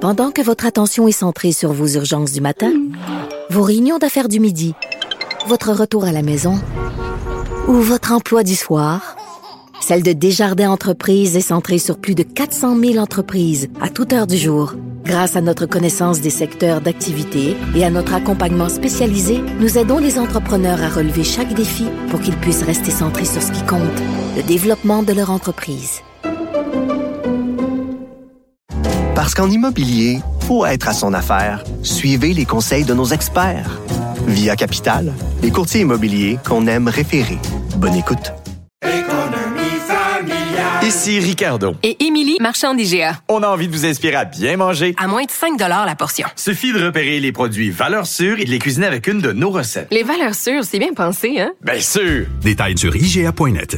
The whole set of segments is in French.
Pendant que votre attention est centrée sur vos urgences du matin, vos réunions d'affaires du midi, votre retour à la maison ou votre emploi du soir, celle de Desjardins Entreprises est centrée sur plus de 400 000 entreprises à toute heure du jour. Grâce à notre connaissance des secteurs d'activité et à notre accompagnement spécialisé, nous aidons les entrepreneurs à relever chaque défi pour qu'ils puissent rester centrés sur ce qui compte, le développement de leur entreprise. Parce qu'en immobilier, faut être à son affaire. Suivez les conseils de nos experts. Via Capital, les courtiers immobiliers qu'on aime référer. Bonne écoute. Ici Ricardo. Et Émilie, marchand d'IGA. On a envie de vous inspirer à bien manger. À moins de 5 $ la portion. Suffit de repérer les produits valeurs sûres et de les cuisiner avec une de nos recettes. Les valeurs sûres, c'est bien pensé, hein? Bien sûr! Détails sur IGA.net.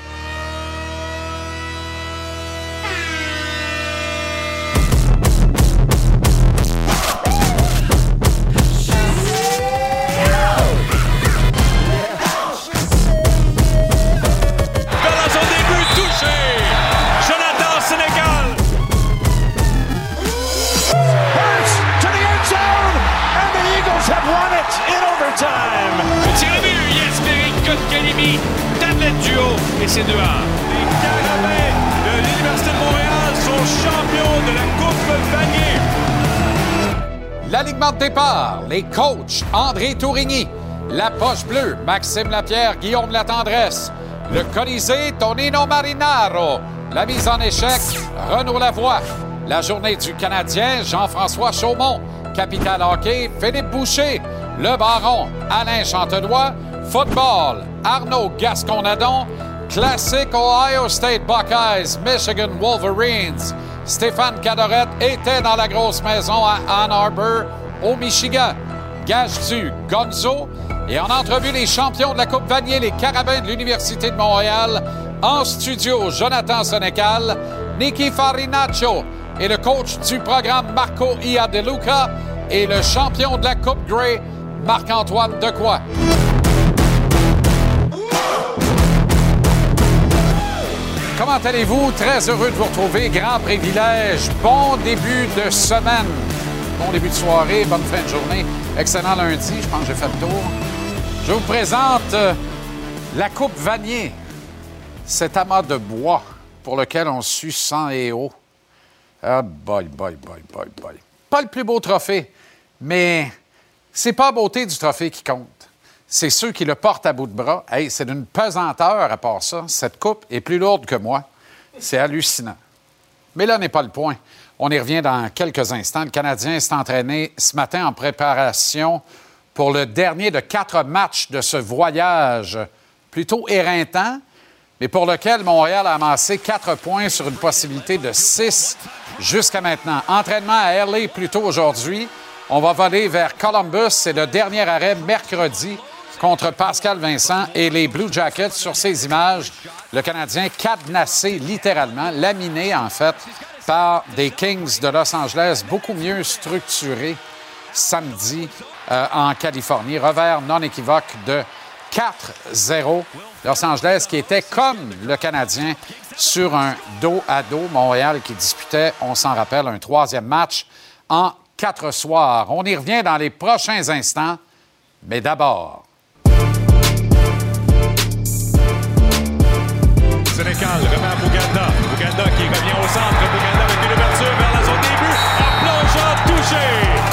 Et c'est 2-1. Les Carabins de l'Université de Montréal sont champions de la Coupe Vanier. L'alignement de départ, les coachs André Tourigny, la poche bleue, Maxime Lapierre, Guillaume Latendresse, le Colisée, Tonino Marinaro, la mise en échec, Renaud Lavoie, la journée du Canadien, Jean-François Chaumont, Capital Hockey, Philippe Boucher, le Baron, Alain Chantenois, football, Arnaud Gascon-Nadon, classique Ohio State Buckeyes, Michigan Wolverines. Stéphane Cadorette était dans la grosse maison à Ann Arbor, au Michigan. Gage-tu Gonzo? Et en entrevue, les champions de la Coupe Vanier, les Carabins de l'Université de Montréal. En studio, Jonathan Sénécal, Nicky Farinaccio et le coach du programme Marco Iadeluca et le champion de la Coupe Grey, Marc-Antoine Decoy. Comment allez-vous? Très heureux de vous retrouver. Grand privilège. Bon début de semaine. Bon début de soirée. Bonne fin de journée. Excellent lundi. Je pense que j'ai fait le tour. Je vous présente la Coupe Vanier. Cet amas de bois pour lequel on sue sang et eau. Ah, boy. Pas le plus beau trophée, mais c'est pas la beauté du trophée qui compte. C'est ceux qui le portent à bout de bras. Hey, c'est d'une pesanteur à part ça. Cette coupe est plus lourde que moi. C'est hallucinant. Mais là n'est pas le point. On y revient dans quelques instants. Le Canadien s'est entraîné ce matin en préparation pour le dernier de 4 matchs de ce voyage plutôt éreintant, mais pour lequel Montréal a amassé 4 points sur une possibilité de 6 jusqu'à maintenant. Entraînement à LA plus tôt aujourd'hui. On va voler vers Columbus. C'est le dernier arrêt mercredi contre Pascal Vincent et les Blue Jackets. Sur ces images, le Canadien cadenassé littéralement, laminé en fait, par des Kings de Los Angeles, beaucoup mieux structurés samedi en Californie. Revers non équivoque de 4-0. Los Angeles qui était comme le Canadien sur un dos-à-dos. Montréal qui disputait, on s'en rappelle, un 3e match en 4 soirs. On y revient dans les prochains instants, mais d'abord... Sénécal remet à Bouganda. Bouganda qui revient au centre. Bouganda avec une ouverture vers la zone des buts. En plongeant, touché.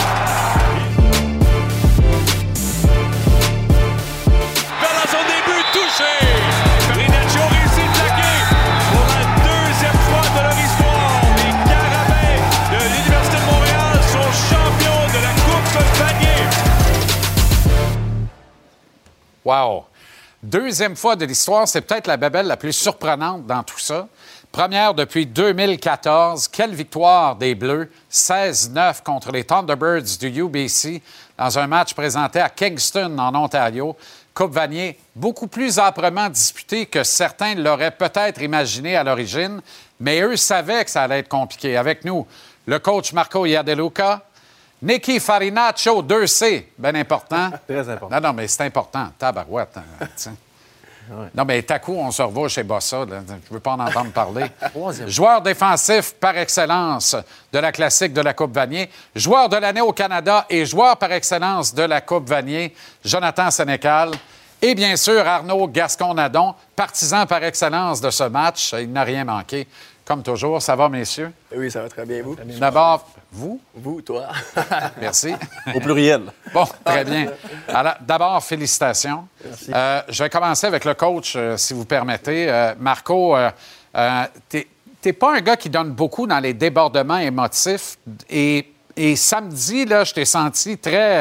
Vers la zone des buts, touché. Farinaccio réussit de plaquer pour la 2e fois de leur histoire. Les Carabins de l'Université de Montréal sont champions de la Coupe Vanier. Wow! 2e fois de l'histoire, c'est peut-être la babelle la plus surprenante dans tout ça. Première depuis 2014. Quelle victoire des Bleus. 16-9 contre les Thunderbirds du UBC dans un match présenté à Kingston, en Ontario. Coupe Vanier beaucoup plus âprement disputée que certains l'auraient peut-être imaginé à l'origine, mais eux savaient que ça allait être compliqué. Avec nous, le coach Marco Iadeluca, Nicky Farinaccio, 2C, bien important. Très important. Non, mais c'est important. Tabarouette. Non, mais Taku, on se revoit chez Bossa. Là. Je ne veux pas en entendre parler. Joueur défensif par excellence de la classique de la Coupe Vanier. Joueur de l'année au Canada et joueur par excellence de la Coupe Vanier, Jonathan Sénécal. Et bien sûr, Arnaud Gascon-Nadon, partisan par excellence de ce match. Il n'a rien manqué. Comme toujours, ça va, messieurs? Oui, ça va très bien, vous? D'abord, vous? Vous, toi. Merci. Au pluriel. Bon, très bien. Alors, d'abord, félicitations. Merci. Je vais commencer avec le coach, si vous permettez. Marco, t'es pas un gars qui donne beaucoup dans les débordements émotifs. Et samedi, là, je t'ai senti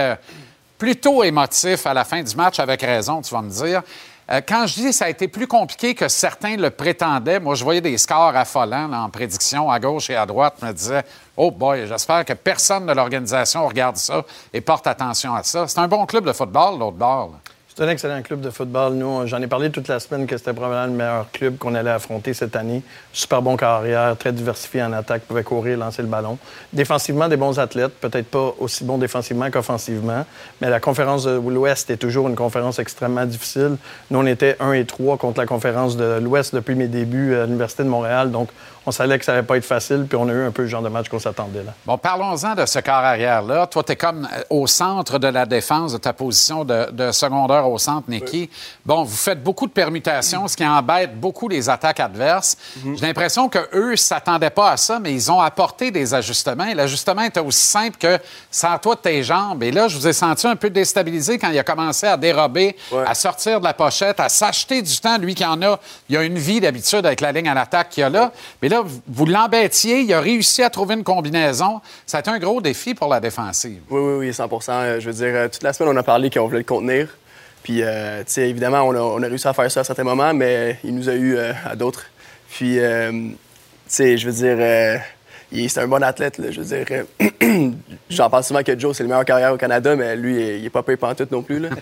plutôt émotif à la fin du match, avec raison, tu vas me dire. Quand je dis que ça a été plus compliqué que certains le prétendaient, moi, je voyais des scores affolants là, en prédiction à gauche et à droite. Je me disais, oh boy, j'espère que personne de l'organisation regarde ça et porte attention à ça. C'est un bon club de football, l'autre bord. Là. C'est un excellent club de football. Nous, j'en ai parlé toute la semaine que c'était probablement le meilleur club qu'on allait affronter cette année. Super bon carrière, très diversifié en attaque, pouvait courir, lancer le ballon. Défensivement, des bons athlètes, peut-être pas aussi bons défensivement qu'offensivement, mais la conférence de l'Ouest est toujours une conférence extrêmement difficile. Nous, on était 1-3 contre la conférence de l'Ouest depuis mes débuts à l'Université de Montréal, donc on savait que ça n'allait pas être facile, puis on a eu un peu le genre de match qu'on s'attendait là. Bon, parlons-en de ce quart arrière-là. Toi, tu es comme au centre de la défense de ta position de secondaire au centre, Nicky. Oui. Bon, vous faites beaucoup de permutations, ce qui embête beaucoup les attaques adverses. J'ai l'impression qu'eux ne s'attendaient pas à ça, mais ils ont apporté des ajustements. Et l'ajustement était aussi simple que sans toi de tes jambes. Et là, je vous ai senti un peu déstabilisé quand il a commencé à dérober, à sortir de la pochette, à s'acheter du temps. Lui qui en a, il a une vie d'habitude avec la ligne à l'attaque qu'il y a là. Mais là, vous l'embêtiez, il a réussi à trouver une combinaison. Ça a été un gros défi pour la défensive. Oui, 100 Je veux dire, toute la semaine, on a parlé qu'on voulait le contenir. Puis, tu sais, évidemment, on a réussi à faire ça à certains moments, mais il nous a eu à d'autres. Puis, tu sais, je veux dire, c'est un bon athlète. Là, je veux dire, j'en pense souvent que Joe, c'est le meilleur carrière au Canada, mais lui, il n'est pas payé pantoute non plus. Là.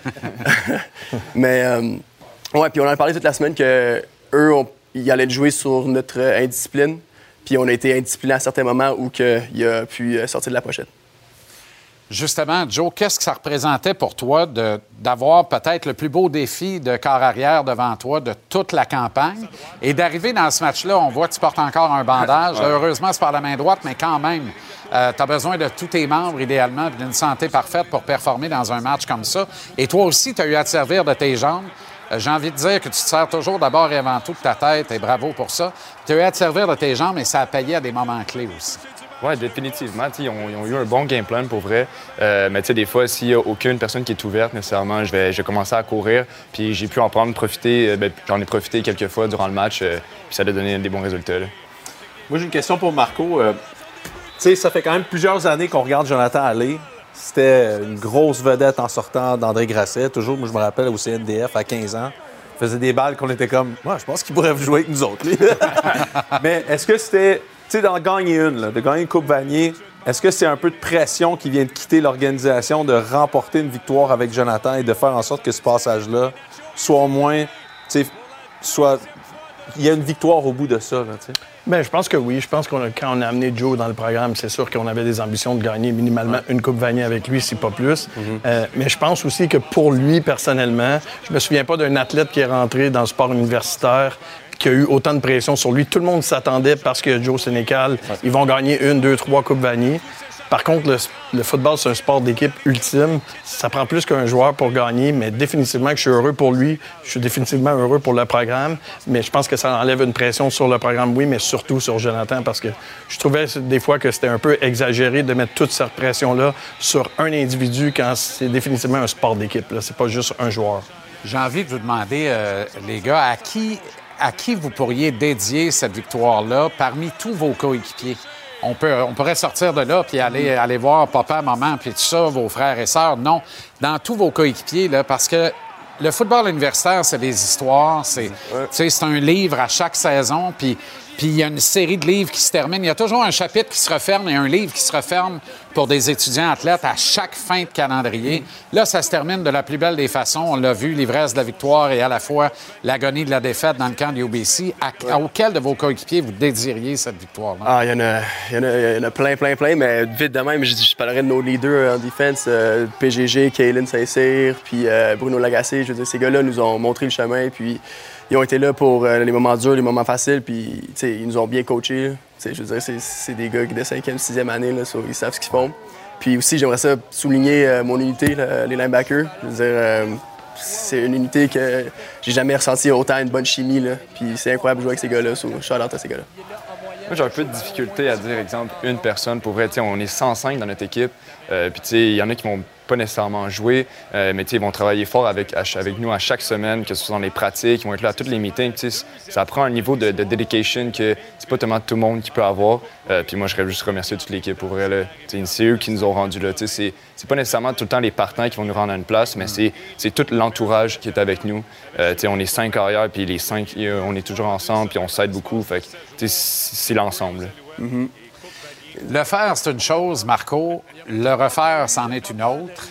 Mais, ouais, puis on en a parlé toute la semaine qu'eux, ils allaient jouer sur notre indiscipline. Puis on a été indiscipliné à certains moments où il a pu sortir de la pochette. Justement, Joe, qu'est-ce que ça représentait pour toi d'avoir peut-être le plus beau défi de quart arrière devant toi de toute la campagne et d'arriver dans ce match-là, on voit que tu portes encore un bandage. Heureusement, c'est par la main droite, mais quand même, tu as besoin de tous tes membres, idéalement, d'une santé parfaite pour performer dans un match comme ça. Et toi aussi, tu as eu à te servir de tes jambes. J'ai envie de dire que tu te sers toujours d'abord et avant tout de ta tête, et bravo pour ça. Tu as eu à te servir de tes jambes, et ça a payé à des moments clés aussi. Oui, définitivement. Ils ont eu un bon game plan pour vrai. Mais des fois, s'il n'y a aucune personne qui est ouverte nécessairement, je vais commencer à courir. Puis j'ai pu en profiter. J'en ai profité quelques fois durant le match. Puis ça a donné des bons résultats. Là. Moi, j'ai une question pour Marco. Ça fait quand même plusieurs années qu'on regarde Jonathan aller. C'était une grosse vedette en sortant d'André Grasset. Toujours, moi, je me rappelle, au CNDF, à 15 ans, il faisait des balles qu'on était comme... Moi, je pense qu'il pourrait jouer avec nous autres. Mais est-ce que c'était... Tu sais, d'en gagner une, là, de gagner une Coupe Vanier, est-ce que c'est un peu de pression qui vient de quitter l'organisation, de remporter une victoire avec Jonathan et de faire en sorte que ce passage-là soit au moins... Tu sais, il y a une victoire au bout de ça, là, tu sais? Bien, je pense que oui. Je pense que quand on a amené Joe dans le programme, c'est sûr qu'on avait des ambitions de gagner minimalement une Coupe Vanier avec lui, si pas plus. Mais je pense aussi que pour lui, personnellement, je me souviens pas d'un athlète qui est rentré dans le sport universitaire qui a eu autant de pression sur lui. Tout le monde s'attendait parce que Joe Sénécal, ils vont gagner 1, 2, 3 Coupes Vanier. Par contre, le football, c'est un sport d'équipe ultime. Ça prend plus qu'un joueur pour gagner, mais définitivement que je suis heureux pour lui. Je suis définitivement heureux pour le programme, mais je pense que ça enlève une pression sur le programme, oui, mais surtout sur Jonathan, parce que je trouvais des fois que c'était un peu exagéré de mettre toute cette pression-là sur un individu quand c'est définitivement un sport d'équipe. Là. C'est pas juste un joueur. J'ai envie de vous demander, les gars, à qui vous pourriez dédier cette victoire-là parmi tous vos coéquipiers? On pourrait sortir de là puis aller voir papa, maman, puis tout ça, vos frères et sœurs. Non, dans tous vos coéquipiers, là, parce que le football universitaire, c'est des histoires. C'est un livre à chaque saison. Puis Puis il y a une série de livres qui se terminent. Il y a toujours un chapitre qui se referme et un livre qui se referme pour des étudiants athlètes à chaque fin de calendrier. Là, ça se termine de la plus belle des façons. On l'a vu, l'ivresse de la victoire et à la fois l'agonie de la défaite dans le camp du UBC. Auquel de vos coéquipiers vous dédiriez cette victoire-là? Ah, il y en a plein, mais vite de même, je parlerai de nos leaders en défense, PGG, Kaylin Saint-Cyr, puis Bruno Lagacé. Je veux dire, ces gars-là nous ont montré le chemin, puis ils ont été là pour les moments durs, les moments faciles, puis ils nous ont bien coachés. Je veux dire, c'est des gars de 5e, 6e année, là, ils savent ce qu'ils font. Puis aussi, j'aimerais ça souligner mon unité, là, les linebackers. Je veux dire, c'est une unité que j'ai jamais ressenti autant une bonne chimie, là. Puis c'est incroyable de jouer avec ces gars-là, shout-out à ces gars-là. Moi, j'ai un peu de difficulté à dire, exemple, une personne. Pour vrai, on est 105 dans notre équipe. Puis, il y en a qui vont pas nécessairement jouer, mais ils vont travailler fort avec nous à chaque semaine, que ce soit dans les pratiques, ils vont être là à tous les meetings. Ça prend un niveau de dedication que c'est pas tellement tout le monde qui peut avoir. Puis moi, je voudrais juste remercier toute l'équipe pour vrai. Là. C'est eux qui nous ont rendus là. C'est pas nécessairement tout le temps les partants qui vont nous rendre à une place, mais c'est tout l'entourage qui est avec nous. On est 5 carrières, puis les 5, on est toujours ensemble, puis on s'aide beaucoup. Fait que c'est l'ensemble. Mm-hmm. Le faire, c'est une chose, Marco. Le refaire, c'en est une autre.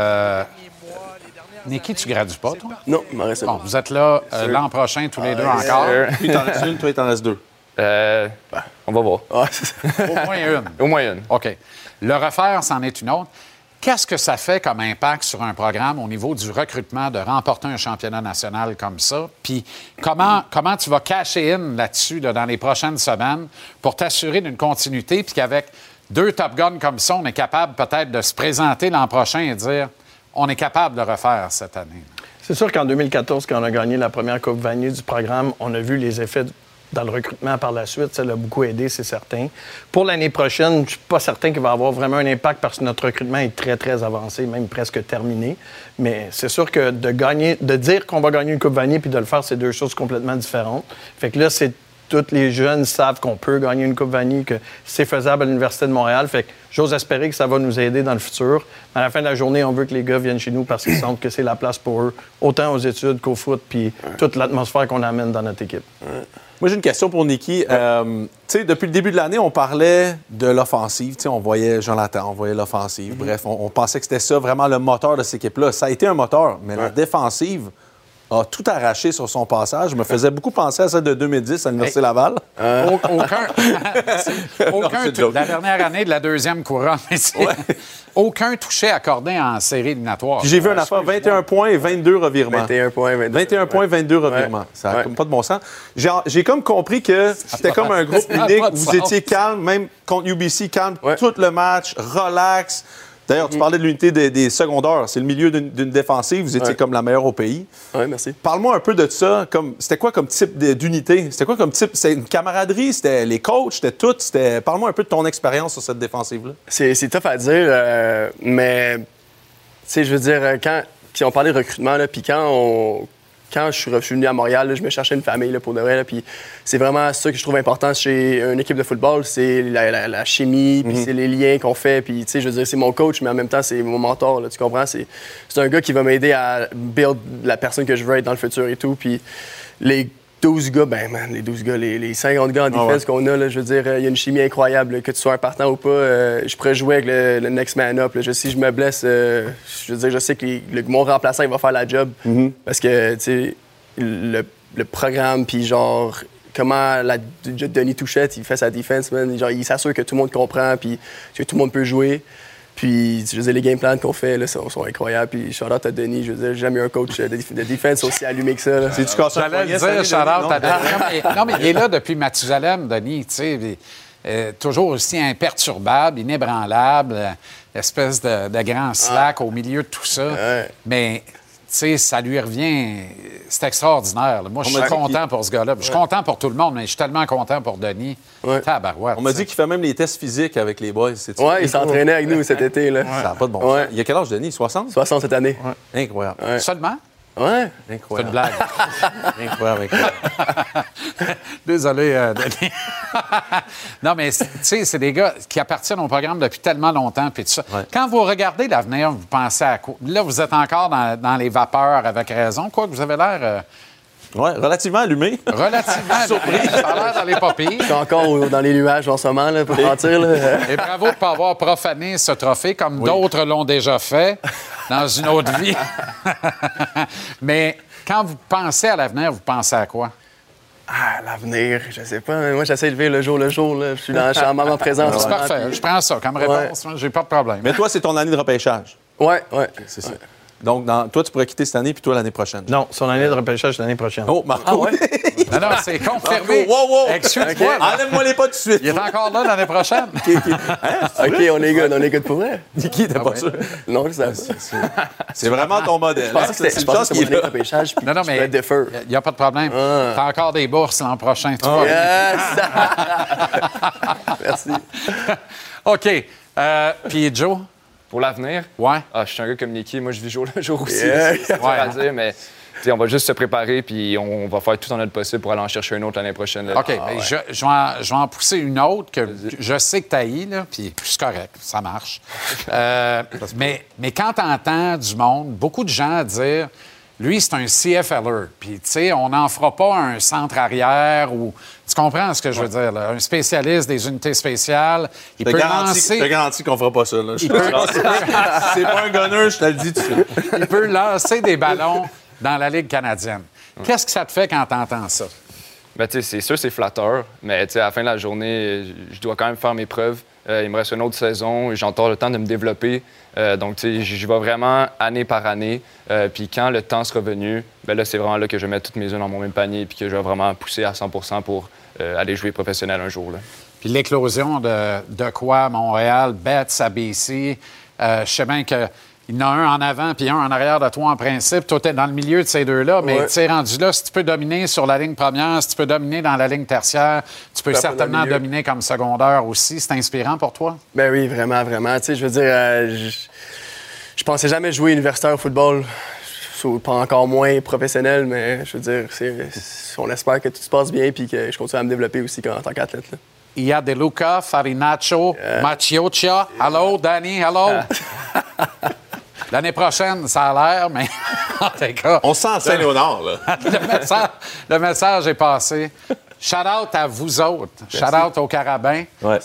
Niki, tu gradues pas, toi? Non, il m'en reste bon, vous êtes là l'an prochain, tous les deux encore. Puis t'en restes une, toi, t'en restes 2. On va voir. Au moins une. Au moins une. OK. Le refaire, c'en est une autre. Qu'est-ce que ça fait comme impact sur un programme au niveau du recrutement de remporter un championnat national comme ça? Puis comment tu vas cacher in là-dessus dans les prochaines semaines pour t'assurer d'une continuité puis qu'avec 2 Top Guns comme ça, on est capable peut-être de se présenter l'an prochain et dire on est capable de refaire cette année? C'est sûr qu'en 2014, quand on a gagné la première Coupe Vanier du programme, on a vu les effets dans le recrutement par la suite. Ça l'a beaucoup aidé, c'est certain. Pour l'année prochaine, je ne suis pas certain qu'il va avoir vraiment un impact parce que notre recrutement est très, très avancé, même presque terminé. Mais c'est sûr que de dire qu'on va gagner une Coupe Vanier puis de le faire, c'est 2 choses complètement différentes. Fait que là, tous les jeunes savent qu'on peut gagner une Coupe Vanier, que c'est faisable à l'Université de Montréal. Fait que j'ose espérer que ça va nous aider dans le futur. Mais à la fin de la journée, on veut que les gars viennent chez nous parce qu'ils sentent que c'est la place pour eux, autant aux études qu'au foot, puis toute l'atmosphère qu'on amène dans notre équipe. Moi, j'ai une question pour Niki. Depuis le début de l'année, on parlait de l'offensive. On voyait Jonathan, on voyait l'offensive. Bref, on pensait que c'était ça, vraiment le moteur de cette équipe-là. Ça a été un moteur, mais la défensive a tout arraché sur son passage. Je me faisais beaucoup penser à celle de 2010 à l'Université Laval. La dernière année de la 2e couronne. Aucun touché accordé en série éliminatoire. J'ai vu un affaire, 21 points et 22 revirements. 21 points, 22 revirements. Ça n'a comme pas de bon sens. J'ai comme compris que c'était comme un groupe unique. Vous étiez calme, même contre UBC, calme tout le match, relax. D'ailleurs, tu parlais de l'unité des secondaires. C'est le milieu d'une défensive. Vous étiez comme la meilleure au pays. Oui, merci. Parle-moi un peu de ça. C'était quoi comme type d'unité? C'était quoi comme type? C'était une camaraderie? C'était les coachs? C'était tout? Parle-moi un peu de ton expérience sur cette défensive-là. C'est tough à dire, mais je veux dire, si on parlait de recrutement, là, puis quand je suis venu à Montréal, là, je me cherchais une famille là, pour de vrai. Là, puis c'est vraiment ça que je trouve important chez une équipe de football, c'est la chimie, puis c'est les liens qu'on fait. Puis je veux dire, c'est mon coach, mais en même temps, c'est mon mentor. Là, tu comprends? C'est un gars qui va m'aider à build la personne que je veux être dans le futur et tout. Puis les 12 gars, les 50 gars en défense qu'on a, là, je veux dire, il y a une chimie incroyable. Là, que tu sois un partant ou pas, je pourrais jouer avec le next man up. Là. Si je me blesse, je veux dire, je sais que mon remplaçant, il va faire la job. Parce que, tu sais, le programme, puis genre, comment Denis Touchette, il fait sa défense, man. Genre, il s'assure que tout le monde comprend, puis que tout le monde peut jouer. Puis, je veux dire, les game plans qu'on fait, là, sont incroyables. Puis, shout-out à Denis. Je veux dire, j'ai jamais eu un coach de défense aussi allumé que ça. C'est-tu cassé un J'allais le dire, shout-out à Denis. Non, mais il est là depuis Mathusalem, Denis, tu sais. Toujours aussi imperturbable, inébranlable, espèce de grand slack au milieu de tout ça. Mais, tu sais, ça lui revient. C'est extraordinaire. Là. Moi, je suis content pour ce gars-là. Je suis content pour tout le monde, mais je suis tellement content pour Denis. Tabarouette. On m'a dit qu'il fait même les tests physiques avec les boys. Oui, il s'entraînait avec nous cet été. Là. Ça n'a pas de bon sens. Il a quel âge, Denis? 60? 60 cette année. Incroyable. Seulement? Ouais. Incroyable. C'est une blague. Incroyable. Désolé, Denis. Non, mais tu sais, c'est des gars qui appartiennent au programme depuis tellement longtemps. Puis tout ça. Quand vous regardez l'avenir, vous pensez à quoi? Là, vous êtes encore dans les vapeurs avec raison. Quoi que vous avez l'air Ouais, relativement allumé. Relativement surpris. Ça a l'air d'aller pas pire. Je suis encore dans les nuages en ce moment, là, pour mentir. Là. Et bravo de ne pas avoir profané ce trophée comme d'autres l'ont déjà fait dans une autre vie. Mais quand vous pensez à l'avenir, vous pensez à quoi? Ah, l'avenir, je sais pas. Moi, j'essaie de vivre le jour. Là. Je suis en moment présent. C'est parfait. Puis... Je prends ça comme réponse. Ouais. J'ai pas de problème. Mais toi, c'est ton année de repêchage. Ouais. C'est ça. Donc, toi, tu pourrais quitter cette année, puis toi, l'année prochaine. Non, son année de repêchage, c'est l'année prochaine. Oh, Marco! Non, c'est confirmé. Wow! Excuse-moi. Enlève-moi les pas tout de suite. Il est encore là l'année prochaine. OK, on est good pour vrai. Niki, t'es pas sûr? Non, je sais pas. C'est vraiment ton modèle. Je pensais que c'était mon année de repêchage, puis non, mais il n'y a pas de problème. T'as encore des bourses l'an prochain. Tu vois. Yes! Merci. OK. Puis Joe? Pour l'avenir, je suis un gars comme Niki. Moi, je vis jour le jour aussi. C'est dur à dire, mais on va juste se préparer puis on va faire tout en notre possible pour aller en chercher un autre l'année prochaine. Là. OK. Je vais en pousser une autre que je sais que tu haïs, là, puis c'est correct, ça marche. Mais quand tu entends du monde, beaucoup de gens dire... Lui, c'est un CFLer. Puis, tu sais, on n'en fera pas un centre arrière ou... Tu comprends ce que je veux dire, là? Un spécialiste des unités spéciales. Je te garantis qu'on ne fera pas ça, là. C'est pas un gunner, je te le dis tout de suite. Il peut lancer des ballons dans la Ligue canadienne. Qu'est-ce que ça te fait quand tu entends ça? Bien, tu sais, c'est sûr, c'est flatteur. Mais, tu sais, à la fin de la journée, je dois quand même faire mes preuves. Il me reste une autre saison. J'ai encore le temps de me développer. Donc, tu sais, j'y vais vraiment année par année. Puis quand le temps sera venu, bien là, c'est vraiment là que je vais mettre toutes mes œufs dans mon même panier puis que je vais vraiment pousser à 100% pour aller jouer professionnel un jour. Là. Puis l'éclosion de quoi à Montréal, Betts à BC, je sais bien qu'il y en a un en avant puis un en arrière de toi en principe. Toi, tu es dans le milieu de ces deux-là, mais tu es rendu là, si tu peux dominer sur la ligne première, si tu peux dominer dans la ligne tertiaire, tu peux certainement dominer comme secondaire aussi. C'est inspirant pour toi? Ben oui, vraiment, vraiment. Tu sais, je veux dire, je pensais jamais jouer universitaire au football. Pas encore moins professionnel, mais je veux dire, on espère que tout se passe bien et que je continue à me développer aussi en tant qu'athlète. Là. Il y a De Luca, Farinaccio, Macchioccia. Hello, Danny, hello. L'année prochaine, ça a l'air, mais en tout cas... On sent Saint-Léonard, là. le message est passé. Shout-out à vous autres. Shout-out aux Carabins. Ouais.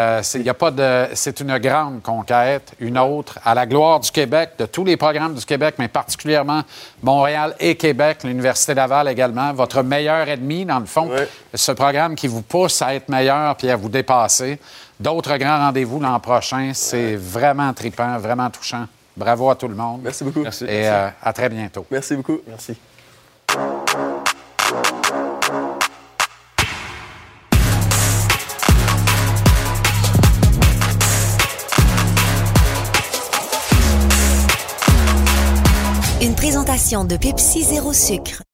C'est une grande conquête, une autre, à la gloire du Québec, de tous les programmes du Québec, mais particulièrement Montréal et Québec, l'Université Laval également. Votre meilleur ennemi, dans le fond, ce programme qui vous pousse à être meilleur puis à vous dépasser. D'autres grands rendez-vous l'an prochain. C'est vraiment trippant, vraiment touchant. Bravo à tout le monde. Merci beaucoup. Merci. Et à très bientôt. Merci beaucoup. Merci. Une présentation de Pepsi Zéro Sucre.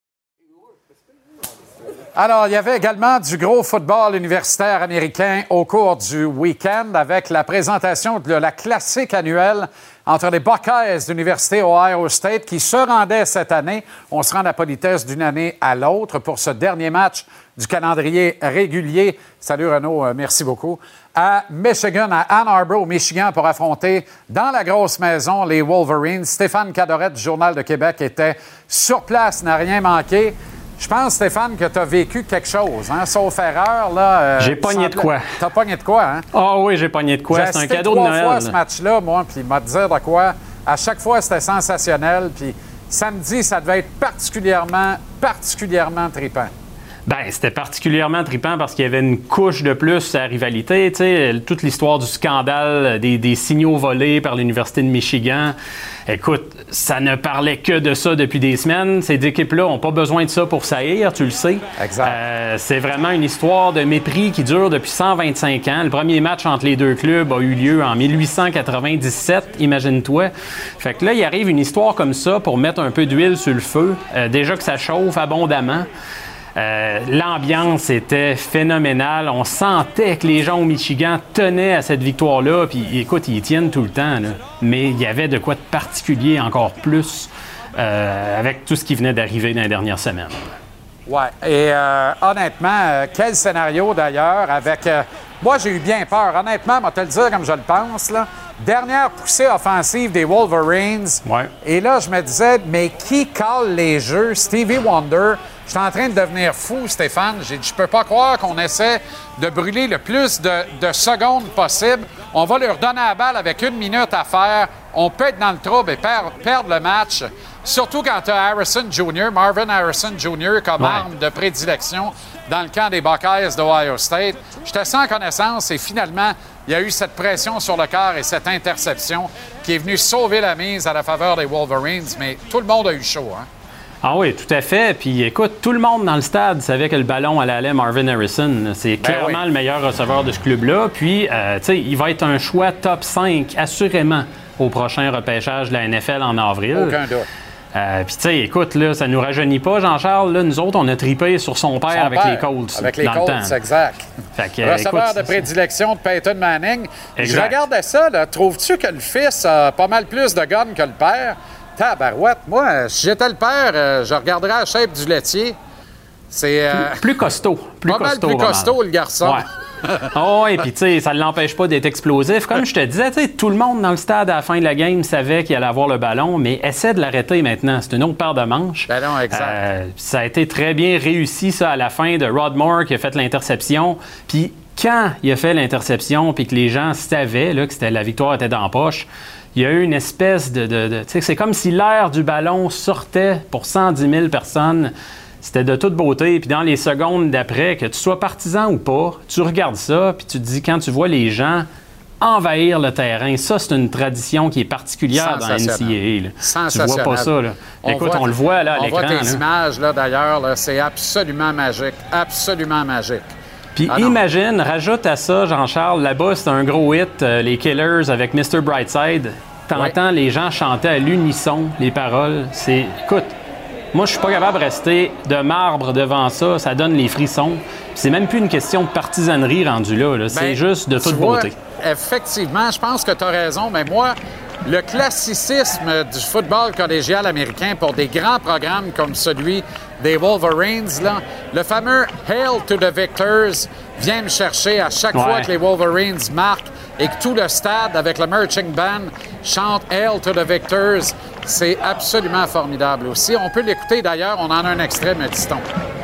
Alors, il y avait également du gros football universitaire américain au cours du week-end avec la présentation de la classique annuelle entre les Buckeyes de l'Université Ohio State qui se rendaient cette année. On se rend à la politesse d'une année à l'autre pour ce dernier match du calendrier régulier. Salut Renaud, merci beaucoup. À Michigan, à Ann Arbor, au Michigan, pour affronter dans la grosse maison les Wolverines. Stéphane Cadoret du Journal de Québec était sur place, n'a rien manqué. Je pense, Stéphane, que tu as vécu quelque chose, hein? Sauf erreur, là. J'ai pogné de quoi. T'as pogné de quoi, hein? Ah oui, j'ai pogné de quoi. C'est un cadeau de Noël. J'ai assisté 3 fois ce match-là, moi, puis il m'a dit de quoi. À chaque fois, c'était sensationnel, puis samedi, ça devait être particulièrement trippant. Bien, c'était particulièrement trippant parce qu'il y avait une couche de plus à la rivalité. Tu sais, toute l'histoire du scandale des signaux volés par l'Université de Michigan. Écoute, ça ne parlait que de ça depuis des semaines. Ces équipes-là n'ont pas besoin de ça pour saillir, tu le sais. Exact. C'est vraiment une histoire de mépris qui dure depuis 125 ans. Le premier match entre les deux clubs a eu lieu en 1897, imagine-toi. Fait que là, il arrive une histoire comme ça pour mettre un peu d'huile sur le feu. Déjà que ça chauffe abondamment. L'ambiance était phénoménale. On sentait que les gens au Michigan tenaient à cette victoire-là. Puis, écoute, ils y tiennent tout le temps, là. Mais il y avait de quoi de particulier encore plus avec tout ce qui venait d'arriver dans les dernières semaines. Oui. Et honnêtement, quel scénario d'ailleurs avec... moi, j'ai eu bien peur. Honnêtement, moi, te le dire comme je le pense, là. Dernière poussée offensive des Wolverines. Ouais. Et là, je me disais, mais qui cale les jeux? Stevie Wonder. Je suis en train de devenir fou, Stéphane. J'ai dit, je peux pas croire qu'on essaie de brûler le plus de secondes possible. On va leur donner la balle avec 1 minute à faire. On peut être dans le trouble et perdre le match. Surtout quand tu as Marvin Harrison Jr. comme arme de prédilection dans le camp des Buckeyes d'Ohio State. J'étais sans connaissance et finalement, il y a eu cette pression sur le corps et cette interception qui est venue sauver la mise à la faveur des Wolverines. Mais tout le monde a eu chaud, hein? Ah oui, tout à fait. Puis écoute, tout le monde dans le stade savait que le ballon allait aller à Marvin Harrison. C'est clairement le meilleur receveur de ce club-là. Puis, tu sais, il va être un choix top 5, assurément, au prochain repêchage de la NFL en avril. Aucun doute. Puis, tu sais, écoute, là, ça nous rajeunit pas, Jean-Charles. Là, nous autres, on a tripé sur son père avec les Colts. Avec les dans Colts, le temps. exact. Fait que, receveur écoute, de prédilection de Peyton Manning. Exact. Je regardais ça, là. Trouves-tu que le fils a pas mal plus de guns que le père? Tabarouette. Moi, si j'étais le père, je regarderais la shape du laitier. C'est... plus costaud. Pas mal plus costaud, le garçon. Ouais. Oh, et puis, tu sais, ça ne l'empêche pas d'être explosif. Comme je te disais, tu sais, tout le monde dans le stade à la fin de la game savait qu'il allait avoir le ballon, mais essaie de l'arrêter maintenant. C'est une autre paire de manches. Ben non, exact. Ça a été très bien réussi, ça, à la fin de Rod Moore qui a fait l'interception. Puis, quand il a fait l'interception, puis que les gens savaient là, que la victoire était dans la poche, il y a eu une espèce de tu sais, c'est comme si l'air du ballon sortait pour 110 000 personnes. C'était de toute beauté. Puis dans les secondes d'après, que tu sois partisan ou pas, tu regardes ça, puis tu te dis, quand tu vois les gens envahir le terrain, ça, c'est une tradition qui est particulière dans la NCAA. Tu vois pas ça, là. Écoute, on le voit là, à l'écran. On voit tes images, là, d'ailleurs. Là, c'est absolument magique. Absolument magique. Puis imagine, rajoute à ça, Jean-Charles, là-bas, c'est un gros hit, les Killers avec Mr. Brightside. T'entends les gens chanter à l'unisson les paroles. Écoute, moi, je suis pas capable de rester de marbre devant ça. Ça donne les frissons. Puis c'est même plus une question de partisanerie rendue là. C'est juste de toute beauté. Effectivement, je pense que tu as raison, mais moi, le classicisme du football collégial américain pour des grands programmes comme celui des Wolverines, là, le fameux « Hail to the Victors » vient me chercher à chaque fois que les Wolverines marquent et que tout le stade, avec le marching band, chante « Hail to the Victors ». C'est absolument formidable aussi. On peut l'écouter d'ailleurs, on en a un extrait, me dit-on.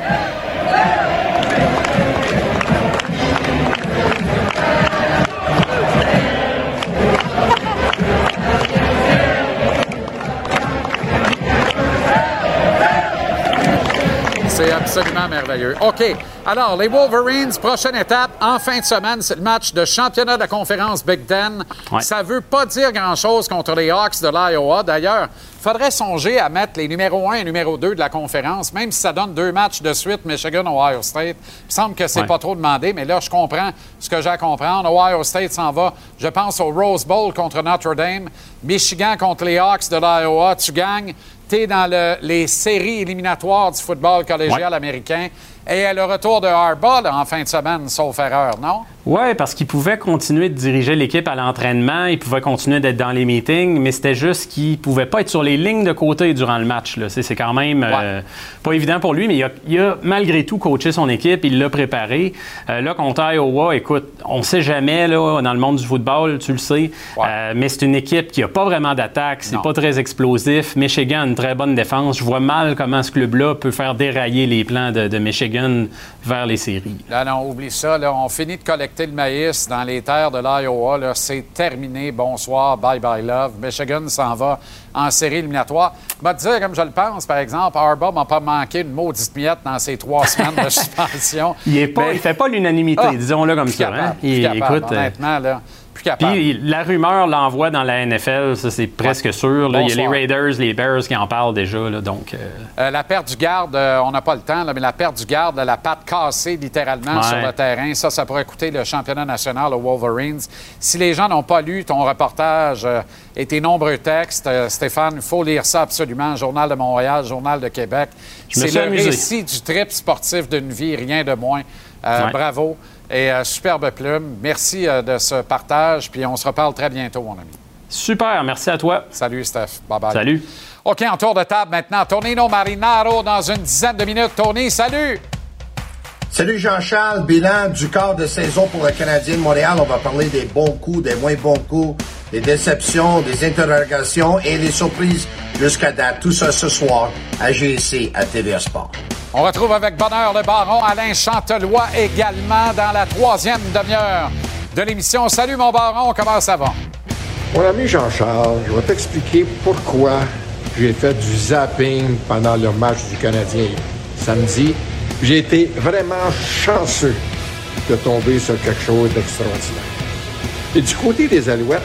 C'est absolument merveilleux. OK. Alors, les Wolverines, prochaine étape, en fin de semaine, c'est le match de championnat de la conférence Big Ten. Ça ne veut pas dire grand-chose contre les Hawks de l'Iowa. D'ailleurs, il faudrait songer à mettre les numéros 1 et numéro 2 de la conférence, même si ça donne 2 matchs de suite, Michigan-Ohio State. Il me semble que c'est pas trop demandé, mais là, je comprends ce que j'ai à comprendre. Ohio State s'en va, je pense, au Rose Bowl contre Notre Dame. Michigan contre les Hawks de l'Iowa. Tu gagnes. T'es dans les séries éliminatoires du football collégial américain. Et le retour de Harbaugh là, en fin de semaine, sauf erreur, non? Oui, parce qu'il pouvait continuer de diriger l'équipe à l'entraînement, il pouvait continuer d'être dans les meetings, mais c'était juste qu'il ne pouvait pas être sur les lignes de côté durant le match. Là. C'est quand même pas évident pour lui, mais il a malgré tout coaché son équipe, il l'a préparé. Là, contre Iowa, écoute, on ne sait jamais là, dans le monde du football, tu le sais, mais c'est une équipe qui n'a pas vraiment d'attaque, c'est pas très explosif. Michigan a une très bonne défense. Je vois mal comment ce club-là peut faire dérailler les plans de Michigan vers les séries. Là, non, oublie ça. Là, on finit de collecter le maïs dans les terres de l'Iowa. Là, c'est terminé. Bonsoir. Bye bye love. Michigan s'en va en série éliminatoire. Je vais te dire, comme je le pense, par exemple, Harbaugh m'a pas manqué une maudite miette dans ces 3 semaines de suspension. Il fait pas l'unanimité, disons-le comme ça. Capable, hein? Écoute, honnêtement, là. Puis la rumeur l'envoie dans la NFL, ça c'est presque sûr. Là. Il y a les Raiders, les Bears qui en parlent déjà. Là, donc, la perte du garde, on n'a pas le temps, là, mais la perte du garde, la patte cassée littéralement sur le terrain, ça pourrait coûter le championnat national aux Wolverines. Si les gens n'ont pas lu ton reportage et tes nombreux textes, Stéphane, il faut lire ça absolument. Journal de Montréal, Journal de Québec. C'est le récit du trip sportif d'une vie, rien de moins. Bravo. Et superbe plume. Merci de ce partage. Puis on se reparle très bientôt, mon ami. Super. Merci à toi. Salut, Steph. Bye-bye. Salut. OK, en tour de table maintenant. Tonino Marinaro dans une dizaine de minutes. Tony, salut. Salut Jean-Charles. Bilan du quart de saison pour le Canadien de Montréal. On va parler des bons coups, des moins bons coups. des déceptions, des interrogations et les surprises jusqu'à date. Tout ça ce soir à GC à TVA Sport. On retrouve avec bonheur le baron Alain Chantelois également dans la troisième demi-heure de l'émission. Salut mon baron, comment ça va? Mon ami Jean-Charles, je vais t'expliquer pourquoi j'ai fait du zapping pendant le match du Canadien samedi. J'ai été vraiment chanceux de tomber sur quelque chose d'extraordinaire. Et du côté des Alouettes,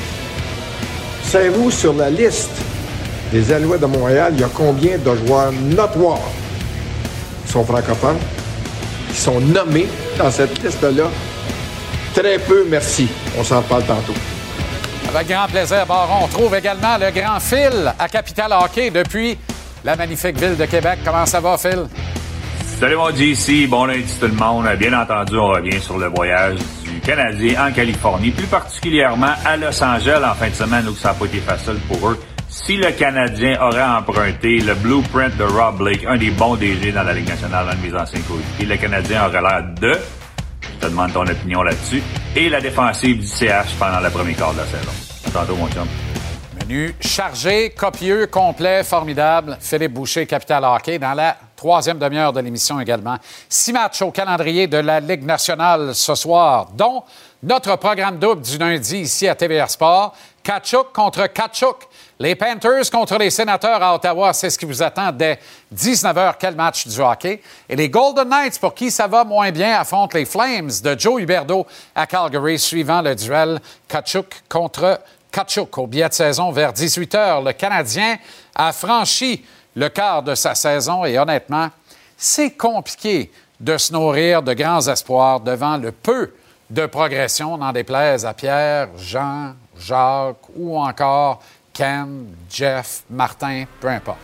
savez-vous, sur la liste des Alouettes de Montréal, il y a combien de joueurs notoires qui sont francophones, qui sont nommés dans cette liste-là? Très peu, merci. On s'en parle tantôt. Avec grand plaisir, baron. On trouve également le grand Phil à Capital Hockey depuis la magnifique ville de Québec. Comment ça va, Phil? Salut mon JC, bon lundi tout le monde. Bien entendu, on revient sur le voyage du Canadien en Californie, plus particulièrement à Los Angeles en fin de semaine où ça n'a pas été facile pour eux. Si le Canadien aurait emprunté le blueprint de Rob Blake, un des bons DG dans la Ligue nationale, un de mes anciens coéquipiers, le Canadien aurait l'air de... Je te demande ton opinion là-dessus. Et la défensive du CH pendant le premier quart de la saison. À tantôt, mon chum. Menu chargé, copieux, complet, formidable. Philippe Boucher, Capital Hockey, dans la troisième demi-heure de l'émission également. 6 matchs au calendrier de la Ligue nationale ce soir, dont notre programme double du lundi ici à TVA Sport. Tkachuk contre Tkachuk. Les Panthers contre les Sénateurs à Ottawa, c'est ce qui vous attend dès 19h. Quel match du hockey. Et les Golden Knights, pour qui ça va moins bien, affrontent les Flames de Joe Huberdeau à Calgary, suivant le duel Tkachuk contre Tkachuk. Au billet de saison vers 18h, le Canadien a franchi le quart de sa saison et honnêtement, c'est compliqué de se nourrir de grands espoirs devant le peu de progression, n'en déplaise à Pierre, Jean, Jacques ou encore Ken, Jeff, Martin, peu importe.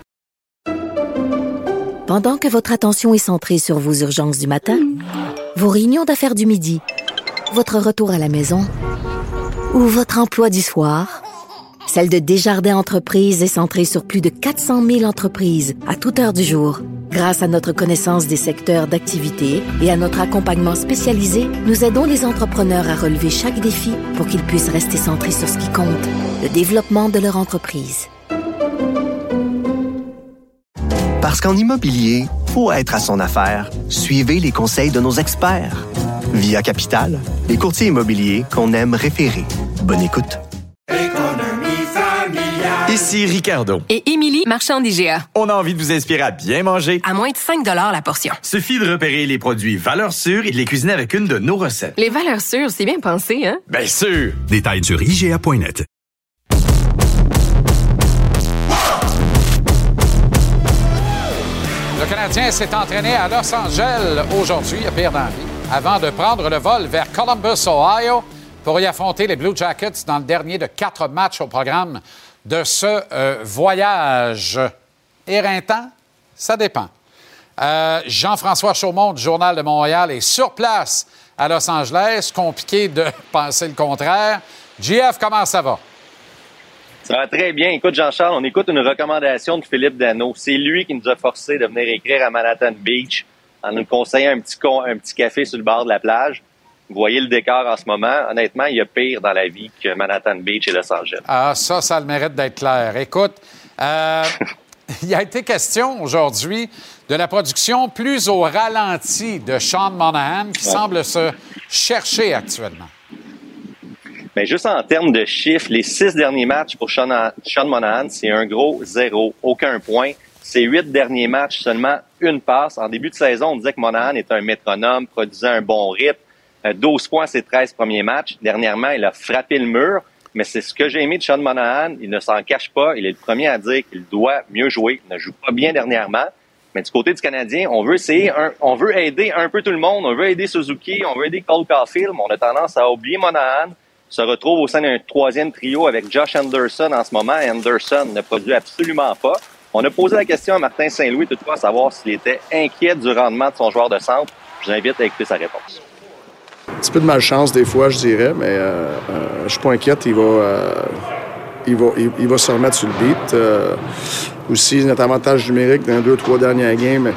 Pendant que votre attention est centrée sur vos urgences du matin, vos réunions d'affaires du midi, votre retour à la maison ou votre emploi du soir, celle de Desjardins Entreprises est centrée sur plus de 400 000 entreprises à toute heure du jour. Grâce à notre connaissance des secteurs d'activité et à notre accompagnement spécialisé, nous aidons les entrepreneurs à relever chaque défi pour qu'ils puissent rester centrés sur ce qui compte, le développement de leur entreprise. Parce qu'en immobilier, faut être à son affaire. Suivez les conseils de nos experts. Via Capital, les courtiers immobiliers qu'on aime référer. Bonne écoute. Ici Ricardo. Et Émilie, marchand d'IGA. On a envie de vous inspirer à bien manger. À moins de 5 $ la portion. Suffit de repérer les produits valeurs sûres et de les cuisiner avec une de nos recettes. Les valeurs sûres, c'est bien pensé, hein? Bien sûr! Détails sur IGA.net. Le Canadien s'est entraîné à Los Angeles aujourd'hui, à pire dans la vie, avant de prendre le vol vers Columbus, Ohio, pour y affronter les Blue Jackets dans le dernier de 4 matchs au programme de ce voyage. Éreintant? Ça dépend. Jean-François Chaumont du Journal de Montréal est sur place à Los Angeles. Compliqué de penser le contraire. JF, comment ça va? Ça va très bien. Écoute, Jean-Charles, on écoute une recommandation de Philippe Danault. C'est lui qui nous a forcé de venir écrire à Manhattan Beach en nous conseillant un petit café sur le bord de la plage. Vous voyez le décor en ce moment. Honnêtement, il y a pire dans la vie que Manhattan Beach et Los Angeles. Ah, ça a le mérite d'être clair. Écoute, il a été question aujourd'hui de la production plus au ralenti de Sean Monahan qui semble se chercher actuellement. Mais juste en termes de chiffres, les 6 derniers matchs pour Sean Monahan, c'est un gros 0, aucun point. Ces 8 derniers matchs, seulement une passe. En début de saison, on disait que Monahan était un métronome, produisait un bon rythme. 12 points ses 13 premiers matchs. Dernièrement, il a frappé le mur. Mais c'est ce que j'ai aimé de Sean Monahan. Il ne s'en cache pas. Il est le premier à dire qu'il doit mieux jouer. Il ne joue pas bien dernièrement. Mais du côté du Canadien, on veut aider un peu tout le monde. On veut aider Suzuki. On veut aider Cole Caulfield. Mais on a tendance à oublier Monahan. Se retrouve au sein d'un troisième trio avec Josh Anderson en ce moment. Anderson ne produit absolument pas. On a posé la question à Martin Saint-Louis, toutefois, à savoir s'il était inquiet du rendement de son joueur de centre. Je vous invite à écouter sa réponse. Un petit peu de malchance des fois, je dirais, mais je suis pas inquiète. Il va se remettre sur le beat. aussi, notre avantage numérique dans les 2-3 dernières games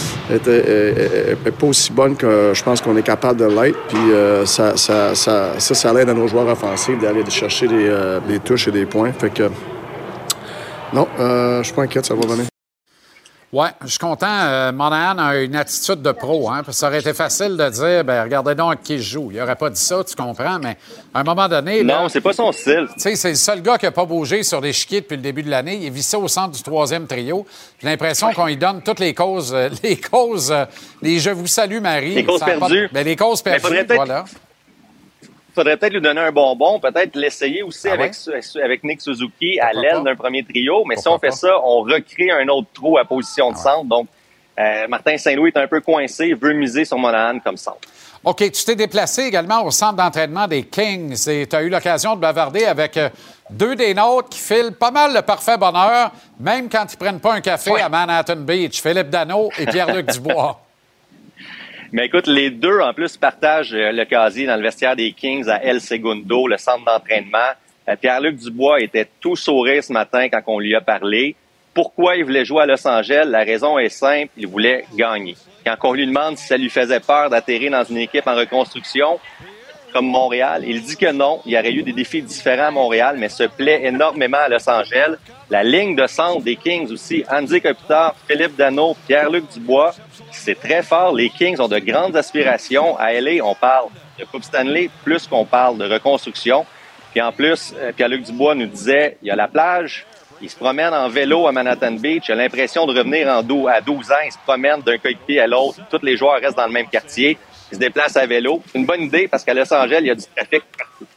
n'est pas aussi bonne que je pense qu'on est capable de l'être. Puis ça l'aide à nos joueurs offensifs d'aller chercher des touches et des points. Fait que non, je suis pas inquiète, ça va venir. Oui, je suis content. Monahan a une attitude de pro. Hein, ça aurait été facile de dire, regardez donc avec qui je joue. Il n'aurait pas dit ça, tu comprends, mais à un moment donné... Non, là, c'est pas son style. Tu sais, c'est le seul gars qui n'a pas bougé sur l'échiquier depuis le début de l'année. Il est vissé au centre du 3e trio. J'ai l'impression qu'on lui donne toutes les causes, les « je vous salue, Marie ». Les causes perdues. Les causes perdues, voilà. Il faudrait peut-être lui donner un bonbon, peut-être l'essayer aussi avec Nick Suzuki à l'aile d'un premier trio. Mais si on fait ça, on recrée un autre trou à position de centre. Donc, Martin Saint-Louis est un peu coincé, veut miser sur Monahan comme centre. OK. Tu t'es déplacé également au centre d'entraînement des Kings et tu as eu l'occasion de bavarder avec deux des nôtres qui filent pas mal le parfait bonheur, même quand ils prennent pas un café à Manhattan Beach. Philippe Danault et Pierre-Luc Dubois. Mais écoute, les deux, en plus, partagent le casier dans le vestiaire des Kings à El Segundo, le centre d'entraînement. Pierre-Luc Dubois était tout sourire ce matin quand on lui a parlé. Pourquoi il voulait jouer à Los Angeles? La raison est simple, il voulait gagner. Quand on lui demande si ça lui faisait peur d'atterrir dans une équipe en reconstruction, comme Montréal, il dit que non. Il y aurait eu des défis différents à Montréal, mais se plaît énormément à Los Angeles. La ligne de centre des Kings aussi, Andy Kopitar, Philippe Danault, Pierre-Luc Dubois, c'est très fort. Les Kings ont de grandes aspirations. À LA, on parle de Coupe Stanley plus qu'on parle de reconstruction. Puis en plus, Pierre-Luc Dubois nous disait, il y a la plage, il se promène en vélo à Manhattan Beach, il a l'impression de revenir à 12 ans, il se promène d'un coéquipier à l'autre, tous les joueurs restent dans le même quartier, il se déplace à vélo. C'est une bonne idée parce qu'à Los Angeles, il y a du trafic partout.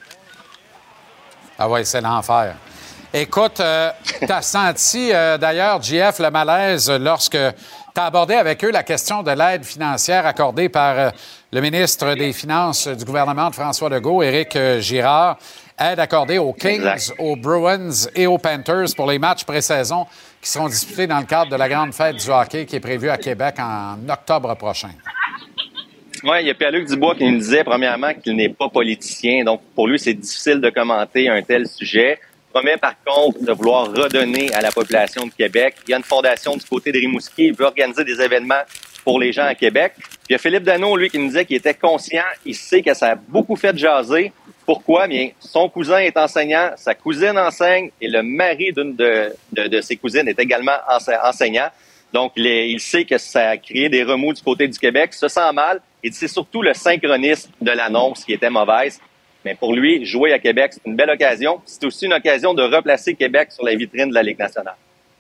Ah oui, c'est l'enfer. Écoute, tu as senti d'ailleurs, JF, le malaise lorsque tu as abordé avec eux la question de l'aide financière accordée par le ministre des Finances du gouvernement de François Legault, Éric Girard. Aide accordée aux Kings, aux Bruins et aux Panthers pour les matchs pré-saison qui seront disputés dans le cadre de la grande fête du hockey qui est prévue à Québec en octobre prochain. Oui, il y a Pierre-Luc Dubois qui nous disait, premièrement, qu'il n'est pas politicien. Donc, pour lui, c'est difficile de commenter un tel sujet. Il promet, par contre, de vouloir redonner à la population de Québec. Il y a une fondation du côté de Rimouski. Il veut organiser des événements pour les gens à Québec. Puis il y a Philippe Danault, lui, qui nous disait qu'il était conscient. Il sait que ça a beaucoup fait jaser. Pourquoi? Bien, son cousin est enseignant, sa cousine enseigne et le mari d'une de ses cousines est également enseignant. Donc, il sait que ça a créé des remous du côté du Québec, se sent mal. Et c'est surtout le synchronisme de l'annonce qui était mauvaise. Mais pour lui, jouer à Québec, c'est une belle occasion. C'est aussi une occasion de replacer Québec sur la vitrine de la Ligue nationale.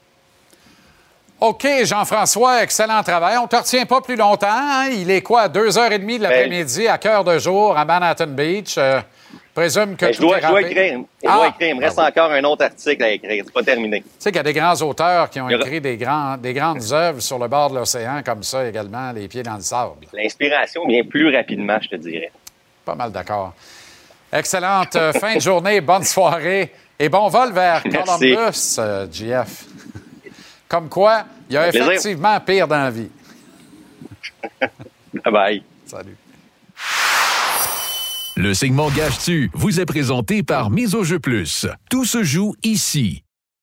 OK, Jean-François, excellent travail. On ne te retient pas plus longtemps. Hein? Il est quoi, 2h30 de l'après-midi à cœur de jour à Manhattan Beach? Présume que je dois écrire. Il me reste encore un autre article à écrire. C'est pas terminé. Tu sais qu'il y a des grands auteurs qui ont écrit des grandes œuvres sur le bord de l'océan, comme ça également, les pieds dans le sable. L'inspiration vient plus rapidement, je te dirais. Pas mal d'accord. Excellente fin de journée, bonne soirée et bon vol vers Columbus, JF. Comme quoi, il y a effectivement pire dans la vie. Bye. Salut. Le segment Gage-tu vous est présenté par Mise au jeu plus. Tout se joue ici.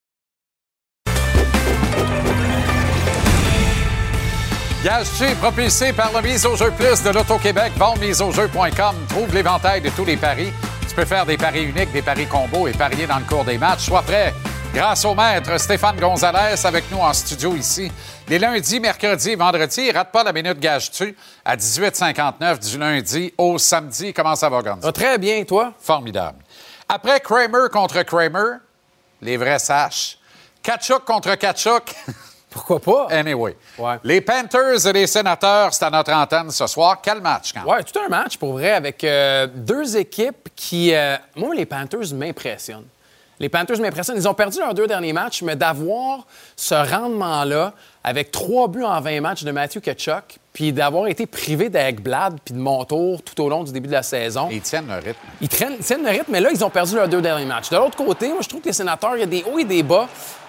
Gage-tu est propulsé par le Mise au jeu plus de l'Auto-Québec. Miseaujeu.com. Trouve l'éventail de tous les paris. Tu peux faire des paris uniques, des paris combos et parier dans le cours des matchs. Sois prêt. Grâce au maître Stéphane Gonzalez avec nous en studio ici. Les lundis, mercredis et vendredis, rate pas la minute Gage-tu à 18h59 du lundi au samedi. Comment ça va, Gonzalez? Très bien, toi? Formidable. Après Kramer contre Kramer, les vrais saches. Tkachuk contre Tkachuk. Pourquoi pas? Anyway. Ouais. Les Panthers et les Sénateurs, c'est à notre antenne ce soir. Quel match, quand même? Oui, tout un match, pour vrai, avec deux équipes qui... moi, les Panthers m'impressionnent. Les Panthers m'impressionnent. Ils ont perdu leurs 2 derniers matchs, mais d'avoir ce rendement-là, avec 3 buts en 20 matchs de Matthew Tkachuk, puis d'avoir été privé d'Ekblad puis de Montour tout au long du début de la saison. Ils tiennent le rythme. Ils tiennent le rythme, mais là, ils ont perdu leurs 2 derniers matchs. De l'autre côté, moi, je trouve que les Sénateurs, il y a des hauts et des bas.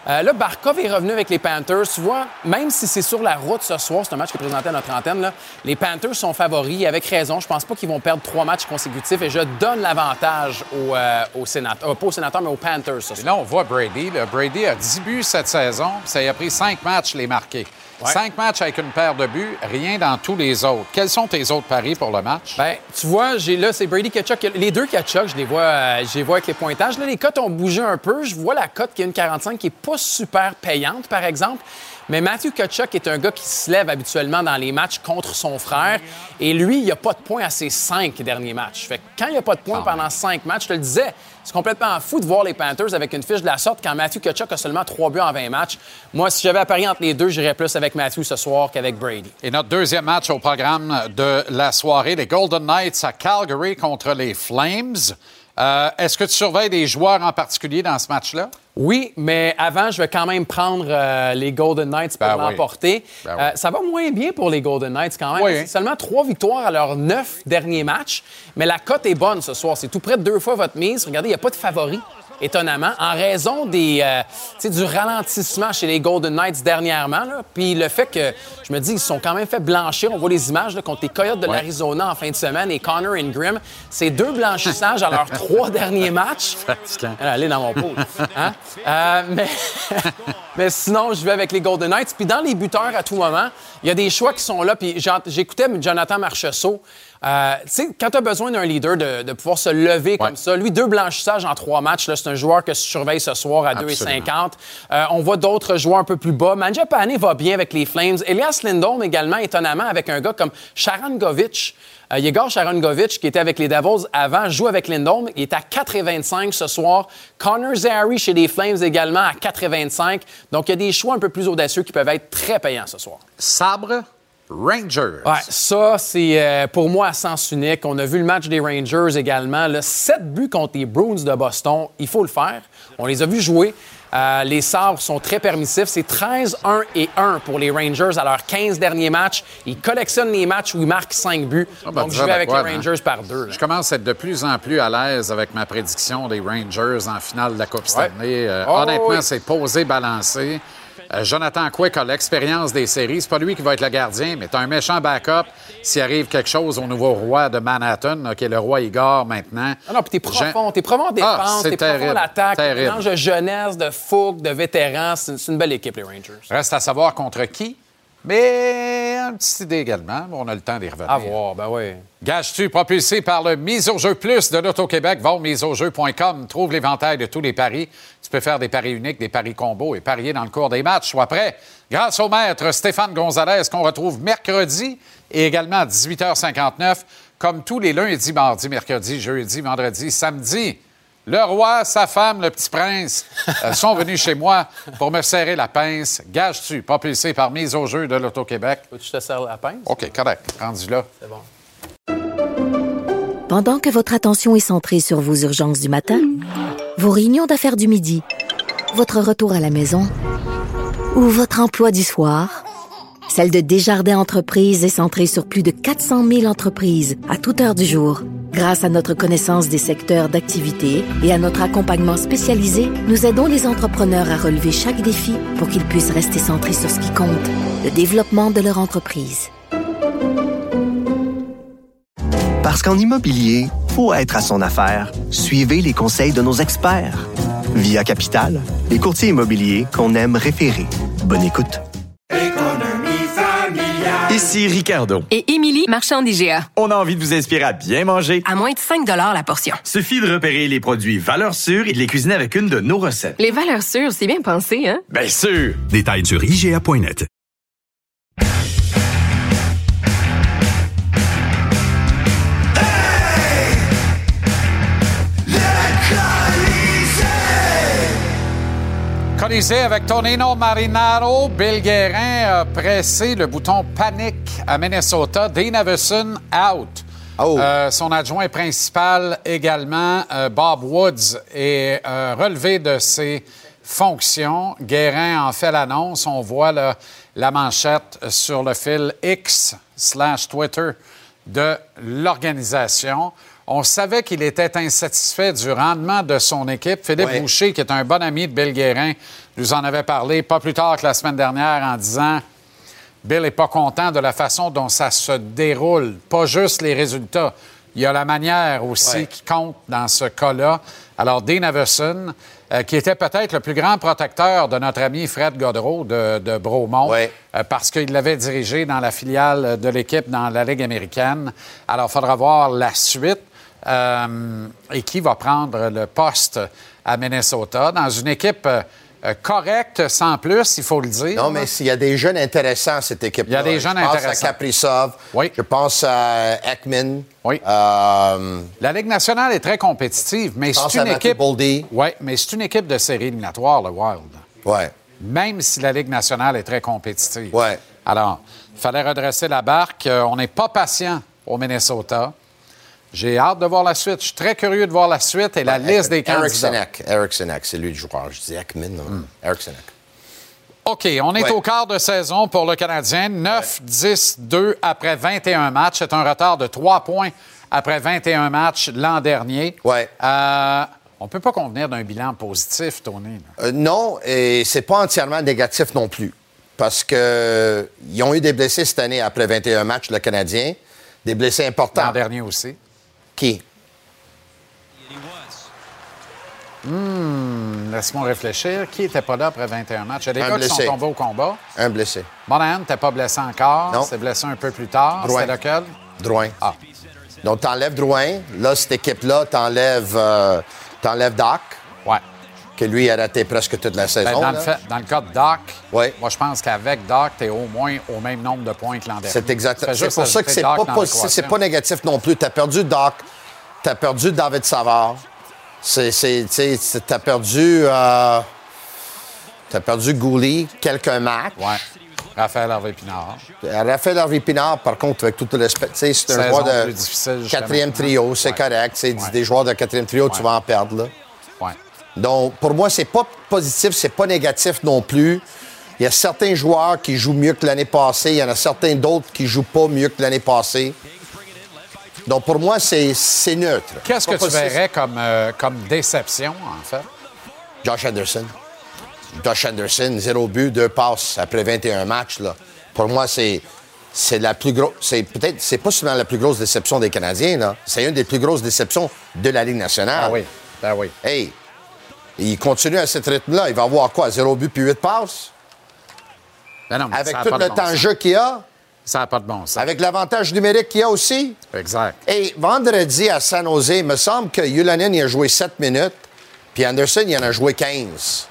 Là, Barkov est revenu avec les Panthers. Tu vois, même si c'est sur la route ce soir, c'est un match qui est présenté à notre antenne, là, les Panthers sont favoris, avec raison. Je pense pas qu'ils vont perdre 3 matchs consécutifs et je donne l'avantage aux sénateurs. Pas aux sénateurs, mais aux Panthers ce soir. Et là, on voit Brady. Là. Brady a 10 buts cette saison, puis ça y a pris 5 matchs les marquer. Ouais. 5 matchs avec une paire de buts, rien dans tous les autres. Quels sont tes autres paris pour le match? Bien, tu vois, là, c'est Brady Tkachuk. Les deux Tkachuk, je les vois avec les pointages. Là, les cotes ont bougé un peu. Je vois la cote qui est une 45 qui n'est pas super payante, par exemple. Mais Matthew Tkachuk est un gars qui se lève habituellement dans les matchs contre son frère. Et lui, il n'y a pas de points à ses 5 derniers matchs. Fait que quand il n'y a pas de points pendant 5 matchs, je te le disais, c'est complètement fou de voir les Panthers avec une fiche de la sorte quand Matthew Tkachuk a seulement 3 buts en 20 matchs. Moi, si j'avais à parier entre les deux, j'irais plus avec Matthew ce soir qu'avec Brady. Et notre deuxième match au programme de la soirée, les Golden Knights à Calgary contre les Flames. Est-ce que tu surveilles des joueurs en particulier dans ce match-là? Oui, mais avant, je vais quand même prendre les Golden Knights pour l'emporter. Oui. Ça va moins bien pour les Golden Knights quand même. Oui. C'est seulement 3 victoires à leurs 9 derniers matchs, mais la cote est bonne ce soir. C'est tout près de 2 fois votre mise. Regardez, il n'y a pas de favori. Étonnamment, en raison du ralentissement chez les Golden Knights dernièrement, puis le fait que, je me dis, ils se sont quand même fait blanchir. On voit les images là, contre les Coyotes de l'Arizona en fin de semaine et Connor Ingram. C'est 2 blanchissages à leurs 3 derniers matchs. Allez dans mon pot. Hein? Mais sinon, je vais avec les Golden Knights. Puis dans les buteurs, à tout moment, il y a des choix qui sont là. Puis j'écoutais Jonathan Marchessault. Tu sais, quand tu as besoin d'un leader de pouvoir se lever comme ça, lui, 2 blanchissages en 3 matchs, là, c'est un joueur que je surveille ce soir à 2,50. On voit d'autres joueurs un peu plus bas. Mangiapane va bien avec les Flames. Elias Lindholm également, étonnamment, avec un gars comme Sharangovich. Yegor Sharangovich, qui était avec les Devils avant, joue avec Lindholm. Il est à 4,25 ce soir. Connor Zary chez les Flames également à 4,25. Donc, il y a des choix un peu plus audacieux qui peuvent être très payants ce soir. Sabre Rangers. Ouais, ça, c'est pour moi à sens unique. On a vu le match des Rangers également. Là, 7 buts contre les Bruins de Boston. Il faut le faire. On les a vus jouer. Les Sabres sont très permissifs. C'est 13-1-1 pour les Rangers à leurs 15 derniers matchs. Ils collectionnent les matchs où ils marquent 5 buts. Donc, je vais avec les Rangers par 2. Là. Je commence à être de plus en plus à l'aise avec ma prédiction des Rangers en finale de la Coupe Stanley. Honnêtement, c'est posé, balancé. Jonathan Quick a l'expérience des séries. C'est pas lui qui va être le gardien, mais tu as un méchant backup s'il arrive quelque chose au nouveau roi de Manhattan, là, qui est le roi Igor maintenant. Non, puis t'es profond. T'es profond en défense, t'es profond en attaque. Un mélange de jeunesse, de fougue, de vétérans. C'est une belle équipe, les Rangers. Reste à savoir contre qui. Mais une petite idée également. On a le temps d'y revenir. À voir, ben oui. Gage-tu propulsé par le Mise au jeu plus de l'Auto-Québec. Va au miseaujeu.com. Trouve l'éventail de tous les paris. Tu peux faire des paris uniques, des paris combos et parier dans le cours des matchs. Sois prêt. Grâce au maître Stéphane Gonzalez qu'on retrouve mercredi et également à 18h59, comme tous les lundis, mardis, mercredis, jeudis, vendredis, samedi. Le roi, sa femme, le petit prince sont venus chez moi pour me serrer la pince. Gage-tu, propulsé par Mise au jeu de l'Auto-Québec. Tu te serres la pince? OK, correct. Rendu là. C'est bon. Pendant que votre attention est centrée sur vos urgences du matin, vos réunions d'affaires du midi, votre retour à la maison ou votre emploi du soir, celle de Desjardins Entreprises est centrée sur plus de 400 000 entreprises à toute heure du jour. Grâce à notre connaissance des secteurs d'activité et à notre accompagnement spécialisé, nous aidons les entrepreneurs à relever chaque défi pour qu'ils puissent rester centrés sur ce qui compte, le développement de leur entreprise. Parce qu'en immobilier, faut être à son affaire. Suivez les conseils de nos experts. Via Capital, les courtiers immobiliers qu'on aime référer. Bonne écoute. Ici Ricardo. Et Émilie, marchand d'IGA. On a envie de vous inspirer à bien manger. À moins de 5 $ la portion. Suffit de repérer les produits valeurs sûres et de les cuisiner avec une de nos recettes. Les valeurs sûres, c'est bien pensé, hein? Bien sûr! Détails sur IGA.net. Colisée avec Tonino Marinaro, Bill Guérin a pressé le bouton panique à Minnesota. Dean Avison out. Son adjoint principal également, Bob Woods, est relevé de ses fonctions. Guérin en fait l'annonce. On voit là, la manchette sur le fil X/Twitter de l'organisation. On savait qu'il était insatisfait du rendement de son équipe. Philippe Boucher, qui est un bon ami de Bill Guérin, nous en avait parlé pas plus tard que la semaine dernière en disant Bill n'est pas content de la façon dont ça se déroule. Pas juste les résultats. Il y a la manière aussi qui compte dans ce cas-là. Alors, Dean Everson, qui était peut-être le plus grand protecteur de notre ami Fred Gaudreau de Bromont, parce qu'il l'avait dirigé dans la filiale de l'équipe dans la Ligue américaine. Alors, il faudra voir la suite. Et qui va prendre le poste à Minnesota dans une équipe correcte, sans plus, il faut le dire. Non, mais il y a des jeunes intéressants, cette équipe-là. Il y a des jeunes intéressants. Je pense à Kaprizov. Je pense à Ekman. La Ligue nationale est très compétitive, mais c'est une équipe... Oui, mais c'est une équipe de série éliminatoire, le Wild. Même si la Ligue nationale est très compétitive. Alors, il fallait redresser la barque. On n'est pas patient au Minnesota. J'ai hâte de voir la suite. Je suis très curieux de voir la suite et la liste des candidats. Eric Senek, c'est lui le joueur. Je dis Ekman, Eric Senek. OK, on est au quart de saison pour le Canadien. 9-10-2 après 21 matchs. C'est un retard de 3 points après 21 matchs l'an dernier. On ne peut pas convenir d'un bilan positif, Tony. Non, et c'est pas entièrement négatif non plus. Parce qu'ils ont eu des blessés cette année après 21 matchs, le Canadien. Des blessés importants. L'an dernier aussi. Qui? Laisse-moi réfléchir. Qui n'était pas là après 21 matchs? Il y a des gars qui sont tombés au combat. Un blessé. Monahan n'était pas blessé encore. Non. S'est blessé un peu plus tard. Drouin. C'était lequel? Drouin. Donc, t'enlèves Drouin. Là, cette équipe-là, t'enlèves Doc. Que lui a raté presque toute la saison. Dans le cas de Doc, moi, je pense qu'avec Doc, tu es au moins au même nombre de points que l'an dernier. C'est exact. C'est pour ça que c'est pas négatif non plus. Tu as perdu Doc. Tu as perdu David Savard. T'as perdu Gouli, quelques matchs. Raphaël Harvey-Pinard. Raphaël Harvey-Pinard, par contre, avec tout le respect, c'est un joueur de quatrième trio, c'est correct. Des joueurs de quatrième trio, tu vas en perdre, là. Donc, pour moi, c'est pas positif, c'est pas négatif non plus. Il y a certains joueurs qui jouent mieux que l'année passée. Il y en a certains d'autres qui jouent pas mieux que l'année passée. Donc, pour moi, c'est neutre. Qu'est-ce que tu verrais comme déception, en fait? Josh Anderson. Josh Anderson, 0 but, 2 passes après 21 matchs. Là. Pour moi, c'est la plus grosse... C'est pas seulement la plus grosse déception des Canadiens, là. C'est une des plus grosses déceptions de la Ligue nationale. Ah oui. Hey, il continue à cet rythme-là. Il va avoir quoi? 0 but puis 8 passes? Non, avec tout le temps de jeu qu'il a? Ça n'a pas de bon sens. Avec l'avantage numérique qu'il y a aussi? Exact. Et vendredi à San Jose, il me semble que Ylönen, il a joué 7 minutes, puis Anderson, il en a joué 15.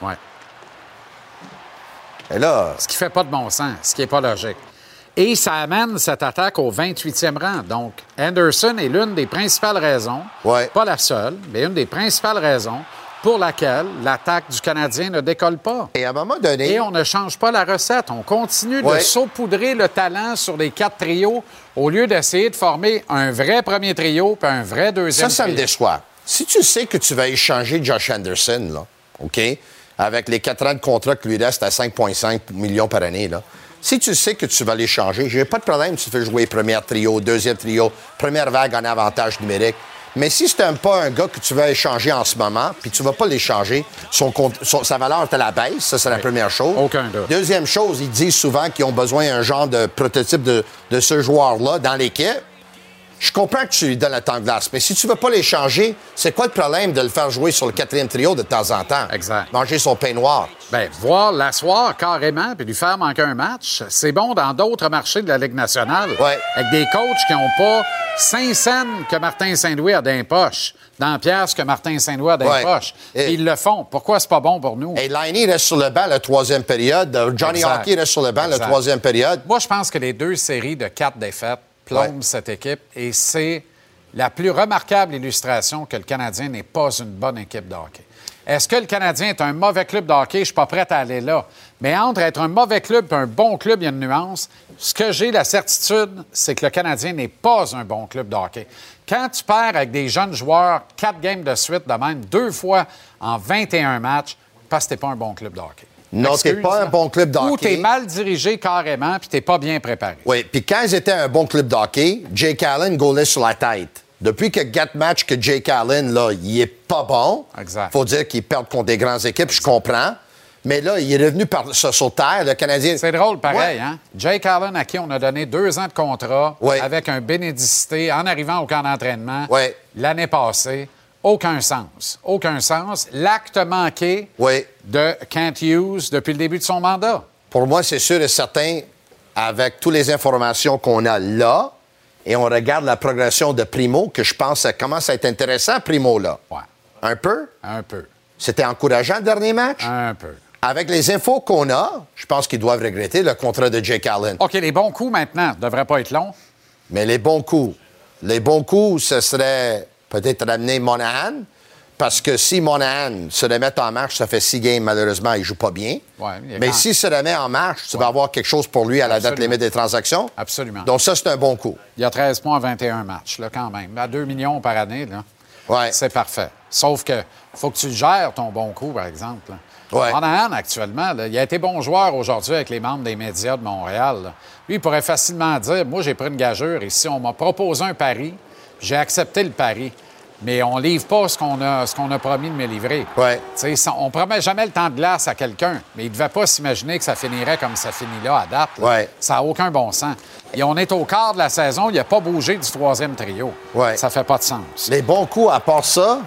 Et là... Ce qui fait pas de bon sens, ce qui n'est pas logique. Et ça amène cette attaque au 28e rang. Donc, Anderson est l'une des principales raisons, pas la seule, mais une des principales raisons pour laquelle l'attaque du Canadien ne décolle pas. Et à un moment donné... Et on ne change pas la recette. On continue de saupoudrer le talent sur les 4 trios au lieu d'essayer de former un vrai premier trio puis un vrai deuxième trio. Ça me déçoit. Si tu sais que tu vas échanger Josh Anderson, là, OK, avec les 4 ans de contrat qui lui reste à 5,5 millions par année, là, si tu sais que tu vas l'échanger, j'ai pas de problème si tu fais jouer premier trio, deuxième trio, première vague en avantage numérique. Mais si c'est pas un gars que tu vas échanger en ce moment, puis tu vas pas l'échanger, sa valeur est à la baisse, ça, c'est la première chose. Aucun doute. Deuxième chose, ils disent souvent qu'ils ont besoin d'un genre de prototype de ce joueur-là dans l'équipe. Je comprends que tu lui donnes le temps de glace, mais si tu veux pas l'échanger, c'est quoi le problème de le faire jouer sur le 4e trio de temps en temps? Exact. Manger son pain noir. Bien, voir l'asseoir carrément puis lui faire manquer un match, c'est bon dans d'autres marchés de la Ligue nationale. Avec des coachs qui n'ont pas 5 cents que Martin Saint-Louis a dans les poches, dans la pièce que Martin Saint-Louis a dans les poches. Et ils le font. Pourquoi c'est pas bon pour nous? Et Laine reste sur le banc la 3e période. Johnny Hockey reste sur le banc la 3e période. Moi, je pense que les 2 séries de 4 défaites plombe cette équipe et c'est la plus remarquable illustration que le Canadien n'est pas une bonne équipe de hockey. Est-ce que le Canadien est un mauvais club de hockey? Je ne suis pas prêt à aller là. Mais entre être un mauvais club et un bon club, il y a une nuance. Ce que j'ai la certitude, c'est que le Canadien n'est pas un bon club de hockey. Quand tu perds avec des jeunes joueurs 4 games de suite de même, 2 fois en 21 matchs, parce que tu n'es pas un bon club de hockey. Non, t'es pas un bon club de hockey. Ou t'es mal dirigé carrément, puis t'es pas bien préparé. Oui, puis quand ils étaient un bon club de hockey, Jake Allen gaulait sur la tête Depuis que match que Jake Allen, là, il est pas bon. Exact. Faut dire qu'il perd contre des grandes équipes, je comprends. Mais là, il est revenu sur terre, le Canadien. C'est drôle, pareil, hein? Jake Allen, à qui on a donné 2 ans de contrat, avec un bénédicité en arrivant au camp d'entraînement l'année passée. Aucun sens. Aucun sens. L'acte manqué de Kent Hughes depuis le début de son mandat. Pour moi, c'est sûr et certain, avec toutes les informations qu'on a là, et on regarde la progression de Primo, que je pense que ça commence à être intéressant, Primo, là. Ouais. Un peu? Un peu. C'était encourageant le dernier match? Un peu. Avec les infos qu'on a, je pense qu'ils doivent regretter le contrat de Jake Allen. OK, les bons coups maintenant ne devraient pas être longs. Mais les bons coups, ce serait peut-être ramener Monahan, parce que si Monahan se remet en marche, ça fait 6 games, malheureusement, il ne joue pas bien. Ouais, mais s'il se remet en marche, tu vas avoir quelque chose pour lui à la date limite des transactions. Absolument. Donc ça, c'est un bon coup. Il y a 13 points à 21 matchs, là, quand même. À 2 millions par année, là. Ouais. C'est parfait. Sauf que faut que tu gères ton bon coup, par exemple. Là. Ouais. Monahan, actuellement, là, il a été bon joueur aujourd'hui avec les membres des médias de Montréal. Là. Lui, il pourrait facilement dire, moi, j'ai pris une gageure ici, on m'a proposé un pari, j'ai accepté le pari. Mais on ne livre pas ce qu'on a promis de me livrer. Ouais. On ne promet jamais le temps de glace à quelqu'un, mais il ne devait pas s'imaginer que ça finirait comme ça finit là à date. Là. Ouais. Ça n'a aucun bon sens. Et on est au quart de la saison, il n'a pas bougé du 3e trio. Ouais. Ça fait pas de sens. Les bons coups, à part ça...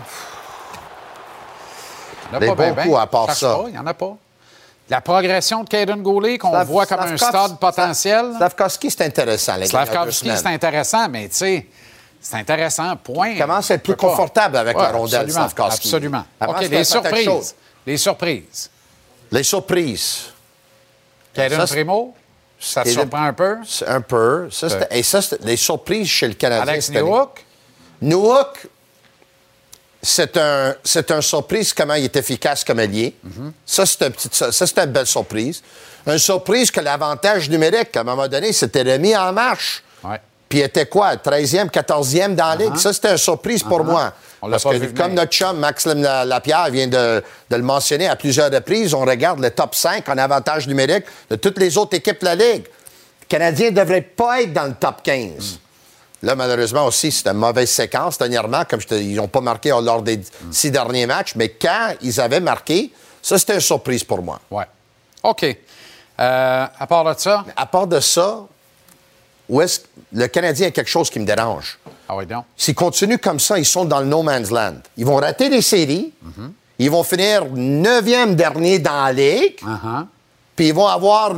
Les bons coups, à part ça... Il n'y en a pas. La progression de Caden Goulet, qu'on voit comme un stud potentiel. Slavkovski, c'est intéressant. Slavkovski, c'est intéressant, mais tu sais... C'est intéressant, point. Il commence à être plus confortable avec la rondelle, Slavkovski. Absolument. OK, les surprises. Les surprises. Les surprises. Caden Primo, ça te surprend un peu? Un peu. Et ça, les surprises chez le Canadien. Alex Newhook? Newhook, c'est un surprise comment il est efficace comme allié. Ça, c'est une belle surprise. Une surprise que l'avantage numérique, à un moment donné, s'était remis en marche. Ouais. Puis il était quoi? 13e, 14e dans la Ligue? Ça, c'était une surprise pour moi. Parce que, comme notre chum Maxime Lapierre vient de le mentionner à plusieurs reprises, on regarde le top 5 en avantage numérique de toutes les autres équipes de la Ligue. Le Canadien ne devrait pas être dans le top 15. Là, malheureusement aussi, c'est une mauvaise séquence dernièrement. Comme ils n'ont pas marqué lors des 6 derniers matchs. Mais quand ils avaient marqué, ça, c'était une surprise pour moi. Oui. OK. À part de ça? À part de ça... Où est-ce que le Canadien a quelque chose qui me dérange? Ah oui, donc? S'ils continuent comme ça, ils sont dans le no man's land. Ils vont rater des séries. Ils vont finir 9e dernier dans la Ligue. Puis ils vont avoir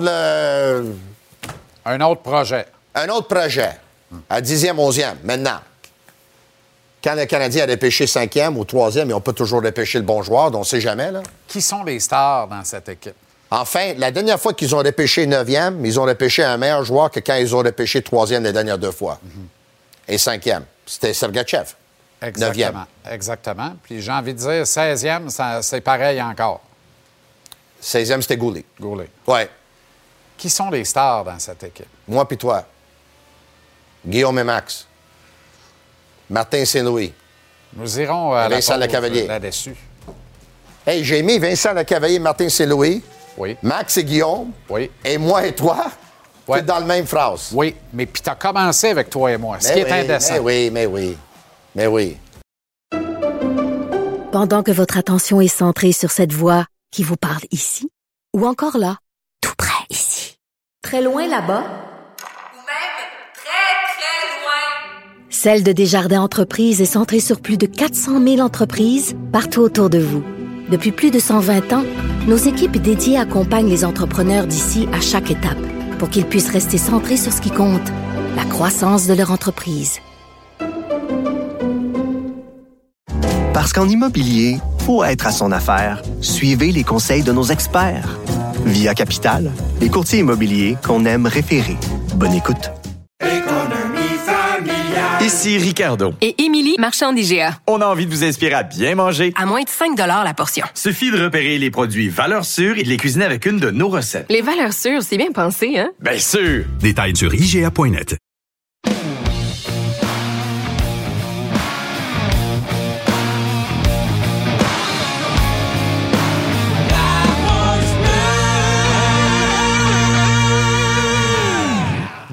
un autre projet. Un autre projet. À 10e, 11e, maintenant. Quand le Canadien a repêché 5e ou 3e, ils n'ont pas toujours repêché le bon joueur, donc on ne sait jamais. Là. Qui sont les stars dans cette équipe? Enfin, la dernière fois qu'ils ont repêché 9e, ils ont repêché un meilleur joueur que quand ils ont repêché 3e les dernières 2 fois. Et 5e, c'était Sergachev. Exactement. 9e. Exactement. Puis j'ai envie de dire, 16e, c'est pareil encore. 16e, c'était Goulet. Goulet. Oui. Qui sont les stars dans cette équipe? Moi puis toi. Guillaume et Max. Martin Saint-Louis. Nous irons à Vincent Lecavalier. Là-dessus. Hey, j'ai mis Vincent Lecavalier, Martin Saint-Louis. Oui. Max et Guillaume. Oui. Et moi et toi. Ouais. Tout dans la même phrase. Oui, mais puis tu as commencé avec toi et moi, ce qui est indécent. Mais oui. Pendant que votre attention est centrée sur cette voix qui vous parle ici, ou encore là, tout près ici, très loin là-bas, ou même très loin, celle de Desjardins Entreprises est centrée sur plus de 400 000 entreprises partout autour de vous. Depuis plus de 120 ans, nos équipes dédiées accompagnent les entrepreneurs d'ici à chaque étape pour qu'ils puissent rester centrés sur ce qui compte, la croissance de leur entreprise. Parce qu'en immobilier, faut être à son affaire. Suivez les conseils de nos experts. Via Capital, les courtiers immobiliers qu'on aime référer. Bonne écoute. Ici Ricardo. Et Émilie, marchand d'IGA. On a envie de vous inspirer à bien manger. À moins de 5 $ la portion. Suffit de repérer les produits valeurs sûres et de les cuisiner avec une de nos recettes. Les valeurs sûres, c'est bien pensé, hein? Bien sûr! Détails sur IGA.net.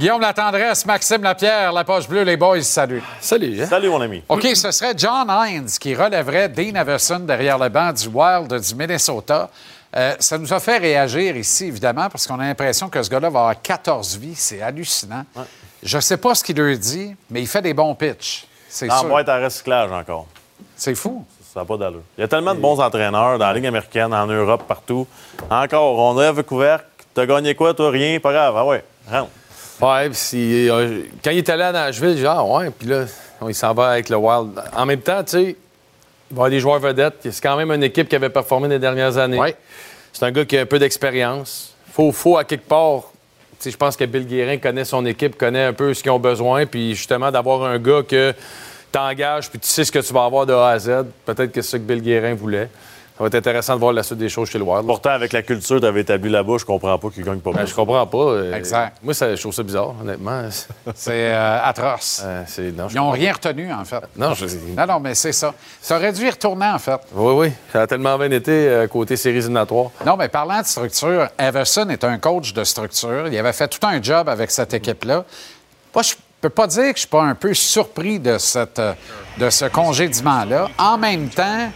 Guillaume Latendresse, Maxime Lapierre, La Poche Bleue, les boys, salut. Salut. Salut, mon ami. OK, ce serait John Hines qui relèverait Dean Everson derrière le banc du Wild du Minnesota. Ça nous a fait réagir ici, évidemment, parce qu'on a l'impression que ce gars-là va avoir 14 vies. C'est hallucinant. Ouais. Je ne sais pas ce qu'il leur dit, mais il fait des bons pitchs. C'est sûr. En boîte à recyclage encore. C'est fou. Ça n'a pas d'allure. Il y a tellement de bons entraîneurs dans la Ligue américaine, en Europe, partout. Encore, on rêve couvert. T'as gagné quoi, toi? Rien, pas grave. Ah ouais, rentre. Ouais, puis quand il est allé à Nashville, genre, ouais, puis là, il s'en va avec le Wild. En même temps, tu sais, il va y avoir des joueurs vedettes. C'est quand même une équipe qui avait performé les dernières années. Ouais. C'est un gars qui a un peu d'expérience. Faut à quelque part, tu sais, je pense que Bill Guérin connaît son équipe, connaît un peu ce qu'ils ont besoin, puis justement, d'avoir un gars que t'engages, puis tu sais ce que tu vas avoir de A à Z. Peut-être que c'est ça que Bill Guérin voulait. Ça va être intéressant de voir la suite des choses chez le Wild. Pourtant, avec la culture que tu avais établie là-bas, je comprends pas qu'ils gagnent pas plus. Je comprends pas. Exact. Moi, je trouve ça bizarre, honnêtement. C'est atroce. Ils n'ont rien retenu, en fait. Non, mais c'est ça. Ça aurait dû y retourner, en fait. Oui. Ça a tellement bien été côté séries éliminatoires. Non, mais parlant de structure, Everson est un coach de structure. Il avait fait tout un job avec cette équipe-là. Moi, je peux pas dire que je suis pas un peu surpris de ce congédiement-là. En même temps,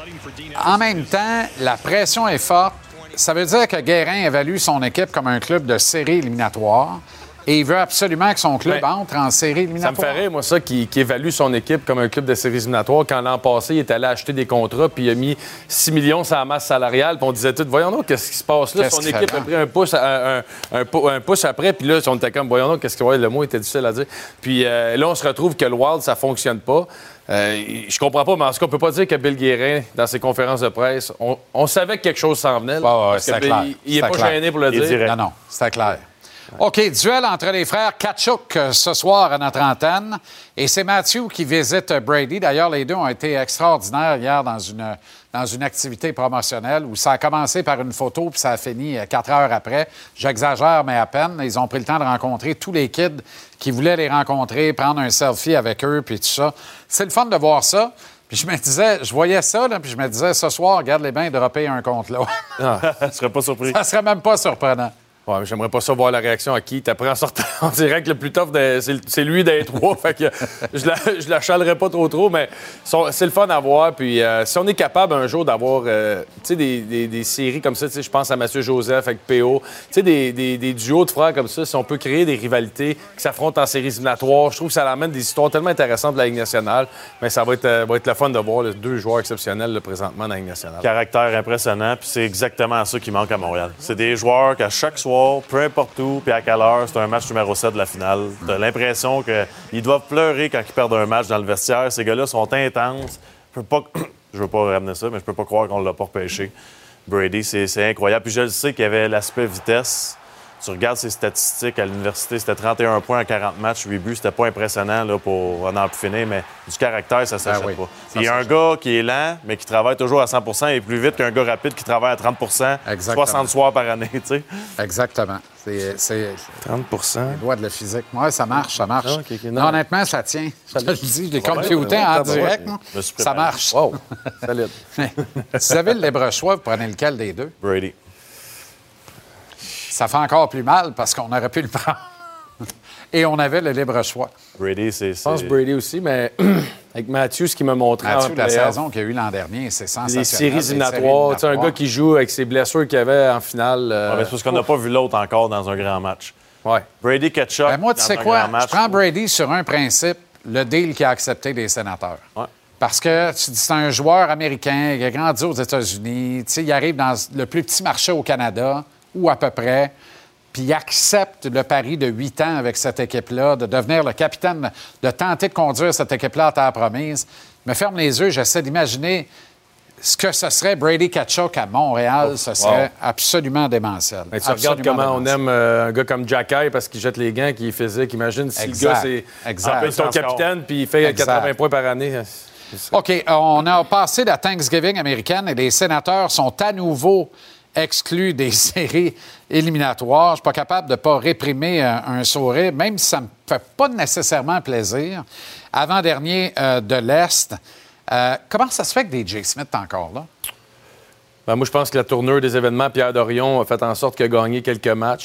la pression est forte. Ça veut dire que Guérin évalue son équipe comme un club de série éliminatoire et il veut absolument que son club entre en série éliminatoire. Ça me ferait, moi, ça, qui évalue son équipe comme un club de série éliminatoire quand l'an passé, il est allé acheter des contrats puis il a mis 6 millions sur la masse salariale puis on disait tout, voyons donc, qu'est-ce qui se passe là? Son équipe a pris un pouce après puis là, on était comme, voyons donc, qu'est-ce que... Ouais, le mot était difficile à dire. Puis là, on se retrouve que le Wild, ça fonctionne pas. Je comprends pas, mais en tout cas, on peut pas dire que Bill Guérin, dans ses conférences de presse, on savait que quelque chose s'en venait. C'était clair. Il n'est pas gêné pour le dire. Non, c'était clair. OK, duel entre les frères Tkachuk ce soir à notre antenne. Et c'est Matthew qui visite Brady. D'ailleurs, les deux ont été extraordinaires hier dans une activité promotionnelle où ça a commencé par une photo puis ça a fini 4 heures après. J'exagère, mais à peine. Ils ont pris le temps de rencontrer tous les kids qui voulaient les rencontrer, prendre un selfie avec eux puis tout ça. C'est le fun de voir ça. Puis je voyais ça, là, puis je me disais, ce soir, regarde-les bien dropper un compte là. Je serais pas surpris. Ça serait même pas surprenant. Ouais, j'aimerais pas ça voir la réaction à qui. T'apprends en sortant en direct le plus tough, c'est lui des trois. Fait que je la chalerais pas trop, mais c'est le fun à voir. Puis si on est capable un jour d'avoir des séries comme ça, je pense à Mathieu Joseph avec PO, des duos de frères comme ça, si on peut créer des rivalités qui s'affrontent en séries éliminatoires, je trouve que ça amène des histoires tellement intéressantes de la Ligue nationale. Mais ça va être le fun de voir deux joueurs exceptionnels là, présentement dans la Ligue nationale. Caractère impressionnant, puis c'est exactement ça qui manque à Montréal. C'est des joueurs qu'à chaque soir, peu importe où, puis à quelle heure, c'est un match numéro 7 de la finale. T'as l'impression qu'ils doivent pleurer quand ils perdent un match dans le vestiaire. Ces gars-là sont intenses. Je veux pas ramener ça, mais je peux pas croire qu'on l'a pas repêché. Brady, c'est incroyable. Puis je le sais qu'il y avait l'aspect vitesse. Tu regardes ses statistiques à l'université, c'était 31 points en 40 matchs, 8 buts. C'était pas impressionnant là, pour en finir, mais du caractère, ça s'achète pas. Il y a un gars qui est lent, mais qui travaille toujours à 100 et plus vite qu'un gars rapide qui travaille à 30 60 soirs par année. T'sais. Exactement. C'est 30 les lois de la physique. Oui, ça marche. Non, honnêtement, ça tient. Je te le dis, j'ai computé en direct. Ça marche. Wow, solide. Si vous avez le libre choix, vous prenez lequel des deux? Brady. Ça fait encore plus mal parce qu'on aurait pu le prendre. Et on avait le libre choix. Brady, c'est... Je pense Brady aussi, mais avec Matthew, ce qu'il m'a montré... Matthew, la saison qu'il y a eu l'an dernier, c'est sensationnel. Les séries éliminatoires. Un gars qui joue avec ses blessures qu'il avait en finale... mais c'est parce qu'on n'a pas vu l'autre encore dans un grand match. Ouais. Brady, Tkachuk, moi, tu sais quoi? Je prends Brady sur un principe, le deal qu'il a accepté des Sénateurs. Ouais. Parce que tu dis c'est un joueur américain, il a grandi aux États-Unis, il arrive dans le plus petit marché au Canada, ou à peu près, puis il accepte le pari de 8 ans avec cette équipe-là, de devenir le capitaine, de tenter de conduire cette équipe-là à terre promise. Je me ferme les yeux, j'essaie d'imaginer ce que ce serait Brady Tkachuk à Montréal. Ce serait absolument démentiel. Mais tu regardes comment on aime un gars comme Jacky parce qu'il jette les gants, qu'il est physique. Imagine si le gars, c'est ton capitaine puis il fait 80 points par année. OK, on a passé la Thanksgiving américaine et les Sénateurs sont à nouveau exclus des séries éliminatoires. Je ne suis pas capable de ne pas réprimer un sourire, même si ça ne me fait pas nécessairement plaisir. Avant-dernier de l'Est. Comment ça se fait que DJ Smith est encore là? Ben, moi, je pense que la tournure des événements, Pierre Dorion a fait en sorte qu'il a gagné quelques matchs. Je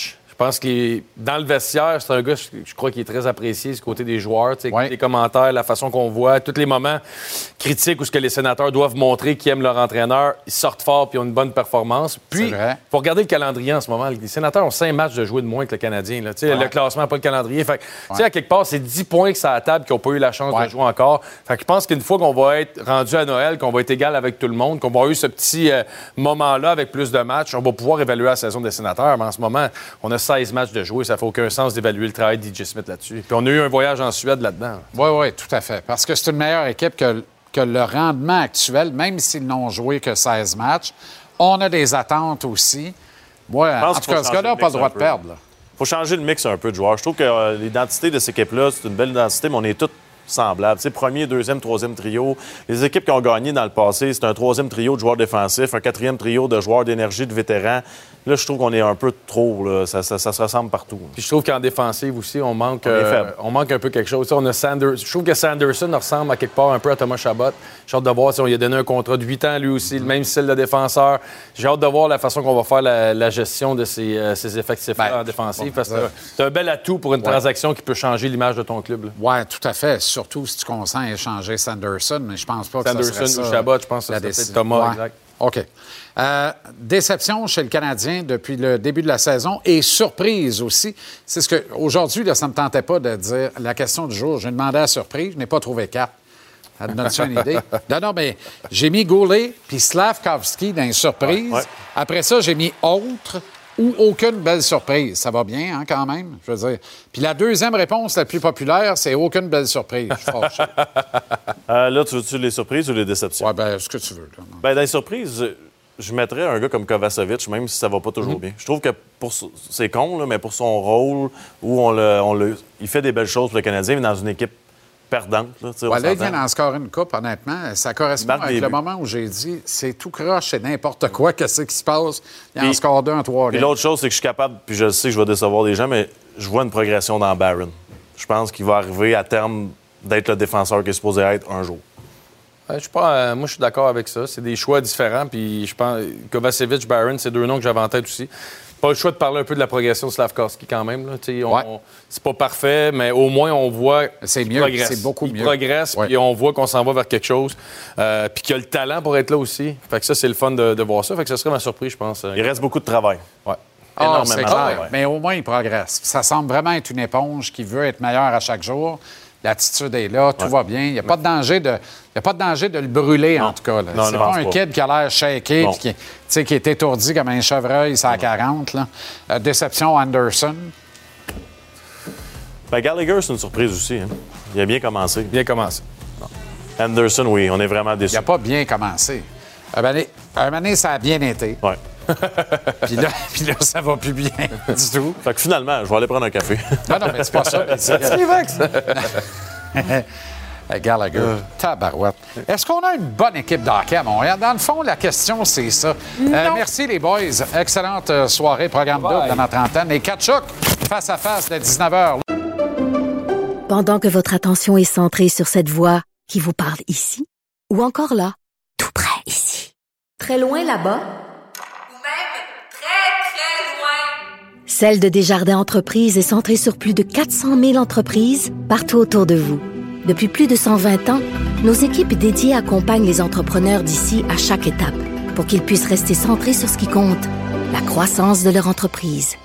pense que dans le vestiaire, c'est un gars, je crois, qui est très apprécié du côté des joueurs. Les commentaires, la façon qu'on voit, tous les moments critiques où ce que les sénateurs doivent montrer qu'ils aiment leur entraîneur, ils sortent fort puis ils ont une bonne performance. Puis, il faut regarder le calendrier en ce moment. Les sénateurs ont 5 matchs de jouer de moins que le Canadien. Le classement, pas le calendrier. Fait à quelque part, c'est 10 points que ça à la table qui n'ont pas eu la chance de jouer encore. Fait que je pense qu'une fois qu'on va être rendu à Noël, qu'on va être égal avec tout le monde, qu'on va avoir eu ce petit moment-là avec plus de matchs, on va pouvoir évaluer la saison des sénateurs. Mais en ce moment, on a 16 matchs de jouer. Ça fait aucun sens d'évaluer le travail d'E.J. Smith là-dessus. Puis on a eu un voyage en Suède là-dedans. Oui, tout à fait. Parce que c'est une meilleure équipe que le rendement actuel, même s'ils n'ont joué que 16 matchs. On a des attentes aussi. Ouais, en tout cas, ce gars-là n'a pas le droit de perdre. Il faut changer le mix un peu de joueurs. Je trouve que l'identité de cette équipe-là, c'est une belle identité, mais on est tous semblables. Tu sais, premier, deuxième, troisième trio. Les équipes qui ont gagné dans le passé, c'est un troisième trio de joueurs défensifs, un quatrième trio de joueurs d'énergie, de vétérans. Là, je trouve qu'on est un peu trop. Là. Ça se ressemble partout. Puis je trouve qu'en défensive aussi, on manque un peu quelque chose. On a je trouve que Sanderson ressemble à quelque part un peu à Thomas Chabot. J'ai hâte de voir si on lui a donné un contrat de 8 ans, lui aussi, le même style de défenseur. J'ai hâte de voir la façon qu'on va faire la gestion de ces effectifs-là en défensif. Parce que c'est un bel atout pour une transaction qui peut changer l'image de ton club. Oui, tout à fait. Surtout si tu consens à échanger Sanderson, mais je pense pas que Sanderson ça serait ça, ou Chabot, je pense que c'est peut-être Thomas, exact. OK. Déception chez le Canadien depuis le début de la saison et surprise aussi. C'est ce que aujourd'hui, ça ne me tentait pas de dire la question du jour. J'ai demandé à la surprise, je n'ai pas trouvé 4. Ça te donne-tu une idée? Non, mais j'ai mis Goulet puis Slavkovski dans les surprises. Ouais. Après ça, j'ai mis autre ou aucune belle surprise. Ça va bien, hein, quand même, je veux dire. Puis la deuxième réponse la plus populaire, c'est aucune belle surprise. Je suis fâché. Là, tu veux-tu les surprises ou les déceptions? Oui, bien, ce que tu veux. Là. Bien, dans les surprises, je mettrais un gars comme Kovacevic, même si ça va pas toujours bien. Je trouve que c'est con, là, mais pour son rôle, où il fait des belles choses pour le Canadien, mais dans une équipe perdante. Là, il vient d'en scorer une coupe, honnêtement. Ça correspond avec le moment où j'ai dit c'est tout croche, c'est n'importe quoi, qu'est-ce qui se passe. Il en score 2 en 3 games. Puis l'autre chose, c'est que je suis capable, puis je sais que je vais décevoir des gens, mais je vois une progression dans Barron. Je pense qu'il va arriver à terme d'être le défenseur qu'il est supposé être un jour. Moi, je suis d'accord avec ça. C'est des choix différents. Puis je pense Kovacevic, Barron, c'est 2 noms que j'avais en tête aussi. Pas le choix de parler un peu de la progression de Slavkovski quand même. Là. C'est pas parfait, mais au moins on voit c'est mieux, c'est beaucoup mieux. Il progresse, puis on voit qu'on s'en va vers quelque chose. Puis qu'il a le talent pour être là aussi. Fait que ça, c'est le fun de voir ça. Fait que ça serait ma surprise, je pense. Il reste beaucoup de travail. Ouais. Énormément de travail. Mais au moins, il progresse. Ça semble vraiment être une éponge qui veut être meilleure à chaque jour. L'attitude est là, tout va bien. Il n'y a pas de danger de le brûler, en tout cas. Non, c'est pas un kid qui a l'air shaké et qui est étourdi comme un chevreuil, c'est à 40. Là. Déception, Anderson. Ben, Gallagher, c'est une surprise aussi. Hein. Il a bien commencé. Bien commencé. Non. Anderson, oui, on est vraiment déçus. Il n'a pas bien commencé. Un moment donné, ça a bien été. Oui. Puis là, ça va plus bien du tout. Fait que finalement, je vais aller prendre un café. Non, mais c'est pas ça. C'est Gallagher. Tabarouette. Est-ce qu'on a une bonne équipe d'hockey à Montréal? Dans le fond, la question, c'est ça. Merci, les boys. Excellente soirée, programme double dans notre antenne. Et Tkachuk, face à face de 19h. Pendant que votre attention est centrée sur cette voix qui vous parle ici, ou encore là, tout près ici, très loin là-bas, Celle de Desjardins Entreprises est centrée sur plus de 400 000 entreprises partout autour de vous. Depuis plus de 120 ans, nos équipes dédiées accompagnent les entrepreneurs d'ici à chaque étape pour qu'ils puissent rester centrés sur ce qui compte, la croissance de leur entreprise.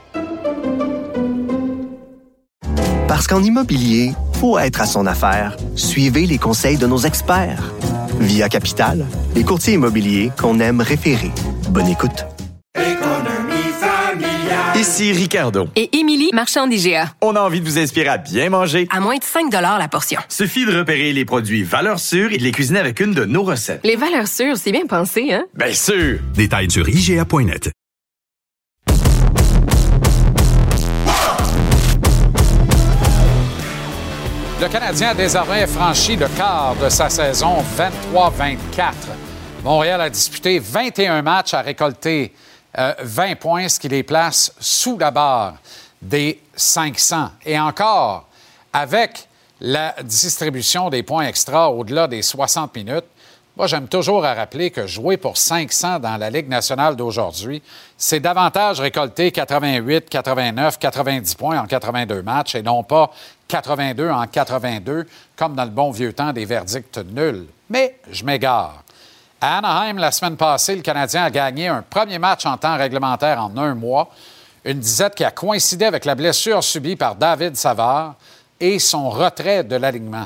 Parce qu'en immobilier, pour être à son affaire, suivez les conseils de nos experts. Via Capital, les courtiers immobiliers qu'on aime référer. Bonne écoute. Ici Ricardo. Et Émilie, marchand d'IGA. On a envie de vous inspirer à bien manger. À moins de 5 $ la portion. Suffit de repérer les produits valeurs sûres et de les cuisiner avec une de nos recettes. Les valeurs sûres, c'est bien pensé, hein? Bien sûr! Détails sur IGA.net. Le Canadien a désormais franchi le quart de sa saison 23-24. Montréal a disputé 21 matchs, a récolté 20 points, ce qui les place sous la barre des 500. Et encore, avec la distribution des points extra au-delà des 60 minutes, Moi, j'aime toujours à rappeler que jouer pour 500 dans la Ligue nationale d'aujourd'hui, c'est davantage récolter 88, 89, 90 points en 82 matchs et non pas 82 en 82, comme dans le bon vieux temps des verdicts nuls. Mais je m'égare. À Anaheim, la semaine passée, le Canadien a gagné un premier match en temps réglementaire en 1 mois, une disette qui a coïncidé avec la blessure subie par David Savard et son retrait de l'alignement.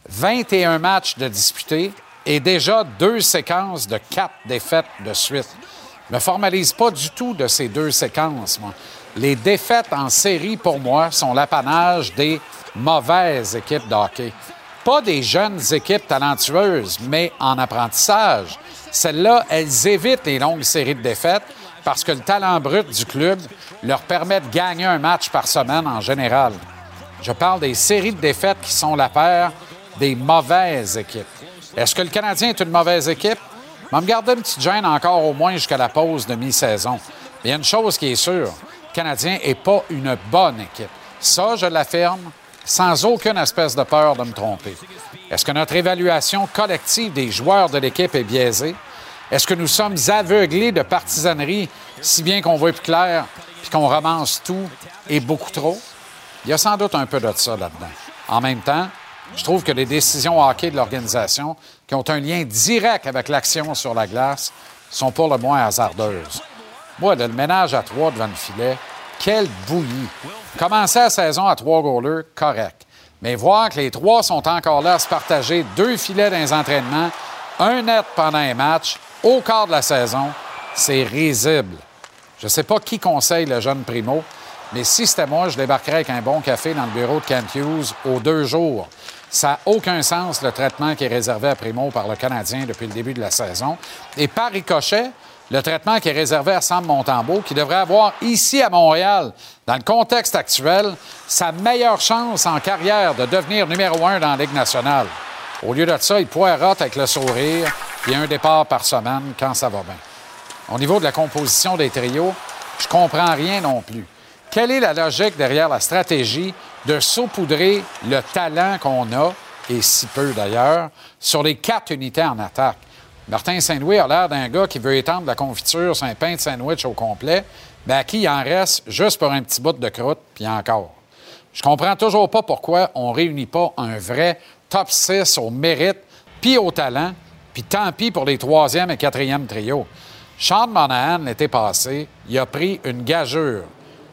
21 matchs de disputés et déjà 2 séquences de 4 défaites de suite. Je ne me formalise pas du tout de ces 2 séquences, moi. Les défaites en série, pour moi, sont l'apanage des mauvaises équipes de hockey. Pas des jeunes équipes talentueuses, mais en apprentissage. Celles-là, elles évitent les longues séries de défaites parce que le talent brut du club leur permet de gagner un match par semaine en général. Je parle des séries de défaites qui sont la paire des mauvaises équipes. Est-ce que le Canadien est une mauvaise équipe? Je vais me garder une petite gêne encore au moins jusqu'à la pause de mi-saison. Mais il y a une chose qui est sûre, le Canadien n'est pas une bonne équipe. Ça, je l'affirme, sans aucune espèce de peur de me tromper. Est-ce que notre évaluation collective des joueurs de l'équipe est biaisée? Est-ce que nous sommes aveuglés de partisanerie, si bien qu'on voit plus clair puis qu'on ramasse tout et beaucoup trop? Il y a sans doute un peu de ça là-dedans. En même temps, je trouve que les décisions hockey de l'organisation, qui ont un lien direct avec l'action sur la glace, sont pour le moins hasardeuses. Moi, le ménage à 3 devant le filet, quelle bouillie! Commencer la saison à 3 goalers, correct. Mais voir que les 3 sont encore là à se partager 2 filets dans les entraînements, un net pendant un match, au quart de la saison, c'est risible. Je ne sais pas qui conseille le jeune Primo, mais si c'était moi, je débarquerais avec un bon café dans le bureau de Kent Hughes aux 2 jours. Ça n'a aucun sens, le traitement qui est réservé à Primo par le Canadien depuis le début de la saison. Et par ricochet, le traitement qui est réservé à Sam Montembeault, qui devrait avoir ici à Montréal, dans le contexte actuel, sa meilleure chance en carrière de devenir numéro 1 dans la Ligue nationale. Au lieu de ça, il poirote avec le sourire, puis un départ par semaine quand ça va bien. Au niveau de la composition des trios, je comprends rien non plus. Quelle est la logique derrière la stratégie de saupoudrer le talent qu'on a, et si peu d'ailleurs, sur les 4 unités en attaque? Martin Saint-Louis a l'air d'un gars qui veut étendre la confiture sur un pain de sandwich au complet, mais à qui il en reste juste pour un petit bout de croûte, puis encore. Je comprends toujours pas pourquoi on ne réunit pas un vrai top 6 au mérite, puis au talent, puis tant pis pour les 3e et 4e trios. Sean Monahan, l'été passé, il a pris une gageure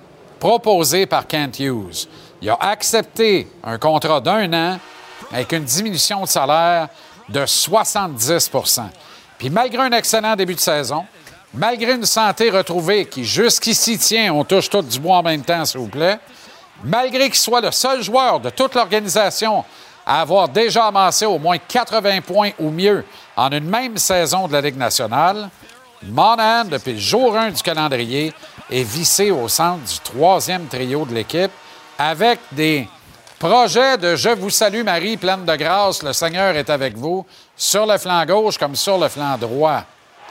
proposée par Kent Hughes. Il a accepté un contrat d'1 an avec une diminution de salaire de 70 %. Puis malgré un excellent début de saison, malgré une santé retrouvée qui jusqu'ici tient, on touche tout du bois en même temps, s'il vous plaît, malgré qu'il soit le seul joueur de toute l'organisation à avoir déjà amassé au moins 80 points ou mieux en une même saison de la Ligue nationale, Monahan, depuis le jour 1 du calendrier, est vissé au centre du 3e trio de l'équipe avec des projets de « Je vous salue, Marie, pleine de grâce, le Seigneur est avec vous » sur le flanc gauche comme sur le flanc droit.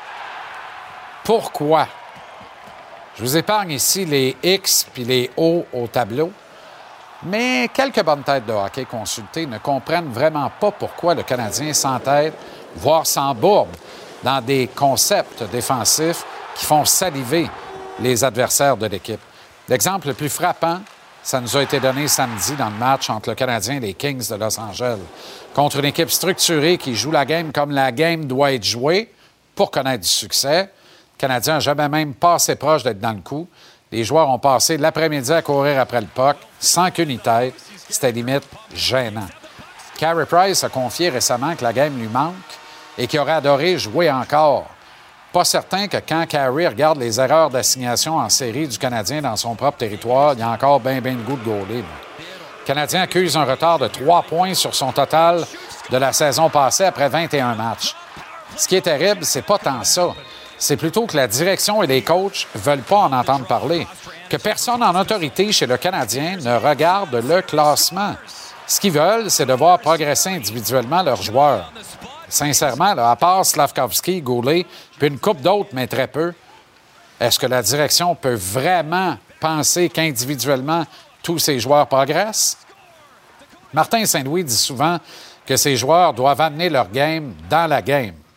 Pourquoi? Je vous épargne ici les X puis les O au tableau, mais quelques bonnes têtes de hockey consultées ne comprennent vraiment pas pourquoi le Canadien s'entête, voire s'embourbe dans des concepts défensifs qui font saliver les adversaires de l'équipe. L'exemple le plus frappant, ça nous a été donné samedi dans le match entre le Canadien et les Kings de Los Angeles. Contre une équipe structurée qui joue la game comme la game doit être jouée pour connaître du succès, le Canadien n'a jamais même passé proche d'être dans le coup. Les joueurs ont passé l'après-midi à courir après le puck sans qu'une y tête. C'était limite gênant. Carey Price a confié récemment que la game lui manque et qu'il aurait adoré jouer encore. Pas certain que quand Carey regarde les erreurs d'assignation en série du Canadien dans son propre territoire, il y a encore bien le goût de gauler. Le Canadien accuse un retard de 3 points sur son total de la saison passée après 21 matchs. Ce qui est terrible, c'est pas tant ça. C'est plutôt que la direction et les coachs ne veulent pas en entendre parler. Que personne en autorité chez le Canadien ne regarde le classement. Ce qu'ils veulent, c'est de voir progresser individuellement leurs joueurs. Sincèrement, là, à part Slavkovski, Goulet, puis une couple d'autres, mais très peu, est-ce que la direction peut vraiment penser qu'individuellement, tous ces joueurs progressent? Martin Saint-Louis dit souvent que ces joueurs doivent amener leur game dans la game.